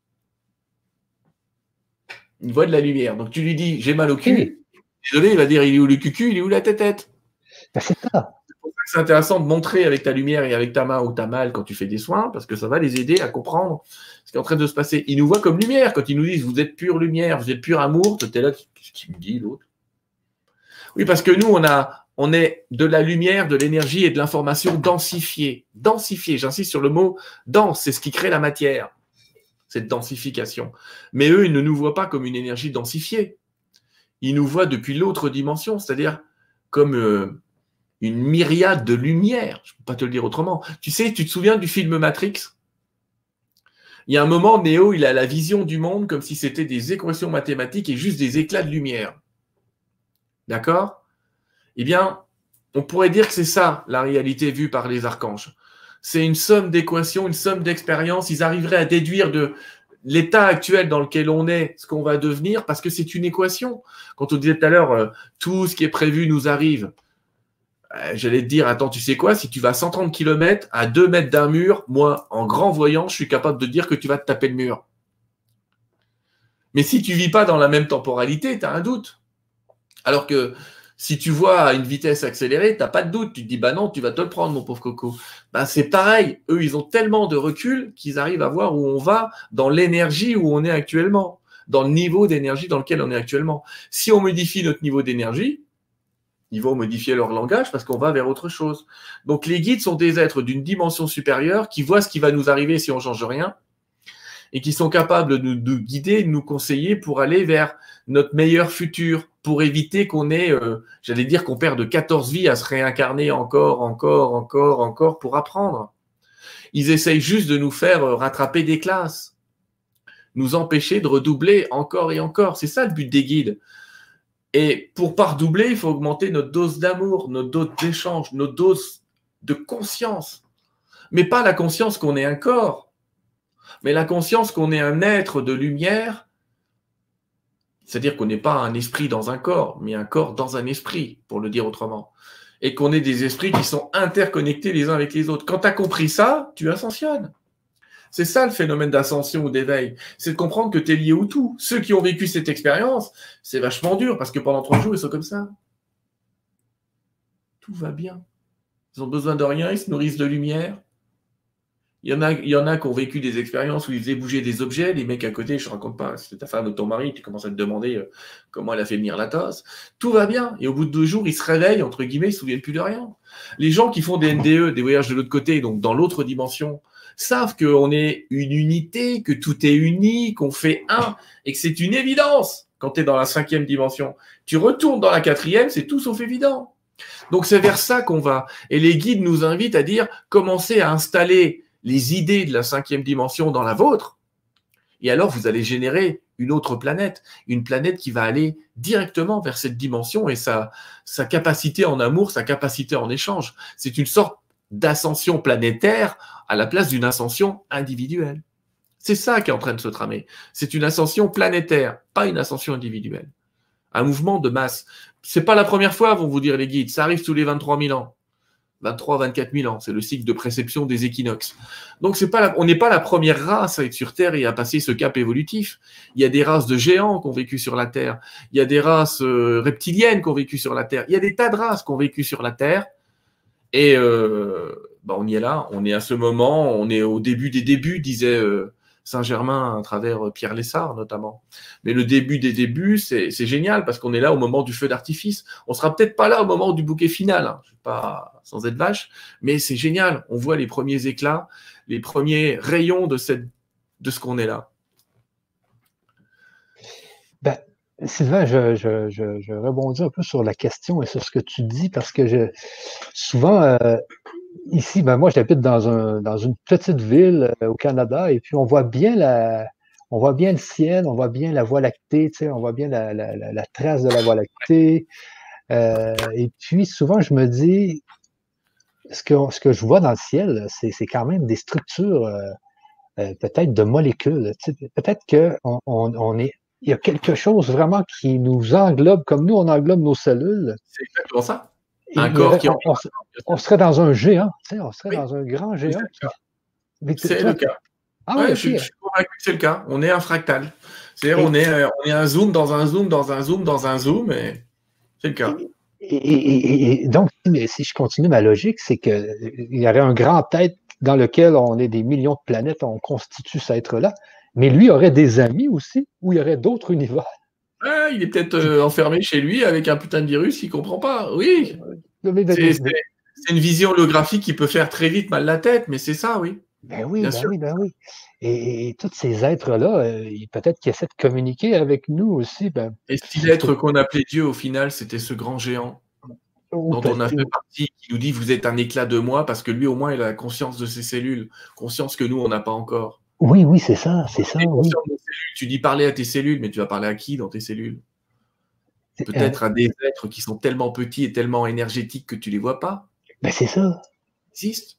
Il voit de la lumière. Donc tu lui dis, j'ai mal au cul. Oui. Désolé, il va dire, il est où le cucu, il est où la tête-tête? Ben, c'est ça. C'est pour ça que c'est intéressant de montrer avec ta lumière et avec ta main où tu as mal quand tu fais des soins, parce que ça va les aider à comprendre ce qui est en train de se passer. Ils nous voient comme lumière. Quand ils nous disent, vous êtes pure lumière, vous êtes pur amour, tu es là, qu'est-ce qu'il me dit l'autre? Oui, parce que nous, on a... On est de la lumière, de l'énergie et de l'information densifiée. Densifiée, j'insiste sur le mot dense, c'est ce qui crée la matière, cette densification. Mais eux, ils ne nous voient pas comme une énergie densifiée. Ils nous voient depuis l'autre dimension, c'est-à-dire comme euh, une myriade de lumière. Je ne peux pas te le dire autrement. Tu sais, tu te souviens du film Matrix? Il y a un moment, Néo, il a la vision du monde comme si c'était des équations mathématiques et juste des éclats de lumière. D'accord? Eh bien, on pourrait dire que c'est ça, la réalité vue par les archanges. C'est une somme d'équations, une somme d'expériences. Ils arriveraient à déduire de l'état actuel dans lequel on est ce qu'on va devenir, parce que c'est une équation. Quand on disait tout à l'heure, euh, tout ce qui est prévu nous arrive, euh, j'allais te dire, attends, tu sais quoi, si tu vas à cent trente kilomètres, à deux mètres d'un mur, moi, en grand voyant, je suis capable de dire que tu vas te taper le mur. Mais si tu vis pas dans la même temporalité, tu as un doute. Alors que si tu vois à une vitesse accélérée, tu n'as pas de doute. Tu te dis, bah non, tu vas te le prendre, mon pauvre coco. Ben, c'est pareil. Eux, ils ont tellement de recul qu'ils arrivent à voir où on va dans l'énergie où on est actuellement, dans le niveau d'énergie dans lequel on est actuellement. Si on modifie notre niveau d'énergie, ils vont modifier leur langage parce qu'on va vers autre chose. Donc, les guides sont des êtres d'une dimension supérieure qui voient ce qui va nous arriver si on ne change rien et qui sont capables de nous guider, de nous conseiller pour aller vers notre meilleur futur, pour éviter qu'on ait, euh, j'allais dire qu'on perde quatorze vies à se réincarner encore, encore, encore, encore pour apprendre. Ils essayent juste de nous faire rattraper des classes, nous empêcher de redoubler encore et encore. C'est ça le but des guides. Et pour pas redoubler, il faut augmenter notre dose d'amour, notre dose d'échange, notre dose de conscience. Mais pas la conscience qu'on est un corps, mais la conscience qu'on est un être de lumière, c'est-à-dire qu'on n'est pas un esprit dans un corps, mais un corps dans un esprit, pour le dire autrement. Et qu'on est des esprits qui sont interconnectés les uns avec les autres. Quand tu as compris ça, tu ascensionnes. C'est ça le phénomène d'ascension ou d'éveil. C'est de comprendre que tu es lié au tout. Ceux qui ont vécu cette expérience, c'est vachement dur parce que pendant trois jours, ils sont comme ça. Tout va bien. Ils ont besoin de rien, ils se nourrissent de lumière. Il y en a, il y en a qui ont vécu des expériences où ils faisaient bouger des objets. Les mecs à côté, je ne raconte pas, c'est ta femme ou ton mari, tu commences à te demander euh, comment elle a fait venir la tasse. Tout va bien. Et au bout de deux jours, ils se réveillent, entre guillemets, ils ne se souviennent plus de rien. Les gens qui font des N D E, des voyages de l'autre côté, donc dans l'autre dimension, savent qu'on est une unité, que tout est uni, qu'on fait un, et que c'est une évidence quand tu es dans la cinquième dimension. Tu retournes dans la quatrième, c'est tout sauf évident. Donc c'est vers ça qu'on va. Et les guides nous invitent à dire, commencez à installer les idées de la cinquième dimension dans la vôtre, et alors vous allez générer une autre planète, une planète qui va aller directement vers cette dimension et sa, sa capacité en amour, sa capacité en échange. C'est une sorte d'ascension planétaire à la place d'une ascension individuelle. C'est ça qui est en train de se tramer. C'est une ascension planétaire, pas une ascension individuelle. Un mouvement de masse. C'est pas la première fois, vont vous dire les guides, ça arrive tous les vingt-trois mille ans. vingt-trois à vingt-quatre mille ans, c'est le cycle de préception des équinoxes. Donc, c'est pas la, on n'est pas la première race à être sur Terre et à passer ce cap évolutif. Il y a des races de géants qui ont vécu sur la Terre. Il y a des races euh, reptiliennes qui ont vécu sur la Terre. Il y a des tas de races qui ont vécu sur la Terre. Et euh, bah, on y est là, on est à ce moment, on est au début des débuts, disait euh, Saint-Germain à travers Pierre Lessard notamment. Mais le début des débuts, c'est, c'est génial parce qu'on est là au moment du feu d'artifice. On sera peut-être pas là au moment du bouquet final, hein. Je sais pas, sans être vache, mais c'est génial. On voit les premiers éclats, les premiers rayons de, cette, de ce qu'on est là. Ben, Sylvain, je, je, je, je rebondis un peu sur la question et sur ce que tu dis parce que je, souvent, euh, ici, ben moi, j'habite dans, un, dans une petite ville euh, au Canada et puis on voit bien la, on voit bien le ciel, on voit bien la Voie lactée, tu sais, on voit bien la, la, la, la trace de la Voie lactée. Euh, et puis souvent, je me dis, ce que, ce que je vois dans le ciel, c'est, c'est quand même des structures euh, euh, peut-être de molécules. Tu sais, peut-être qu'on on, on est, il y a quelque chose vraiment qui nous englobe, comme nous, on englobe nos cellules. C'est exactement ça. Et Un il y corps aurait- qui on, on, on serait dans un géant, tu sais, on serait Oui, dans un grand c'est géant. le Qui... cas. Mais t- C'est toi, le cas. ah oui, Ouais, ok. je, je suis convaincu que c'est le cas. On est un fractal. C'est-à-dire, Et, on est, euh, on est un zoom dans un zoom dans un zoom dans un zoom, et c'est le cas. et, et- et- et donc, mais si je continue ma logique, c'est que il y aurait un grand être dans lequel on est des millions de planètes, on constitue cet être-là, mais lui aurait des amis aussi, ou il y aurait d'autres univers. Ah, il est peut-être euh, enfermé chez lui avec un putain de virus, il comprend pas. Oui, Mais, mais, mais, c'est mais- c'est- c'est une vision holographique qui peut faire très vite mal la tête, mais c'est ça, oui. ben oui, Bien ben sûr. oui, ben oui. Et, et tous ces êtres-là, euh, ils- peut-être qu'ils essaient de communiquer avec nous aussi. Ben, Et si c'est- l'être qu'on appelait Dieu, au final, c'était ce grand géant ou dont on a peut-être- fait partie, qui nous dit vous êtes un éclat de moi, parce que lui, au moins, il a la conscience de ses cellules, conscience que nous, on n'a pas encore. Oui, oui, c'est ça, c'est ça, Et oui. conscience de nos cellules, tu dis parler à tes cellules, mais tu vas parler à qui dans tes cellules? Euh, Peut-être à des êtres qui sont tellement petits et tellement énergétiques que tu les vois pas. ben c'est ça. Ils existent.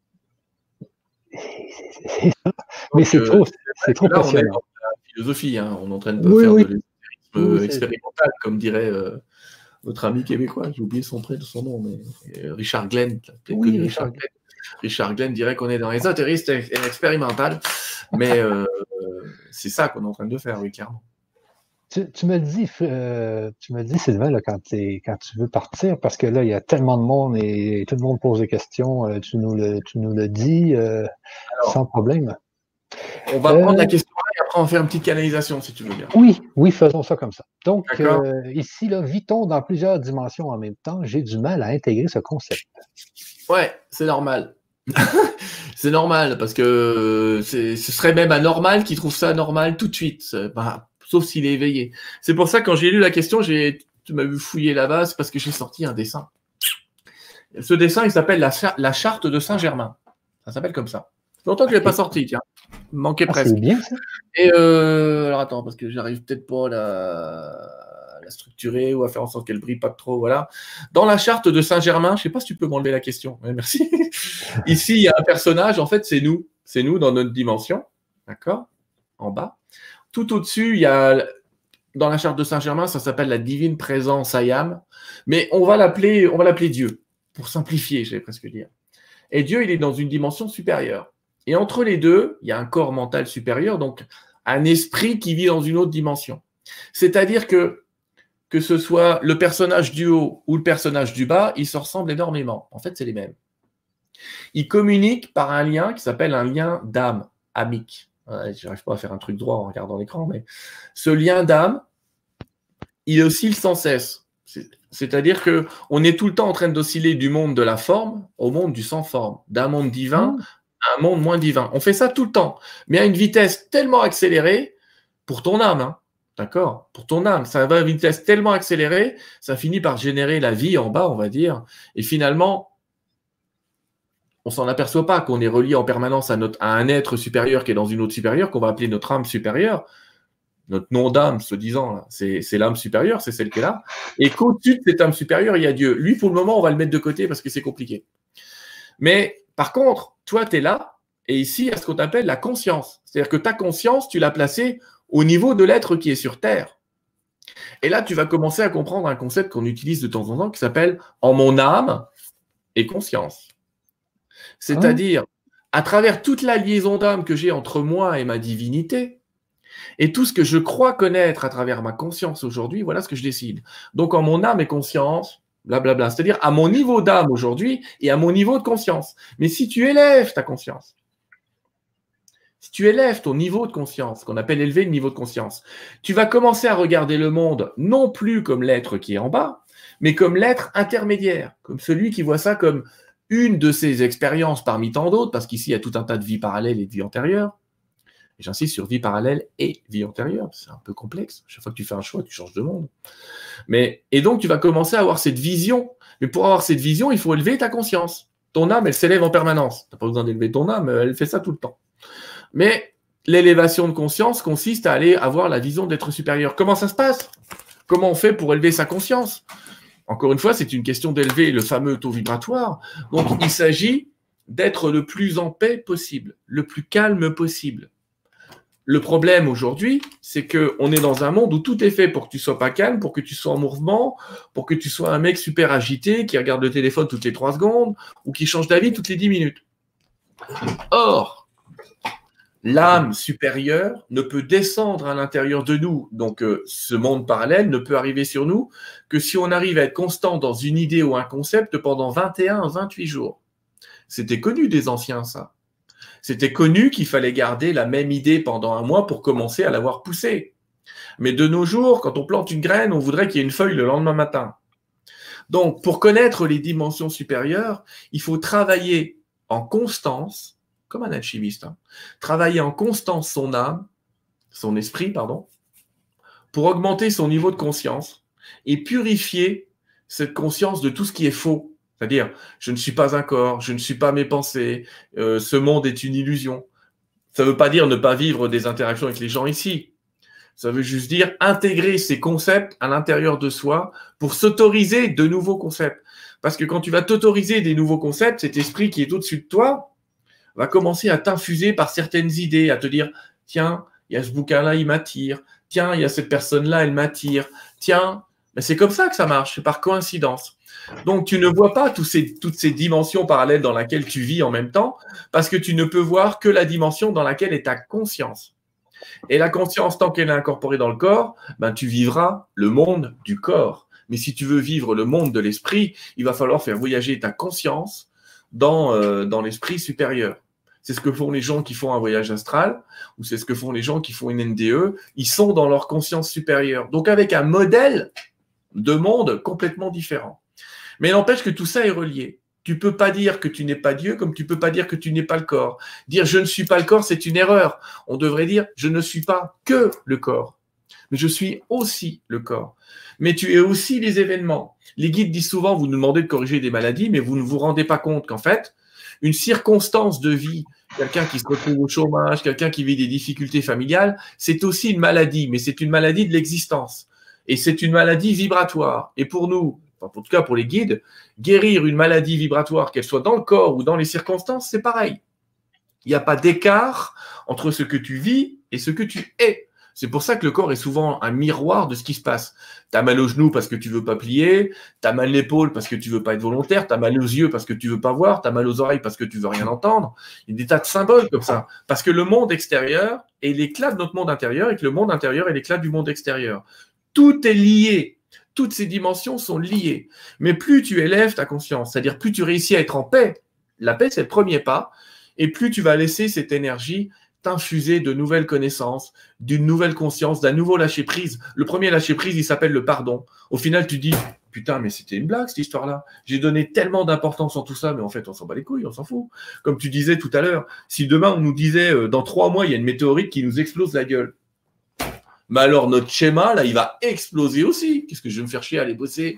C'est c'est ça. Mais Donc, c'est euh, trop, c'est vrai c'est que trop là, on est passionnant. dans la philosophie, hein. On est en train de Oui, faire oui. de l'ésotérisme Oui, c'est- expérimental, comme dirait euh, notre ami québécois. J'ai oublié son prénom, son nom, mais euh, Richard Glenn. Peut-être Oui, connu Richard Richard Glenn. Richard Glenn dirait qu'on est dans l'ésotérisme expérimental, mais euh, c'est ça qu'on est en train de faire, oui, clairement. Tu, tu me le dis, euh, tu me le dis, Sylvain, là, quand, t'es- quand tu veux partir, parce que là, il y a tellement de monde et tout le monde pose des questions. euh, tu, nous le, tu nous le dis euh, Alors, sans problème. on va Euh, prendre la question là et après on va faire une petite canalisation, si tu veux bien. Oui, oui, faisons ça comme ça. Donc, D'accord. euh, ici, là, vit-on dans plusieurs dimensions en même temps? J'ai du mal à intégrer ce concept. Ouais, c'est normal. C'est normal, parce que c'est- ce serait même anormal qu'il trouve ça normal tout de suite, euh, bah, sauf s'il est éveillé. C'est pour ça que quand j'ai lu la question, j'ai, tu m'as vu fouiller la base parce que j'ai sorti un dessin. Ce dessin, il s'appelle la, cha- la charte de Saint-Germain. Ça s'appelle comme ça. Ça fait longtemps que je l'ai pas sorti, tiens. Il me manquait Ah, presque. c'est bien, ça? Et euh, alors attends, parce que j'arrive peut-être pas à la, à la structurer ou à faire en sorte qu'elle brille pas trop, voilà. Dans la charte de Saint-Germain, je sais pas si tu peux m'enlever la question. Ouais, merci. Ici, il y a un personnage, en fait, c'est nous. C'est nous dans notre dimension, d'accord? En bas. Tout au-dessus, il y a, dans la charte de Saint-Germain, ça s'appelle la divine présence Ayam, mais on va l'appeler, on va l'appeler Dieu, pour simplifier, j'allais presque dire. Et Dieu, il est dans une dimension supérieure. Et entre les deux, il y a un corps mental supérieur, donc un esprit qui vit dans une autre dimension. C'est-à-dire que, que ce soit le personnage du haut ou le personnage du bas, ils se ressemblent énormément. En fait, c'est les mêmes. Ils communiquent par un lien qui s'appelle un lien d'âme, amique. Ouais, je n'arrive pas à faire un truc droit en regardant l'écran, mais ce lien d'âme, il oscille sans cesse. C'est- C'est-à-dire que on est tout le temps en train d'osciller du monde de la forme au monde du sans forme, d'un monde divin Mmh. à un monde moins divin. On fait ça tout le temps, mais à une vitesse tellement accélérée pour ton âme, hein, d'accord? Pour ton âme, ça va à une vitesse tellement accélérée, ça finit par générer la vie en bas, on va dire, et finalement, on s'en aperçoit pas qu'on est relié en permanence à, notre, à un être supérieur qui est dans une autre supérieure, qu'on va appeler notre âme supérieure, notre nom d'âme, se disant, là, c'est, c'est l'âme supérieure, c'est celle qui est là, et qu'au-dessus de cette âme supérieure, il y a Dieu. Lui, pour le moment, on va le mettre de côté parce que c'est compliqué. Mais par contre, toi, tu es là, et ici, il y a ce qu'on appelle la conscience. C'est-à-dire que ta conscience, tu l'as placée au niveau de l'être qui est sur Terre. Et là, tu vas commencer à comprendre un concept qu'on utilise de temps en temps qui s'appelle « en mon âme et conscience ». C'est-à-dire, à travers toute la liaison d'âme que j'ai entre moi et ma divinité, et tout ce que je crois connaître à travers ma conscience aujourd'hui, voilà ce que je décide. Donc, en mon âme et conscience, blablabla, c'est-à-dire à mon niveau d'âme aujourd'hui et à mon niveau de conscience. Mais si tu élèves ta conscience, si tu élèves ton niveau de conscience, qu'on appelle élever le niveau de conscience, tu vas commencer à regarder le monde non plus comme l'être qui est en bas, mais comme l'être intermédiaire, comme celui qui voit ça comme une de ses expériences parmi tant d'autres, parce qu'ici, il y a tout un tas de vies parallèles et de vies antérieures. Et j'insiste sur vie parallèle et vie antérieure, c'est un peu complexe. Chaque fois que tu fais un choix, tu changes de monde. Mais, et donc, tu vas commencer à avoir cette vision. Mais pour avoir cette vision, il faut élever ta conscience. Ton âme, elle s'élève en permanence. Tu n'as pas besoin d'élever ton âme, elle fait ça tout le temps. Mais l'élévation de conscience consiste à aller avoir la vision d'être supérieur. Comment ça se passe? Comment on fait pour élever sa conscience? Encore une fois, c'est une question d'élever le fameux taux vibratoire. Donc, il s'agit d'être le plus en paix possible, le plus calme possible. Le problème aujourd'hui, c'est qu'on est dans un monde où tout est fait pour que tu sois pas calme, pour que tu sois en mouvement, pour que tu sois un mec super agité qui regarde le téléphone toutes les trois secondes ou qui change d'avis toutes les dix minutes. Or, l'âme supérieure ne peut descendre à l'intérieur de nous, donc euh, ce monde parallèle ne peut arriver sur nous que si on arrive à être constant dans une idée ou un concept pendant vingt et un à vingt-huit jours. C'était connu des anciens, ça. C'était connu qu'il fallait garder la même idée pendant un mois pour commencer à l'avoir poussée. Mais de nos jours, quand on plante une graine, on voudrait qu'il y ait une feuille le lendemain matin. Donc, pour connaître les dimensions supérieures, il faut travailler en constance, comme un alchimiste, hein, travailler en constance son âme, son esprit, pardon, pour augmenter son niveau de conscience et purifier cette conscience de tout ce qui est faux. C'est-à-dire, je ne suis pas un corps, je ne suis pas mes pensées, euh, ce monde est une illusion. Ça ne veut pas dire ne pas vivre des interactions avec les gens ici. Ça veut juste dire intégrer ces concepts à l'intérieur de soi pour s'autoriser de nouveaux concepts. Parce que quand tu vas t'autoriser des nouveaux concepts, cet esprit qui est au-dessus de toi va commencer à t'infuser par certaines idées, à te dire, tiens, il y a ce bouquin-là, il m'attire. Tiens, il y a cette personne-là, elle m'attire. Tiens, mais c'est comme ça que ça marche, c'est par coïncidence. Donc, tu ne vois pas tous ces, toutes ces dimensions parallèles dans lesquelles tu vis en même temps, parce que tu ne peux voir que la dimension dans laquelle est ta conscience. Et la conscience, tant qu'elle est incorporée dans le corps, ben, tu vivras le monde du corps. Mais si tu veux vivre le monde de l'esprit, il va falloir faire voyager ta conscience dans, euh, dans l'esprit supérieur. C'est ce que font les gens qui font un voyage astral, ou c'est ce que font les gens qui font une N D E. Ils sont dans leur conscience supérieure. Donc, avec un modèle de monde complètement différent. Mais n'empêche que tout ça est relié. Tu ne peux pas dire que tu n'es pas Dieu comme tu ne peux pas dire que tu n'es pas le corps. Dire je ne suis pas le corps, c'est une erreur. On devrait dire je ne suis pas que le corps, mais je suis aussi le corps. Mais tu es aussi les événements. Les guides disent souvent, vous nous demandez de corriger des maladies, mais vous ne vous rendez pas compte qu'en fait, une circonstance de vie, quelqu'un qui se retrouve au chômage, quelqu'un qui vit des difficultés familiales, c'est aussi une maladie, mais c'est une maladie de l'existence. Et c'est une maladie vibratoire. Et pour nous, en tout cas pour les guides, guérir une maladie vibratoire, qu'elle soit dans le corps ou dans les circonstances, c'est pareil. Il n'y a pas d'écart entre ce que tu vis et ce que tu es. C'est pour ça que le corps est souvent un miroir de ce qui se passe. Tu as mal aux genoux parce que tu ne veux pas plier, tu as mal l'épaule parce que tu ne veux pas être volontaire, tu as mal aux yeux parce que tu ne veux pas voir, tu as mal aux oreilles parce que tu ne veux rien entendre. Il y a des tas de symboles comme ça. Parce que le monde extérieur est l'éclat de notre monde intérieur et que le monde intérieur est l'éclat du monde extérieur. Tout est lié. Toutes ces dimensions sont liées. Mais plus tu élèves ta conscience, c'est-à-dire plus tu réussis à être en paix, la paix c'est le premier pas, et plus tu vas laisser cette énergie t'infuser de nouvelles connaissances, d'une nouvelle conscience, d'un nouveau lâcher-prise. Le premier lâcher-prise, il s'appelle le pardon. Au final, tu dis, putain, mais c'était une blague cette histoire-là. J'ai donné tellement d'importance en tout ça, mais en fait, on s'en bat les couilles, on s'en fout. Comme tu disais tout à l'heure, si demain on nous disait, euh, dans trois mois, il y a une météorite qui nous explose la gueule, mais alors notre schéma, là, il va exploser aussi. Qu'est-ce que je vais me faire chier à aller bosser?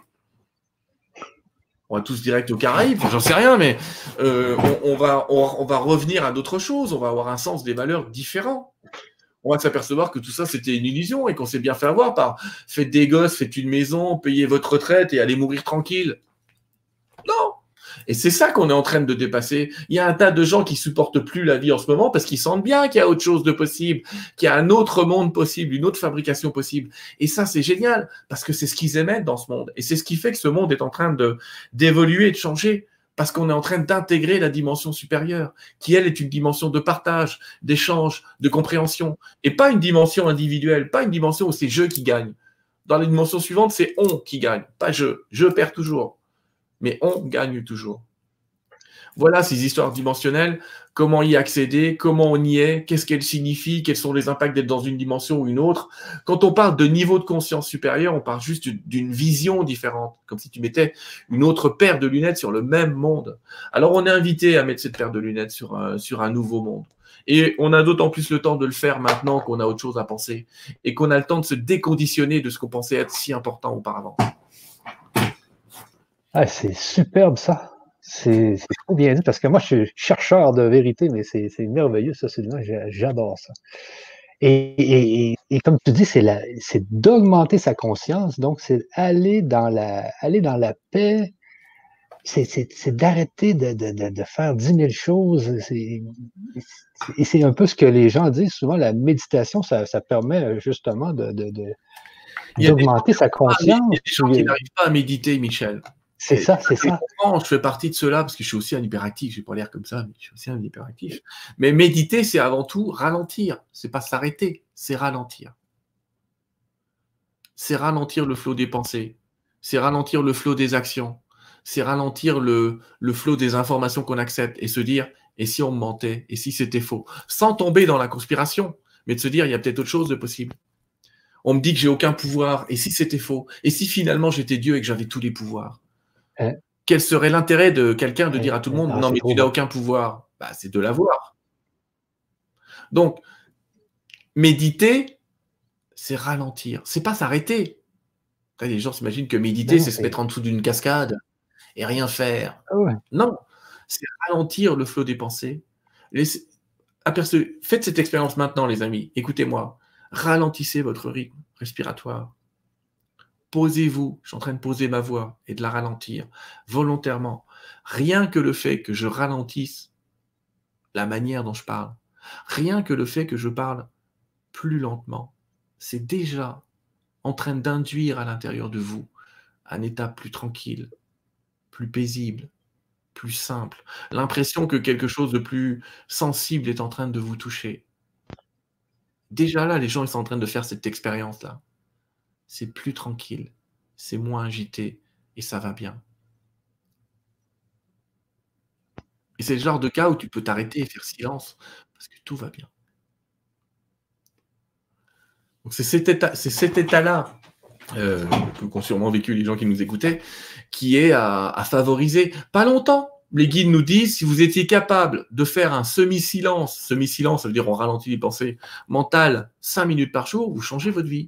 On va tous direct aux Caraïbes, j'en sais rien, mais euh, on, on, va, on, on va revenir à d'autres choses, on va avoir un sens des valeurs différents. On va s'apercevoir que tout ça, c'était une illusion et qu'on s'est bien fait avoir par faites des gosses, faites une maison, payez votre retraite et allez mourir tranquille. Non. Et c'est ça qu'on est en train de dépasser. Il y a un tas de gens qui supportent plus la vie en ce moment parce qu'ils sentent bien qu'il y a autre chose de possible, qu'il y a un autre monde possible, une autre fabrication possible. Et ça, c'est génial parce que c'est ce qu'ils émettent dans ce monde. Et c'est ce qui fait que ce monde est en train de, d'évoluer et de changer parce qu'on est en train d'intégrer la dimension supérieure qui, elle, est une dimension de partage, d'échange, de compréhension et pas une dimension individuelle, pas une dimension où c'est je qui gagne. Dans la dimension suivante, c'est on qui gagne, pas je. Je perds toujours. Mais on gagne toujours. Voilà ces histoires dimensionnelles, comment y accéder, comment on y est, qu'est-ce qu'elles signifient, quels sont les impacts d'être dans une dimension ou une autre. Quand on parle de niveau de conscience supérieur, on parle juste d'une vision différente, comme si tu mettais une autre paire de lunettes sur le même monde. Alors on est invité à mettre cette paire de lunettes sur un, sur un nouveau monde. Et on a d'autant plus le temps de le faire maintenant qu'on a autre chose à penser et qu'on a le temps de se déconditionner de ce qu'on pensait être si important auparavant. Ah, c'est superbe ça. C'est trop bien dit parce que moi, je suis chercheur de vérité, mais c'est merveilleux ça, j'adore ça. Et, et, et comme tu dis, c'est d'augmenter sa conscience, donc c'est aller dans la aller dans la paix c'est, c'est, c'est d'arrêter de, de, de, de faire dix mille choses. C'est, et c'est un peu ce que les gens disent souvent, la méditation, ça, ça permet justement de, de, de, Il y a des gens d'augmenter qui sa n'arrivent pas à mé- il y conscience. a des gens qui n'arrivent pas à méditer, Michel. C'est Et ça, c'est je ça. comprends, je fais partie de cela parce que je suis aussi un hyperactif. Je vais pas l'air comme ça, mais je suis aussi un hyperactif. Mais méditer, c'est avant tout ralentir. C'est pas s'arrêter, c'est ralentir. C'est ralentir le flot des pensées. C'est ralentir le flot des actions. C'est ralentir le, le flot des informations qu'on accepte et se dire, et si on me mentait, et si c'était faux, sans tomber dans la conspiration, mais de se dire, il y a peut-être autre chose de possible. On me dit que j'ai aucun pouvoir, et si c'était faux, et si finalement j'étais Dieu et que j'avais tous les pouvoirs. Hein? Quel serait l'intérêt de quelqu'un de Hein? dire à tout le monde, Ah, non c'est mais trop tu n'as bon. aucun pouvoir? Bah, c'est de l'avoir. Donc, méditer, c'est ralentir. C'est pas s'arrêter. Les gens s'imaginent que méditer, Non, c'est se c'est... mettre en dessous d'une cascade et rien faire. Ah ouais. Non, c'est ralentir le flot des pensées. Laissez... Aperce... Faites cette expérience maintenant, les amis. Écoutez-moi. Ralentissez votre rythme respiratoire. Posez-vous. Je suis en train de poser ma voix et de la ralentir volontairement. Rien que le fait que je ralentisse la manière dont je parle, rien que le fait que je parle plus lentement, c'est déjà en train d'induire à l'intérieur de vous un état plus tranquille, plus paisible, plus simple, l'impression que quelque chose de plus sensible est en train de vous toucher. Déjà là, les gens ils sont en train de faire cette expérience-là. C'est plus tranquille, c'est moins agité et ça va bien. Et c'est le genre de cas où tu peux t'arrêter et faire silence parce que tout va bien. Donc c'est cet état, c'est cet état-là euh, qu'ont sûrement vécu les gens qui nous écoutaient, qui est à, à favoriser. Pas longtemps. Les guides nous disent, si vous étiez capable de faire un semi-silence, semi-silence, ça veut dire on ralentit les pensées mentales, cinq minutes par jour, vous changez votre vie.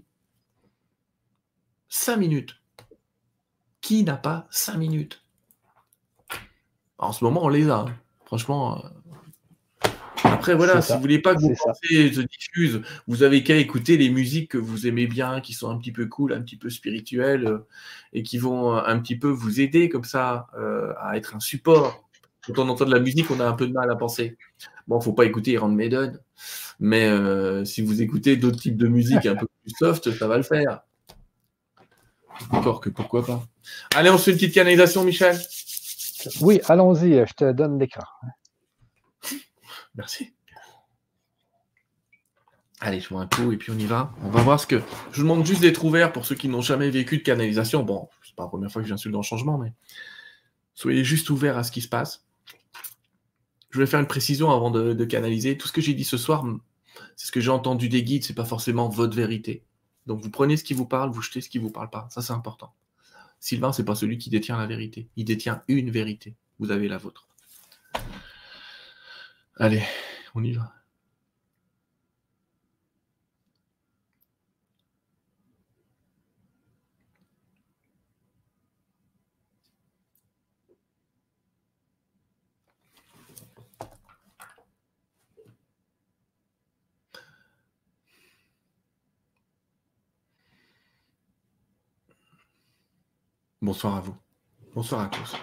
Cinq minutes. Qui n'a pas cinq minutes? En ce moment, on les a. Hein. Franchement. Euh... Après, voilà, si vous voulez pas que vos pensées se diffusent, vous avez qu'à écouter les musiques que vous aimez bien, qui sont un petit peu cool, un petit peu spirituelles, euh, et qui vont un petit peu vous aider comme ça euh, à être un support. Quand on entend de la musique, on a un peu de mal à penser. Bon, faut pas écouter Iron Maiden, mais euh, si vous écoutez d'autres types de musique un peu plus soft, ça va le faire. Encore que pourquoi pas. Allez, on se fait une petite canalisation, Michel. Oui, allons-y, je te donne l'écran. Merci. Allez, je vois un coup et puis on y va. On va voir ce que... Je vous demande juste d'être ouvert pour ceux qui n'ont jamais vécu de canalisation. Bon, c'est pas la première fois que j'insulte dans le changement, mais soyez juste ouverts à ce qui se passe. Je voulais faire une précision avant de, de canaliser. Tout ce que j'ai dit ce soir, c'est ce que j'ai entendu des guides, c'est pas forcément votre vérité. Donc vous prenez ce qui vous parle, vous jetez ce qui vous parle pas. Ça, c'est important. Sylvain, c'est pas celui qui détient la vérité. Il détient une vérité. Vous avez la vôtre. Allez, on y va. Bonsoir à vous. Bonsoir à tous.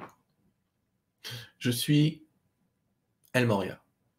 Je suis El Moria.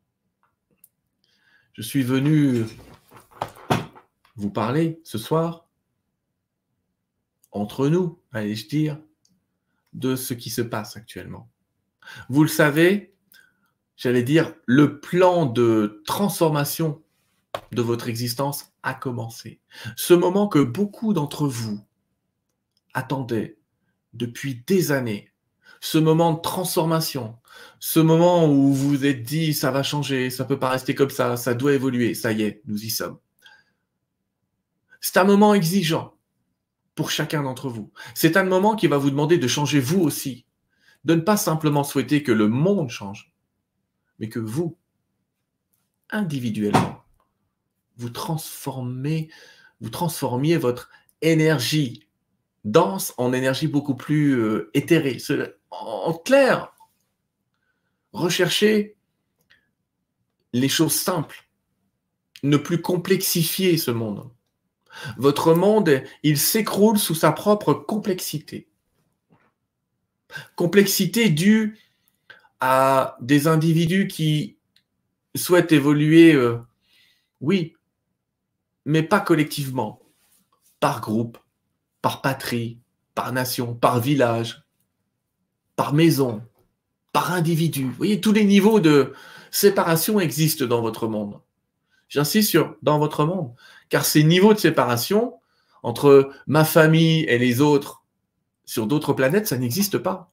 Je suis venu vous parler ce soir, entre nous, allez-je dire, de ce qui se passe actuellement. Vous le savez, j'allais dire, le plan de transformation de votre existence a commencé. Ce moment que beaucoup d'entre vous attendaient depuis des années, ce moment de transformation, ce moment où vous vous êtes dit ça va changer, ça peut pas rester comme ça, ça doit évoluer, ça y est, nous y sommes. C'est un moment exigeant pour chacun d'entre vous. C'est un moment qui va vous demander de changer vous aussi, de ne pas simplement souhaiter que le monde change, mais que vous, individuellement, vous transformez, vous transformiez votre énergie dense en énergie beaucoup plus euh, éthérée. En clair, recherchez les choses simples, ne plus complexifier ce monde. Votre monde, il s'écroule sous sa propre complexité. Complexité due à des individus qui souhaitent évoluer, euh, oui, mais pas collectivement, par groupe, par patrie, par nation, par village, par maison, par individu. Vous voyez, tous les niveaux de séparation existent dans votre monde. J'insiste sur dans votre monde, car ces niveaux de séparation entre ma famille et les autres sur d'autres planètes, ça n'existe pas.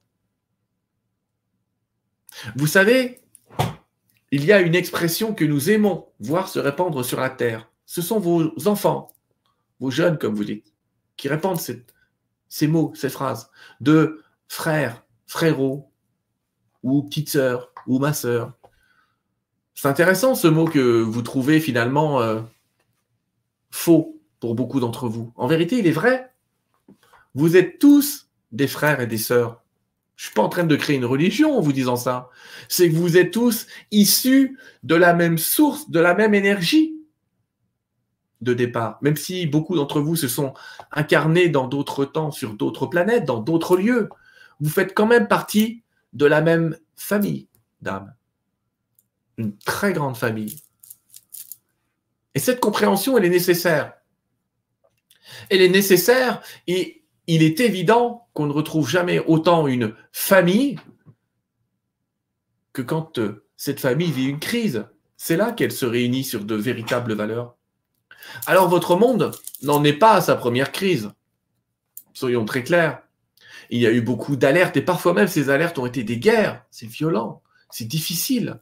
Vous savez, il y a une expression que nous aimons voir se répandre sur la Terre. Ce sont vos enfants, vos jeunes, comme vous dites, qui répandent cette, ces mots, ces phrases, de frère, frérot, ou petite sœur, ou ma sœur. C'est intéressant ce mot que vous trouvez finalement euh, faux pour beaucoup d'entre vous. En vérité, il est vrai. Vous êtes tous des frères et des sœurs. Je ne suis pas en train de créer une religion en vous disant ça. C'est que vous êtes tous issus de la même source, de la même énergie de départ. Même si beaucoup d'entre vous se sont incarnés dans d'autres temps, sur d'autres planètes, dans d'autres lieux, vous faites quand même partie de la même famille d'âmes. Une très grande famille. Et cette compréhension, elle est nécessaire. Elle est nécessaire et il est évident qu'on ne retrouve jamais autant une famille que quand euh, cette famille vit une crise. C'est là qu'elle se réunit sur de véritables valeurs. Alors votre monde n'en est pas à sa première crise. Soyons très clairs. Il y a eu beaucoup d'alertes et parfois même ces alertes ont été des guerres. C'est violent, c'est difficile.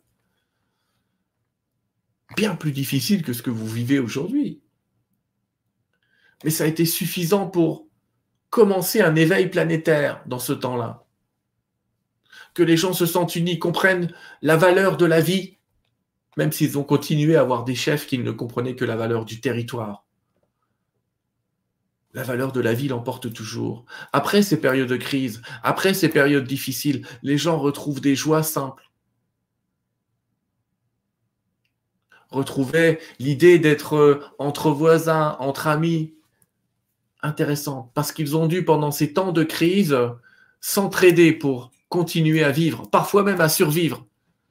Bien plus difficile que ce que vous vivez aujourd'hui. Mais ça a été suffisant pour commencer un éveil planétaire dans ce temps-là. Que les gens se sentent unis, comprennent la valeur de la vie, même s'ils ont continué à avoir des chefs qui ne comprenaient que la valeur du territoire. La valeur de la vie l'emporte toujours. Après ces périodes de crise, après ces périodes difficiles, les gens retrouvent des joies simples. Retrouver l'idée d'être entre voisins, entre amis, intéressant, parce qu'ils ont dû, pendant ces temps de crise, s'entraider pour continuer à vivre, parfois même à survivre.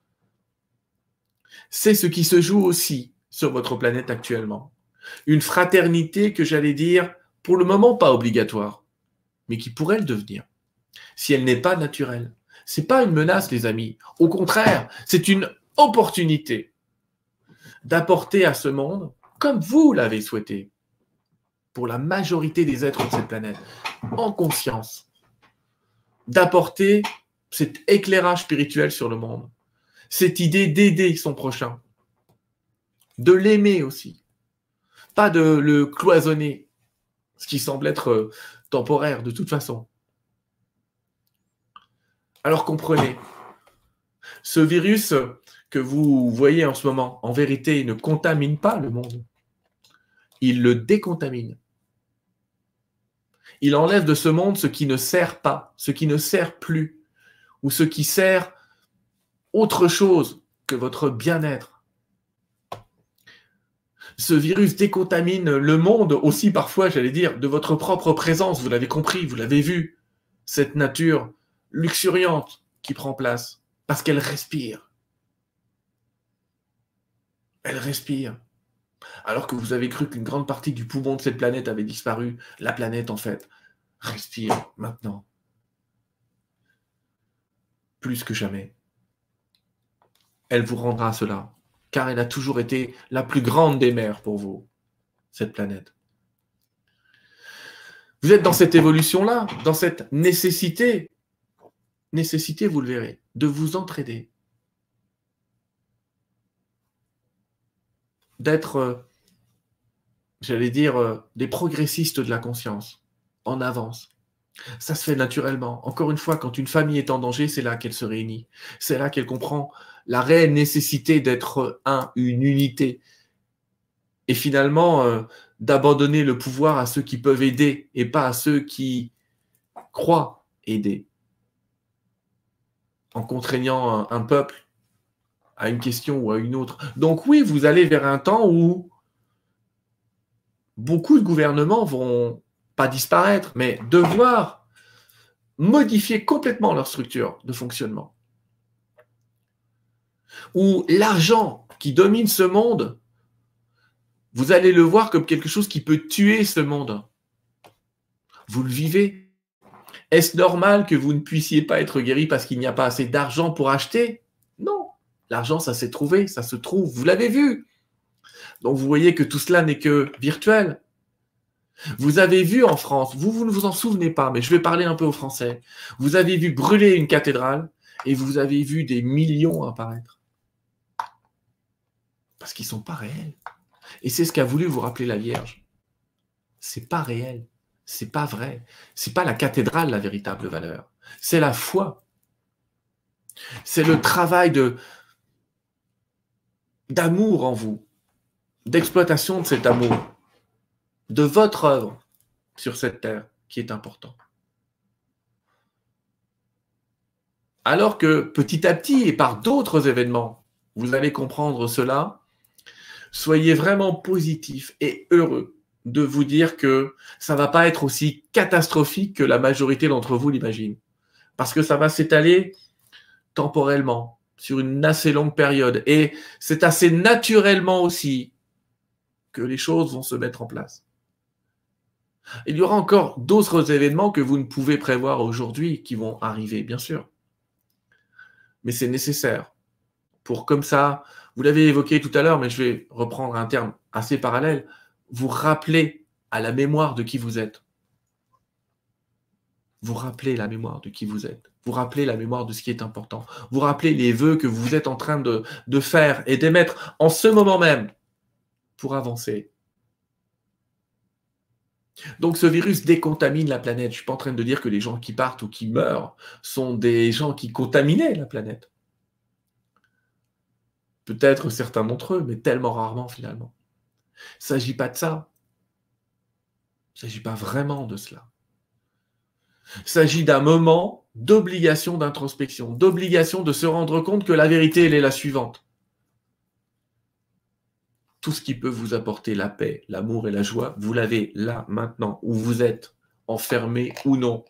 C'est ce qui se joue aussi sur votre planète actuellement. Une fraternité que j'allais dire, pour le moment pas obligatoire, mais qui pourrait le devenir, si elle n'est pas naturelle. C'est pas une menace, les amis. Au contraire, c'est une opportunité d'apporter à ce monde, comme vous l'avez souhaité, pour la majorité des êtres de cette planète, en conscience, d'apporter cet éclairage spirituel sur le monde, cette idée d'aider son prochain, de l'aimer aussi, pas de le cloisonner, ce qui semble être temporaire de toute façon. Alors comprenez, ce virus que vous voyez en ce moment, en vérité, il ne contamine pas le monde. Il le décontamine. Il enlève de ce monde ce qui ne sert pas, ce qui ne sert plus, ou ce qui sert autre chose que votre bien-être. Ce virus décontamine le monde aussi parfois, j'allais dire, de votre propre présence. Vous l'avez compris, vous l'avez vu, cette nature luxuriante qui prend place, parce qu'elle respire. Elle respire. Alors que vous avez cru qu'une grande partie du poumon de cette planète avait disparu, la planète, en fait, respire maintenant. Plus que jamais. Elle vous rendra cela, car elle a toujours été la plus grande des mères pour vous, cette planète. Vous êtes dans cette évolution-là, dans cette nécessité, nécessité, vous le verrez, de vous entraider, d'être, euh, j'allais dire, euh, des progressistes de la conscience, en avance. Ça se fait naturellement. Encore une fois, quand une famille est en danger, c'est là qu'elle se réunit. C'est là qu'elle comprend la réelle nécessité d'être un, une unité. Et finalement, euh, d'abandonner le pouvoir à ceux qui peuvent aider et pas à ceux qui croient aider. En contraignant un, un peuple à une question ou à une autre. Donc oui, vous allez vers un temps où beaucoup de gouvernements vont pas disparaître, mais devoir modifier complètement leur structure de fonctionnement. Où l'argent qui domine ce monde, vous allez le voir comme quelque chose qui peut tuer ce monde. Vous le vivez. Est-ce normal que vous ne puissiez pas être guéri parce qu'il n'y a pas assez d'argent pour acheter? Non. L'argent, ça s'est trouvé, ça se trouve. Vous l'avez vu. Donc, vous voyez que tout cela n'est que virtuel. Vous avez vu en France, vous, vous ne vous en souvenez pas, mais je vais parler un peu aux Français. Vous avez vu brûler une cathédrale et vous avez vu des millions apparaître. Parce qu'ils ne sont pas réels. Et c'est ce qu'a voulu vous rappeler la Vierge. C'est pas réel. C'est pas vrai. C'est pas la cathédrale la véritable valeur. C'est la foi. C'est le travail de d'amour en vous, d'exploitation de cet amour, de votre œuvre sur cette terre qui est important. Alors que petit à petit et par d'autres événements, vous allez comprendre cela, soyez vraiment positifs et heureux de vous dire que ça ne va pas être aussi catastrophique que la majorité d'entre vous l'imaginent. Parce que ça va s'étaler temporellement, sur une assez longue période. Et c'est assez naturellement aussi que les choses vont se mettre en place. Il y aura encore d'autres événements que vous ne pouvez prévoir aujourd'hui qui vont arriver, bien sûr. Mais c'est nécessaire pour, comme ça, vous l'avez évoqué tout à l'heure, mais je vais reprendre un terme assez parallèle, vous rappeler à la mémoire de qui vous êtes. Vous rappelez la mémoire de qui vous êtes. Vous rappelez la mémoire de ce qui est important. Vous rappelez les vœux que vous êtes en train de, de faire et d'émettre en ce moment même pour avancer. Donc ce virus décontamine la planète. Je ne suis pas en train de dire que les gens qui partent ou qui meurent sont des gens qui contaminaient la planète. Peut-être certains d'entre eux, mais tellement rarement finalement. Il ne s'agit pas de ça. Il ne s'agit pas vraiment de cela. Il s'agit d'un moment d'obligation d'introspection, d'obligation de se rendre compte que la vérité, elle est la suivante. Tout ce qui peut vous apporter la paix, l'amour et la joie, vous l'avez là, maintenant, où vous êtes, enfermé ou non.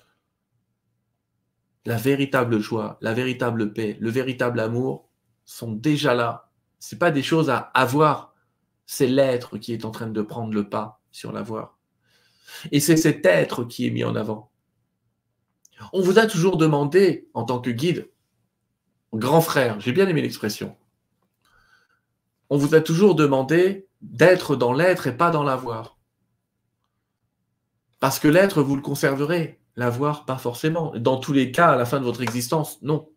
La véritable joie, la véritable paix, le véritable amour sont déjà là. Ce n'est pas des choses à avoir, c'est l'être qui est en train de prendre le pas sur l'avoir. Et c'est cet être qui est mis en avant. On vous a toujours demandé, en tant que guide, grand frère, j'ai bien aimé l'expression, on vous a toujours demandé d'être dans l'être et pas dans l'avoir. Parce que l'être, vous le conserverez, l'avoir, pas forcément. Dans tous les cas, à la fin de votre existence, non.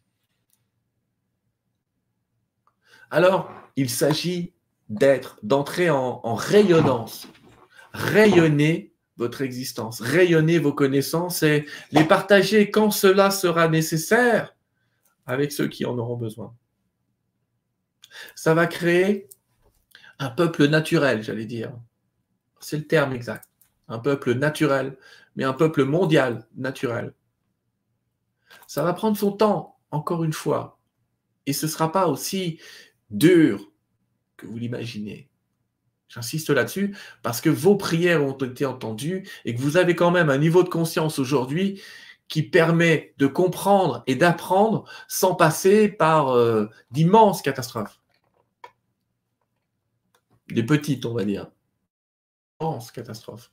Alors, il s'agit d'être, d'entrer en, en rayonnance, rayonner votre existence, rayonner vos connaissances et les partager quand cela sera nécessaire avec ceux qui en auront besoin. Ça va créer un peuple naturel, j'allais dire. C'est le terme exact. Un peuple naturel, mais un peuple mondial naturel. Ça va prendre son temps, encore une fois, et ce ne sera pas aussi dur que vous l'imaginez. J'insiste là-dessus parce que vos prières ont été entendues et que vous avez quand même un niveau de conscience aujourd'hui qui permet de comprendre et d'apprendre sans passer par euh, d'immenses catastrophes. Des petites, on va dire. Immenses catastrophes.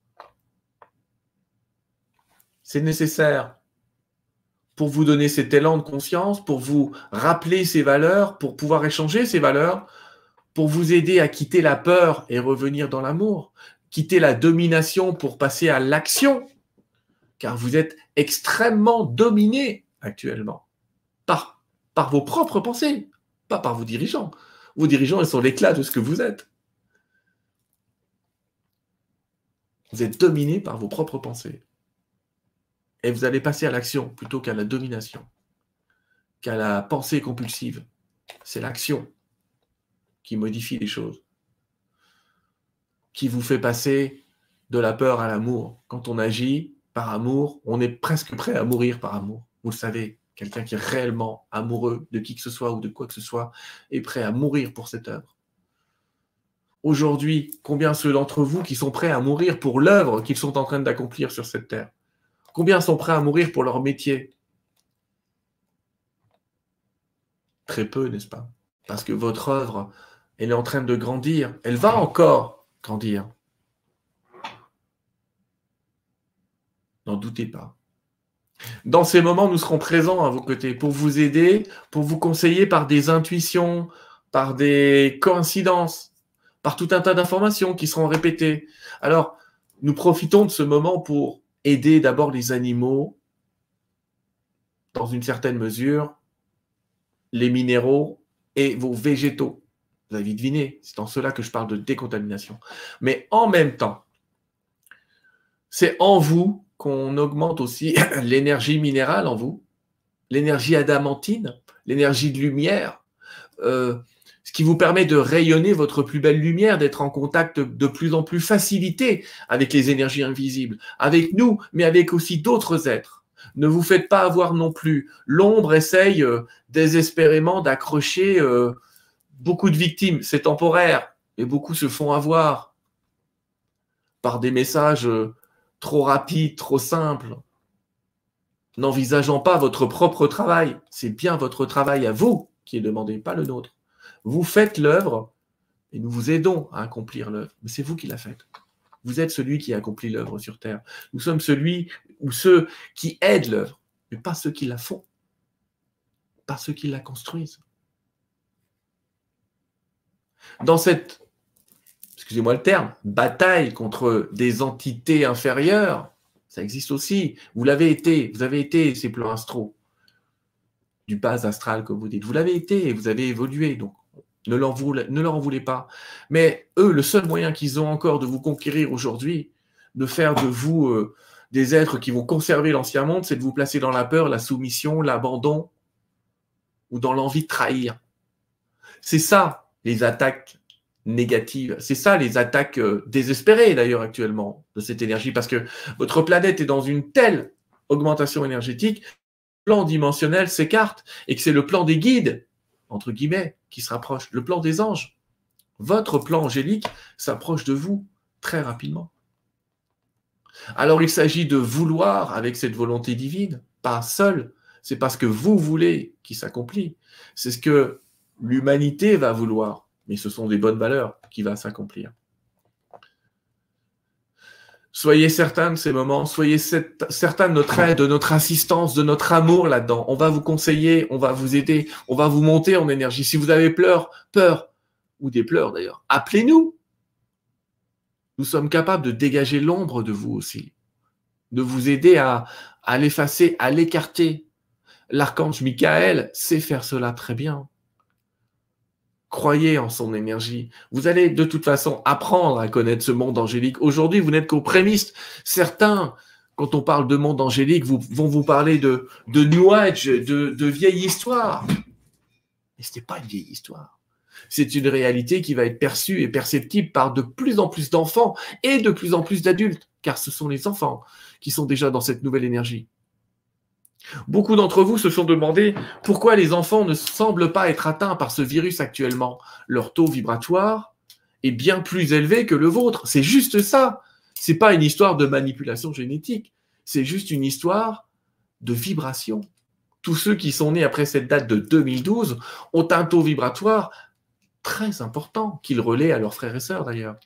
C'est nécessaire pour vous donner cet élan de conscience, pour vous rappeler ces valeurs, pour pouvoir échanger ces valeurs, pour vous aider à quitter la peur et revenir dans l'amour, quitter la domination pour passer à l'action, car vous êtes extrêmement dominé actuellement par, par vos propres pensées, pas par vos dirigeants. Vos dirigeants, ils sont l'éclat de ce que vous êtes. Vous êtes dominé par vos propres pensées. Et vous allez passer à l'action plutôt qu'à la domination, qu'à la pensée compulsive. C'est l'action qui modifie les choses, qui vous fait passer de la peur à l'amour. Quand on agit par amour, on est presque prêt à mourir par amour. Vous le savez, quelqu'un qui est réellement amoureux de qui que ce soit ou de quoi que ce soit est prêt à mourir pour cette œuvre. Aujourd'hui, combien ceux d'entre vous qui sont prêts à mourir pour l'œuvre qu'ils sont en train d'accomplir sur cette terre? Combien sont prêts à mourir pour leur métier? Très peu, n'est-ce pas? Parce que votre œuvre, elle est en train de grandir. Elle va encore grandir. N'en doutez pas. Dans ces moments, nous serons présents à vos côtés pour vous aider, pour vous conseiller par des intuitions, par des coïncidences, par tout un tas d'informations qui seront répétées. Alors, nous profitons de ce moment pour aider d'abord les animaux, dans une certaine mesure, les minéraux et vos végétaux. Vous avez deviné, c'est en cela que je parle de décontamination. Mais en même temps, c'est en vous qu'on augmente aussi l'énergie minérale en vous, l'énergie adamantine, l'énergie de lumière, euh, ce qui vous permet de rayonner votre plus belle lumière, d'être en contact de plus en plus facilité avec les énergies invisibles, avec nous, mais avec aussi d'autres êtres. Ne vous faites pas avoir non plus. L'ombre essaye euh, désespérément d'accrocher euh, beaucoup de victimes. C'est temporaire, et beaucoup se font avoir par des messages euh, trop rapides, trop simples, n'envisageant pas votre propre travail. C'est bien votre travail à vous qui est demandé, pas le nôtre. Vous faites l'œuvre et nous vous aidons à accomplir l'œuvre. Mais c'est vous qui la faites. Vous êtes celui qui accomplit l'œuvre sur Terre. Nous sommes celui ou ceux qui aident l'œuvre, mais pas ceux qui la font, pas ceux qui la construisent. Dans cette, excusez-moi le terme, bataille contre des entités inférieures, ça existe aussi. Vous l'avez été, vous avez été ces plans astraux, du bas astral, comme vous dites. Vous l'avez été et vous avez évolué, donc ne leur, voulez, ne leur en voulez pas. Mais eux, le seul moyen qu'ils ont encore de vous conquérir aujourd'hui, de faire de vous euh, des êtres qui vont conserver l'ancien monde, c'est de vous placer dans la peur, la soumission, l'abandon ou dans l'envie de trahir. C'est ça, les attaques négatives. C'est ça, les attaques euh, désespérées, d'ailleurs, actuellement, de cette énergie, parce que votre planète est dans une telle augmentation énergétique, le plan dimensionnel s'écarte, et que c'est le plan des guides, entre guillemets, qui se rapproche, le plan des anges. Votre plan angélique s'approche de vous très rapidement. Alors, il s'agit de vouloir, avec cette volonté divine, pas seul, c'est parce que vous voulez qu'il s'accomplit. C'est ce que l'humanité va vouloir, mais ce sont des bonnes valeurs qui vont s'accomplir. Soyez certains de ces moments, soyez certains de notre aide, de notre assistance, de notre amour là-dedans. On va vous conseiller, on va vous aider, on va vous monter en énergie. Si vous avez peur, peur, ou des pleurs d'ailleurs, appelez-nous. Nous sommes capables de dégager l'ombre de vous aussi, de vous aider à, à l'effacer, à l'écarter. L'archange Michael sait faire cela très bien. Croyez en son énergie. Vous allez de toute façon apprendre à connaître ce monde angélique. Aujourd'hui, vous n'êtes qu'aux prémices. Certains, quand on parle de monde angélique, vous, vont vous parler de, de New Age, de, de vieille histoire. Mais ce n'est pas une vieille histoire. C'est une réalité qui va être perçue et perceptible par de plus en plus d'enfants et de plus en plus d'adultes, car ce sont les enfants qui sont déjà dans cette nouvelle énergie. Beaucoup d'entre vous se sont demandé pourquoi les enfants ne semblent pas être atteints par ce virus actuellement. Leur taux vibratoire est bien plus élevé que le vôtre. C'est juste ça. C'est pas une histoire de manipulation génétique. C'est juste une histoire de vibration. Tous ceux qui sont nés après cette date de deux mille douze ont un taux vibratoire très important qu'ils relaient à leurs frères et sœurs d'ailleurs.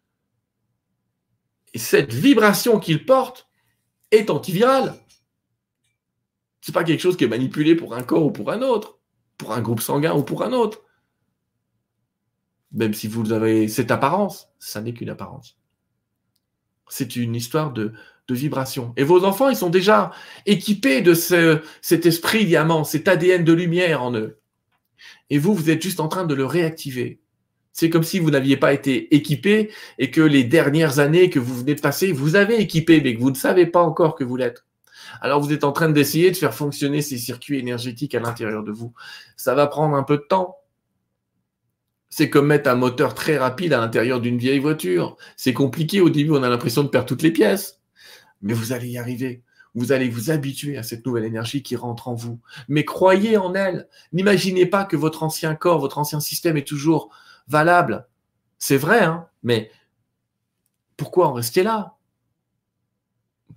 Et cette vibration qu'ils portent est antivirale. C'est pas quelque chose qui est manipulé pour un corps ou pour un autre, pour un groupe sanguin ou pour un autre. Même si vous avez cette apparence, ça n'est qu'une apparence. C'est une histoire de, de vibration. Et vos enfants, ils sont déjà équipés de ce, cet esprit diamant, cet A D N de lumière en eux. Et vous, vous êtes juste en train de le réactiver. C'est comme si vous n'aviez pas été équipé et que les dernières années que vous venez de passer, vous avez équipé, mais que vous ne savez pas encore que vous l'êtes. Alors vous êtes en train d'essayer de faire fonctionner ces circuits énergétiques à l'intérieur de vous. Ça va prendre un peu de temps. C'est comme mettre un moteur très rapide à l'intérieur d'une vieille voiture. C'est compliqué au début, on a l'impression de perdre toutes les pièces. Mais vous allez y arriver. Vous allez vous habituer à cette nouvelle énergie qui rentre en vous. Mais croyez en elle. N'imaginez pas que votre ancien corps, votre ancien système est toujours valable. C'est vrai, hein, mais pourquoi en rester là ?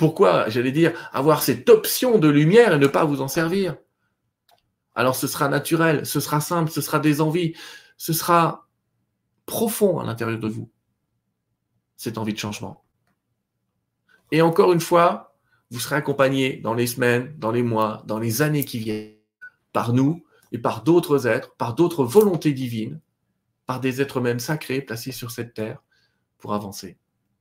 pourquoi, j'allais dire, avoir cette option de lumière et ne pas vous en servir? Alors ce sera naturel, ce sera simple, ce sera des envies, ce sera profond à l'intérieur de vous, cette envie de changement. Et encore une fois, vous serez accompagné dans les semaines, dans les mois, dans les années qui viennent, par nous et par d'autres êtres, par d'autres volontés divines, par des êtres même sacrés placés sur cette terre pour avancer.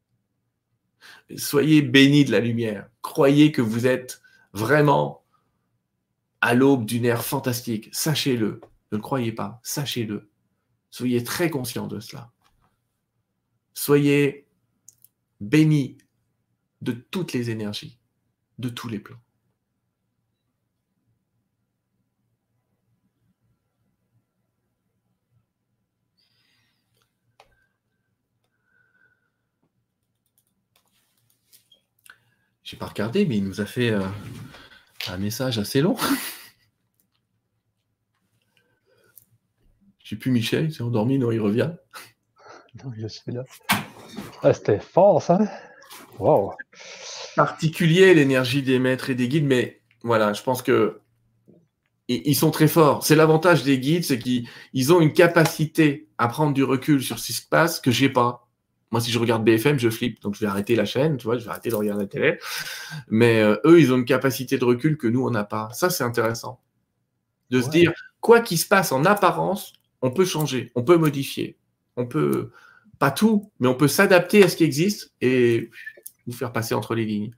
Soyez bénis de la lumière. Croyez que vous êtes vraiment à l'aube d'une ère fantastique. Sachez-le. Ne le croyez pas. Sachez-le. Soyez très conscients de cela. Soyez bénis de toutes les énergies, de tous les plans. J'ai pas regardé, mais il nous a fait euh, un message assez long. Je sais plus, Michel, il s'est endormi, non, il revient. Non, je suis là. Ah, c'était fort, ça. Wow. Particulier, l'énergie des maîtres et des guides, mais voilà, je pense que ils sont très forts. C'est l'avantage des guides, c'est qu'ils ont une capacité à prendre du recul sur ce qui se passe que j'ai pas. Moi, si je regarde B F M, je flippe, donc je vais arrêter la chaîne, tu vois, je vais arrêter de regarder la télé. Mais euh, eux, ils ont une capacité de recul que nous, on n'a pas. Ça, c'est intéressant. De ouais. se dire, quoi qu'il se passe en apparence, on peut changer, on peut modifier. On peut, pas tout, mais on peut s'adapter à ce qui existe et vous faire passer entre les lignes.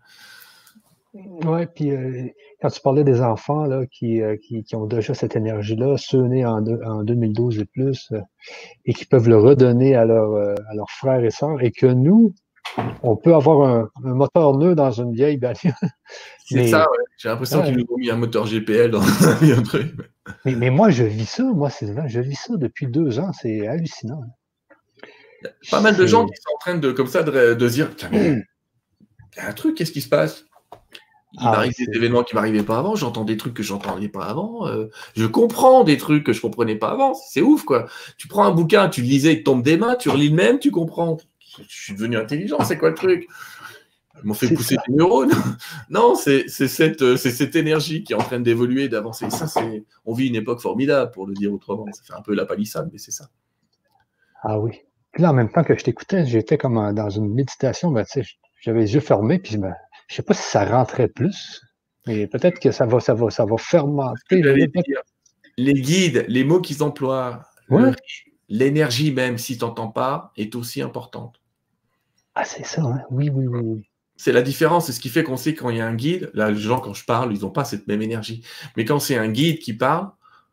Oui, puis euh, quand tu parlais des enfants là, qui, euh, qui, qui ont déjà cette énergie-là, ceux nés en, de, en deux mille douze et plus, euh, et qui peuvent le redonner à, leur, euh, à leurs frères et sœurs, et que nous, on peut avoir un, un moteur neuf dans une vieille bagnole. C'est mais, ça, ouais. J'ai l'impression ouais. qu'ils nous ont mis un moteur G P L dans un truc. Mais, mais moi, je vis ça, moi, Sylvain, je vis ça depuis deux ans, c'est hallucinant. Il y a pas mal de gens qui sont en train de, comme ça, de, de se dire, il y a un truc, qu'est-ce qui se passe? Il ah, m'arrive des événements qui ne m'arrivaient pas avant, j'entends des trucs que je n'entendais pas avant, euh, je comprends des trucs que je ne comprenais pas avant, c'est ouf quoi. Tu prends un bouquin, tu le lisais, il te tombe des mains, tu relis le même, tu comprends. Je suis devenu intelligent, c'est quoi le truc? Ils m'ont fait pousser ça. Des neurones. Non, c'est cette, cette énergie qui est en train d'évoluer, d'avancer. Ça, c'est, on vit une époque formidable, pour le dire autrement. Ça fait un peu la palissade, mais c'est ça. Ah oui. Puis là, en même temps que je t'écoutais, j'étais comme dans une méditation, ben, tu sais, j'avais les yeux fermés, puis ben, je ne sais pas si ça rentrait plus, mais peut-être que ça va, ça va, ça va fermenter. Les guides, les mots qu'ils emploient, ouais. l'énergie même, si tu n'entends pas, est aussi importante. Ah, c'est ça, hein? Oui, oui, oui, oui. C'est la différence, c'est ce qui fait qu'on sait quand il y a un guide, là, les gens, quand je parle, ils n'ont pas cette même énergie. Mais quand c'est un guide qui parle,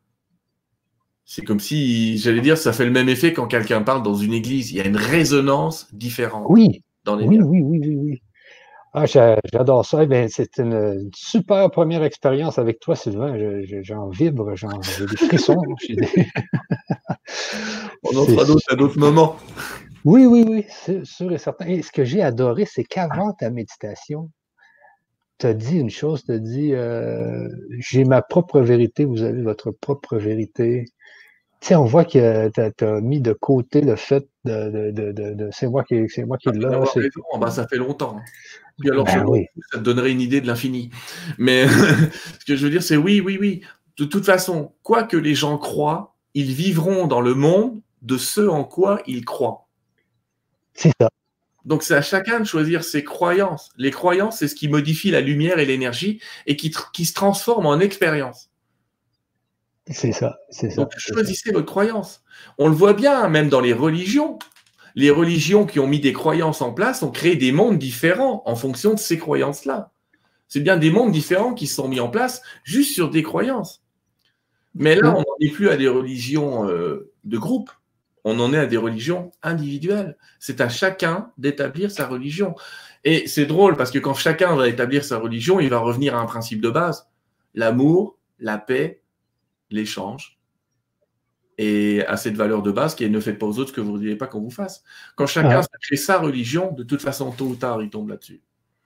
c'est comme si, j'allais dire, ça fait le même effet quand quelqu'un parle dans une église. Il y a une résonance différente. Oui, dans les oui, oui, oui, oui, oui. Ah, j'adore ça. Eh c'est une, une super première expérience avec toi, Sylvain. J'en vibre, j'ai des frissons. des... On en fera d'autres à d'autres moments. Oui, oui, oui, c'est sûr et certain. Et ce que j'ai adoré, c'est qu'avant ta méditation, tu as dit une chose, tu as dit euh, j'ai ma propre vérité, vous avez votre propre vérité. Tu sais, on voit que tu as mis de côté le fait de, de, de, de, de c'est moi qui c'est moi qui là. Bah, ça fait longtemps. Puis alors, ben, je oui. ça te donnerait une idée de l'infini. Mais ce que je veux dire, c'est oui, oui, oui. De toute façon, quoi que les gens croient, ils vivront dans le monde de ce en quoi ils croient. C'est ça. Donc, c'est à chacun de choisir ses croyances. Les croyances, c'est ce qui modifie la lumière et l'énergie et qui, qui se transforme en expérience. C'est ça, c'est ça. Donc, choisissez votre croyance. On le voit bien, même dans les religions. Les religions qui ont mis des croyances en place ont créé des mondes différents en fonction de ces croyances-là. C'est bien des mondes différents qui se sont mis en place juste sur des croyances. Mais là, on n'en est plus à des religions euh, de groupe. On en est à des religions individuelles. C'est à chacun d'établir sa religion. Et c'est drôle parce que quand chacun va établir sa religion, il va revenir à un principe de base. L'amour, la paix, l'échange. Et à cette valeur de base qui est ne faites pas aux autres ce que vous ne voudriez pas qu'on vous fasse. Quand chacun ah. crée sa religion, de toute façon, tôt ou tard, il tombe là-dessus.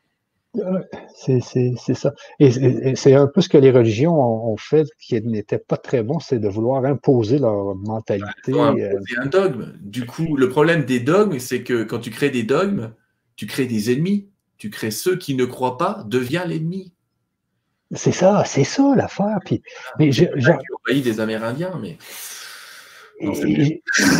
C'est ça. Et, et c'est un peu ce que les religions ont, ont fait qui n'était pas très bon, c'est de vouloir imposer leur mentalité. Ils ont imposé un dogme. Du coup, le problème des dogmes, c'est que quand tu crées des dogmes, tu crées des ennemis. Tu crées ceux qui ne croient pas, deviens l'ennemi. C'est ça, c'est ça l'affaire. Puis, mais je, je... pays des Amérindiens, mais. Non, et...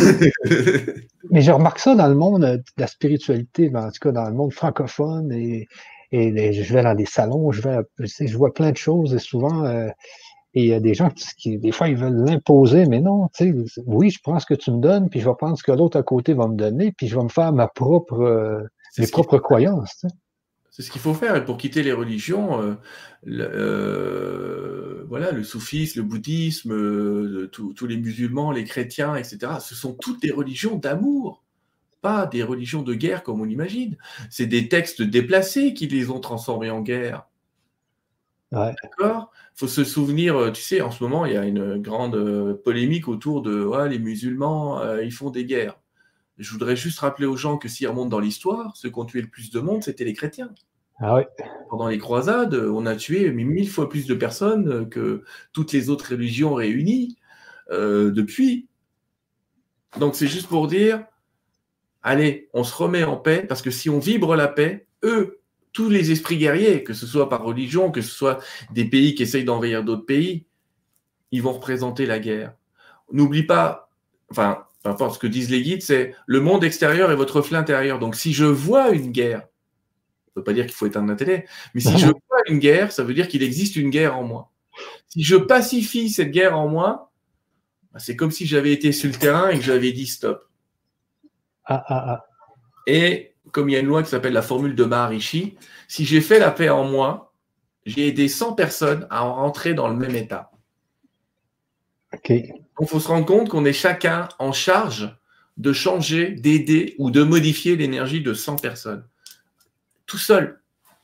mais je remarque ça dans le monde de la spiritualité, en tout cas dans le monde francophone. Et, et les, je vais dans des salons, je vais, je, sais, je vois plein de choses et souvent. Euh, Et il y a des gens qui, des fois, ils veulent l'imposer, mais non, tu sais, oui, je prends ce que tu me donnes, puis je vais prendre ce que l'autre à côté va me donner, puis je vais me faire ma propre, euh, mes propres croyances. Tu sais. C'est ce qu'il faut faire. Et pour quitter les religions, euh, le, euh, voilà, le soufisme, le bouddhisme, euh, tous les musulmans, les chrétiens, et cetera, ce sont toutes des religions d'amour, pas des religions de guerre comme on l'imagine. C'est des textes déplacés qui les ont transformés en guerre. Ouais. D'accord ? Il faut se souvenir, tu sais, en ce moment, il y a une grande polémique autour de ouais, les musulmans, euh, ils font des guerres. Je voudrais juste rappeler aux gens que s'ils remontent dans l'histoire, ceux qui ont tué le plus de monde, c'était les chrétiens. Ah ouais. Pendant les croisades, on a tué mille fois plus de personnes que toutes les autres religions réunies euh, depuis. Donc c'est juste pour dire, allez, on se remet en paix, parce que si on vibre la paix, eux, tous les esprits guerriers, que ce soit par religion, que ce soit des pays qui essayent d'envahir d'autres pays, ils vont représenter la guerre. N'oublie pas, enfin, peu importe ce que disent les guides, c'est le monde extérieur est votre reflet intérieur. Donc si je vois une guerre, ça ne veut pas dire qu'il faut éteindre la télé, mais si je vois une guerre, ça veut dire qu'il existe une guerre en moi. Si je pacifie cette guerre en moi, c'est comme si j'avais été sur le terrain et que j'avais dit stop. Ah, ah, ah. Et comme il y a une loi qui s'appelle la formule de Maharishi, si j'ai fait la paix en moi, j'ai aidé cent personnes à en rentrer dans le même état. OK. Donc, il faut se rendre compte qu'on est chacun en charge de changer, d'aider ou de modifier l'énergie de cent personnes. Tout seul.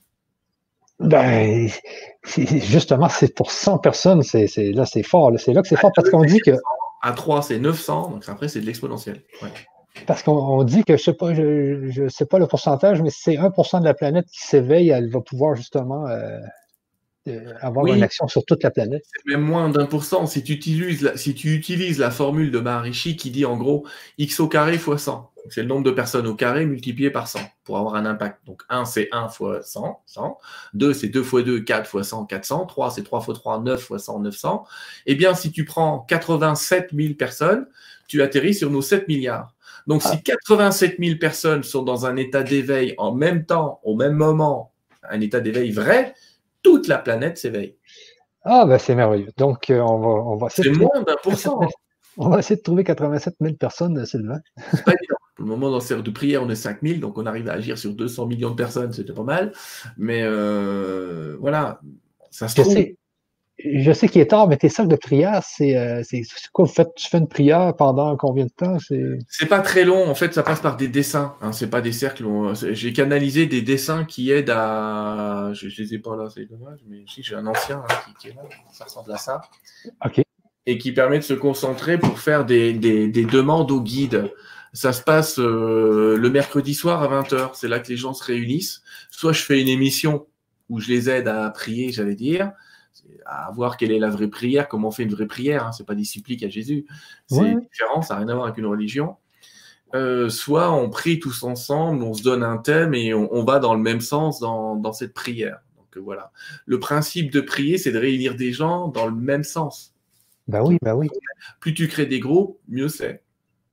Ben, justement, c'est pour cent personnes, c'est, c'est, là, c'est fort. C'est là que c'est fort parce qu'on dit que. À trois, c'est neuf cents, donc après, c'est de l'exponentiel. Ouais. Parce qu'on dit que, je sais pas, je, je sais pas le pourcentage, mais si c'est un pour cent de la planète qui s'éveille, elle va pouvoir justement euh, euh, avoir oui. une action sur toute la planète. C'est même moins d'un pour cent. Si tu utilises la, si tu utilises la formule de Maharishi qui dit en gros x au carré fois cent. C'est le nombre de personnes au carré multiplié par cent pour avoir un impact. Donc un, c'est un fois cent, cent. deux, c'est deux fois deux, quatre fois cent, quatre cents. trois, c'est trois fois trois, neuf fois cent, neuf cents. Eh bien, si tu prends quatre-vingt-sept mille personnes, tu atterris sur nos sept milliards. Donc, si quatre-vingt-sept mille personnes sont dans un état d'éveil en même temps, au même moment, un état d'éveil vrai, toute la planète s'éveille. Ah, ben c'est merveilleux. Donc, euh, on va, on va essayer. C'est de moins d'un pour cent. On va essayer de trouver quatre-vingt-sept mille personnes, Sylvain. C'est pas évident. Pour le moment, dans le cercle de prière, on est cinq mille, donc on arrive à agir sur deux cents millions de personnes, c'était pas mal. Mais euh, voilà, ça se je trouve. Sais. Je sais qu'il est tard, mais tes cercles de prière, c'est euh, quoi? Vous faites, tu fais une prière pendant combien de temps? C'est pas très long. En fait, ça passe par des dessins. Hein, c'est pas des cercles. J'ai canalisé des dessins qui aident à. Je, je les ai pas là, c'est dommage, mais si j'ai un ancien hein, qui, qui est là, ça ressemble à ça. Ok. Et qui permet de se concentrer pour faire des, des, des demandes au guide. Ça se passe euh, le mercredi soir à vingt heures. C'est là que les gens se réunissent. Soit je fais une émission où je les aide à prier, j'allais dire, à voir quelle est la vraie prière, comment on fait une vraie prière. Hein. C'est pas des suppliques à Jésus. C'est ouais. différent, ça n'a rien à voir avec une religion. Euh, soit on prie tous ensemble, on se donne un thème et on, on va dans le même sens dans, dans cette prière. Donc euh, voilà. Le principe de prier, c'est de réunir des gens dans le même sens. Ben oui, ben oui. Plus tu crées des groupes, mieux c'est.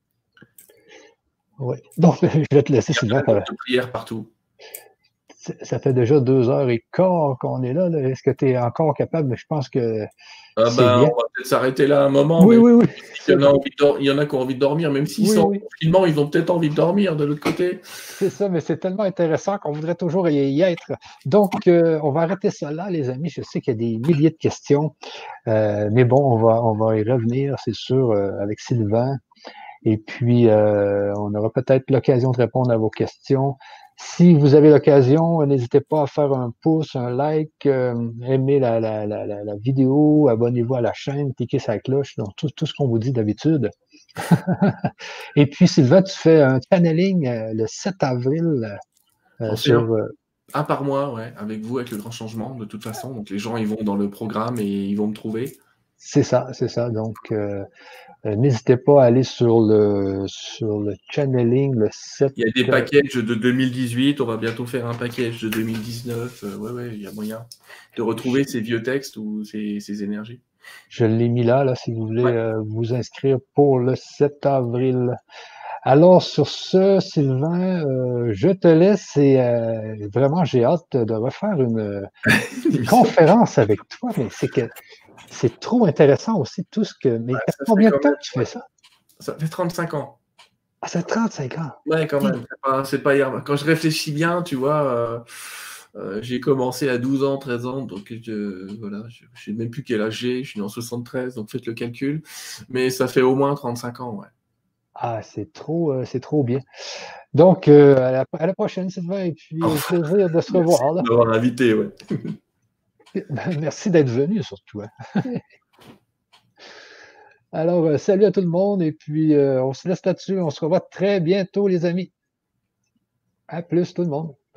Oui. Donc, je vais te laisser, Sylvain. Il y a de prières partout. Ça fait déjà deux heures et quart qu'on est là. là. Est-ce que tu es encore capable? Mais je pense que. Ah ben, on va peut-être s'arrêter là un moment. Oui, oui, oui. Il y, en a envie de, il y en a qui ont envie de dormir, même s'ils oui, sont oui. en confinement, ils ont peut-être envie de dormir de l'autre côté. C'est ça, mais c'est tellement intéressant qu'on voudrait toujours y être. Donc, euh, on va arrêter ça là, les amis. Je sais qu'il y a des milliers de questions. Euh, mais bon, on va, on va y revenir, c'est sûr, euh, avec Sylvain. Et puis, euh, on aura peut-être l'occasion de répondre à vos questions. Si vous avez l'occasion, n'hésitez pas à faire un pouce, un like, euh, aimez la, la, la, la vidéo, abonnez-vous à la chaîne, cliquez sur la cloche, donc tout, tout ce qu'on vous dit d'habitude. Et puis, Sylvain, tu fais un channeling euh, le sept avril euh, sur... Euh... Un par mois, ouais, avec vous, avec le grand changement, de toute façon. Donc, les gens, ils vont dans le programme et ils vont me trouver. C'est ça, c'est ça. Donc, euh, euh, n'hésitez pas à aller sur le, sur le channeling, le site. Il y a des packages de deux mille dix-huit, on va bientôt faire un package de deux mille dix-neuf. Euh, ouais, ouais, il y a moyen de retrouver ces vieux textes ou ces, ces énergies. Je l'ai mis là, là, si vous voulez Ouais. euh, vous inscrire pour le sept avril. Alors, sur ce, Sylvain, euh, je te laisse et euh, vraiment, j'ai hâte de refaire une, une conférence avec toi, mais c'est que c'est trop intéressant aussi tout ce que. Mais Ouais, ça fait ça fait combien de quand temps même, que tu fais ouais. ça? Ça fait trente-cinq ans. Ah, ça fait trente-cinq ans. Ouais, quand Hi. même. C'est pas, c'est pas hier. Quand je réfléchis bien, tu vois, euh, euh, j'ai commencé à douze ans, treize ans, donc je, voilà, je, je sais même plus quel âge j'ai. Je suis né en soixante-treize, donc faites le calcul. Mais ça fait au moins trente-cinq ans, ouais. Ah, c'est trop, euh, c'est trop bien. Donc, euh, à, la, à la prochaine, Sylvain, et puis au Enfin, plaisir de se merci revoir. de Là. m'avoir invité, ouais. Merci d'être venu, surtout. Hein. Alors, euh, salut à tout le monde, et puis euh, on se laisse là-dessus. On se revoit très bientôt, les amis. À plus, tout le monde.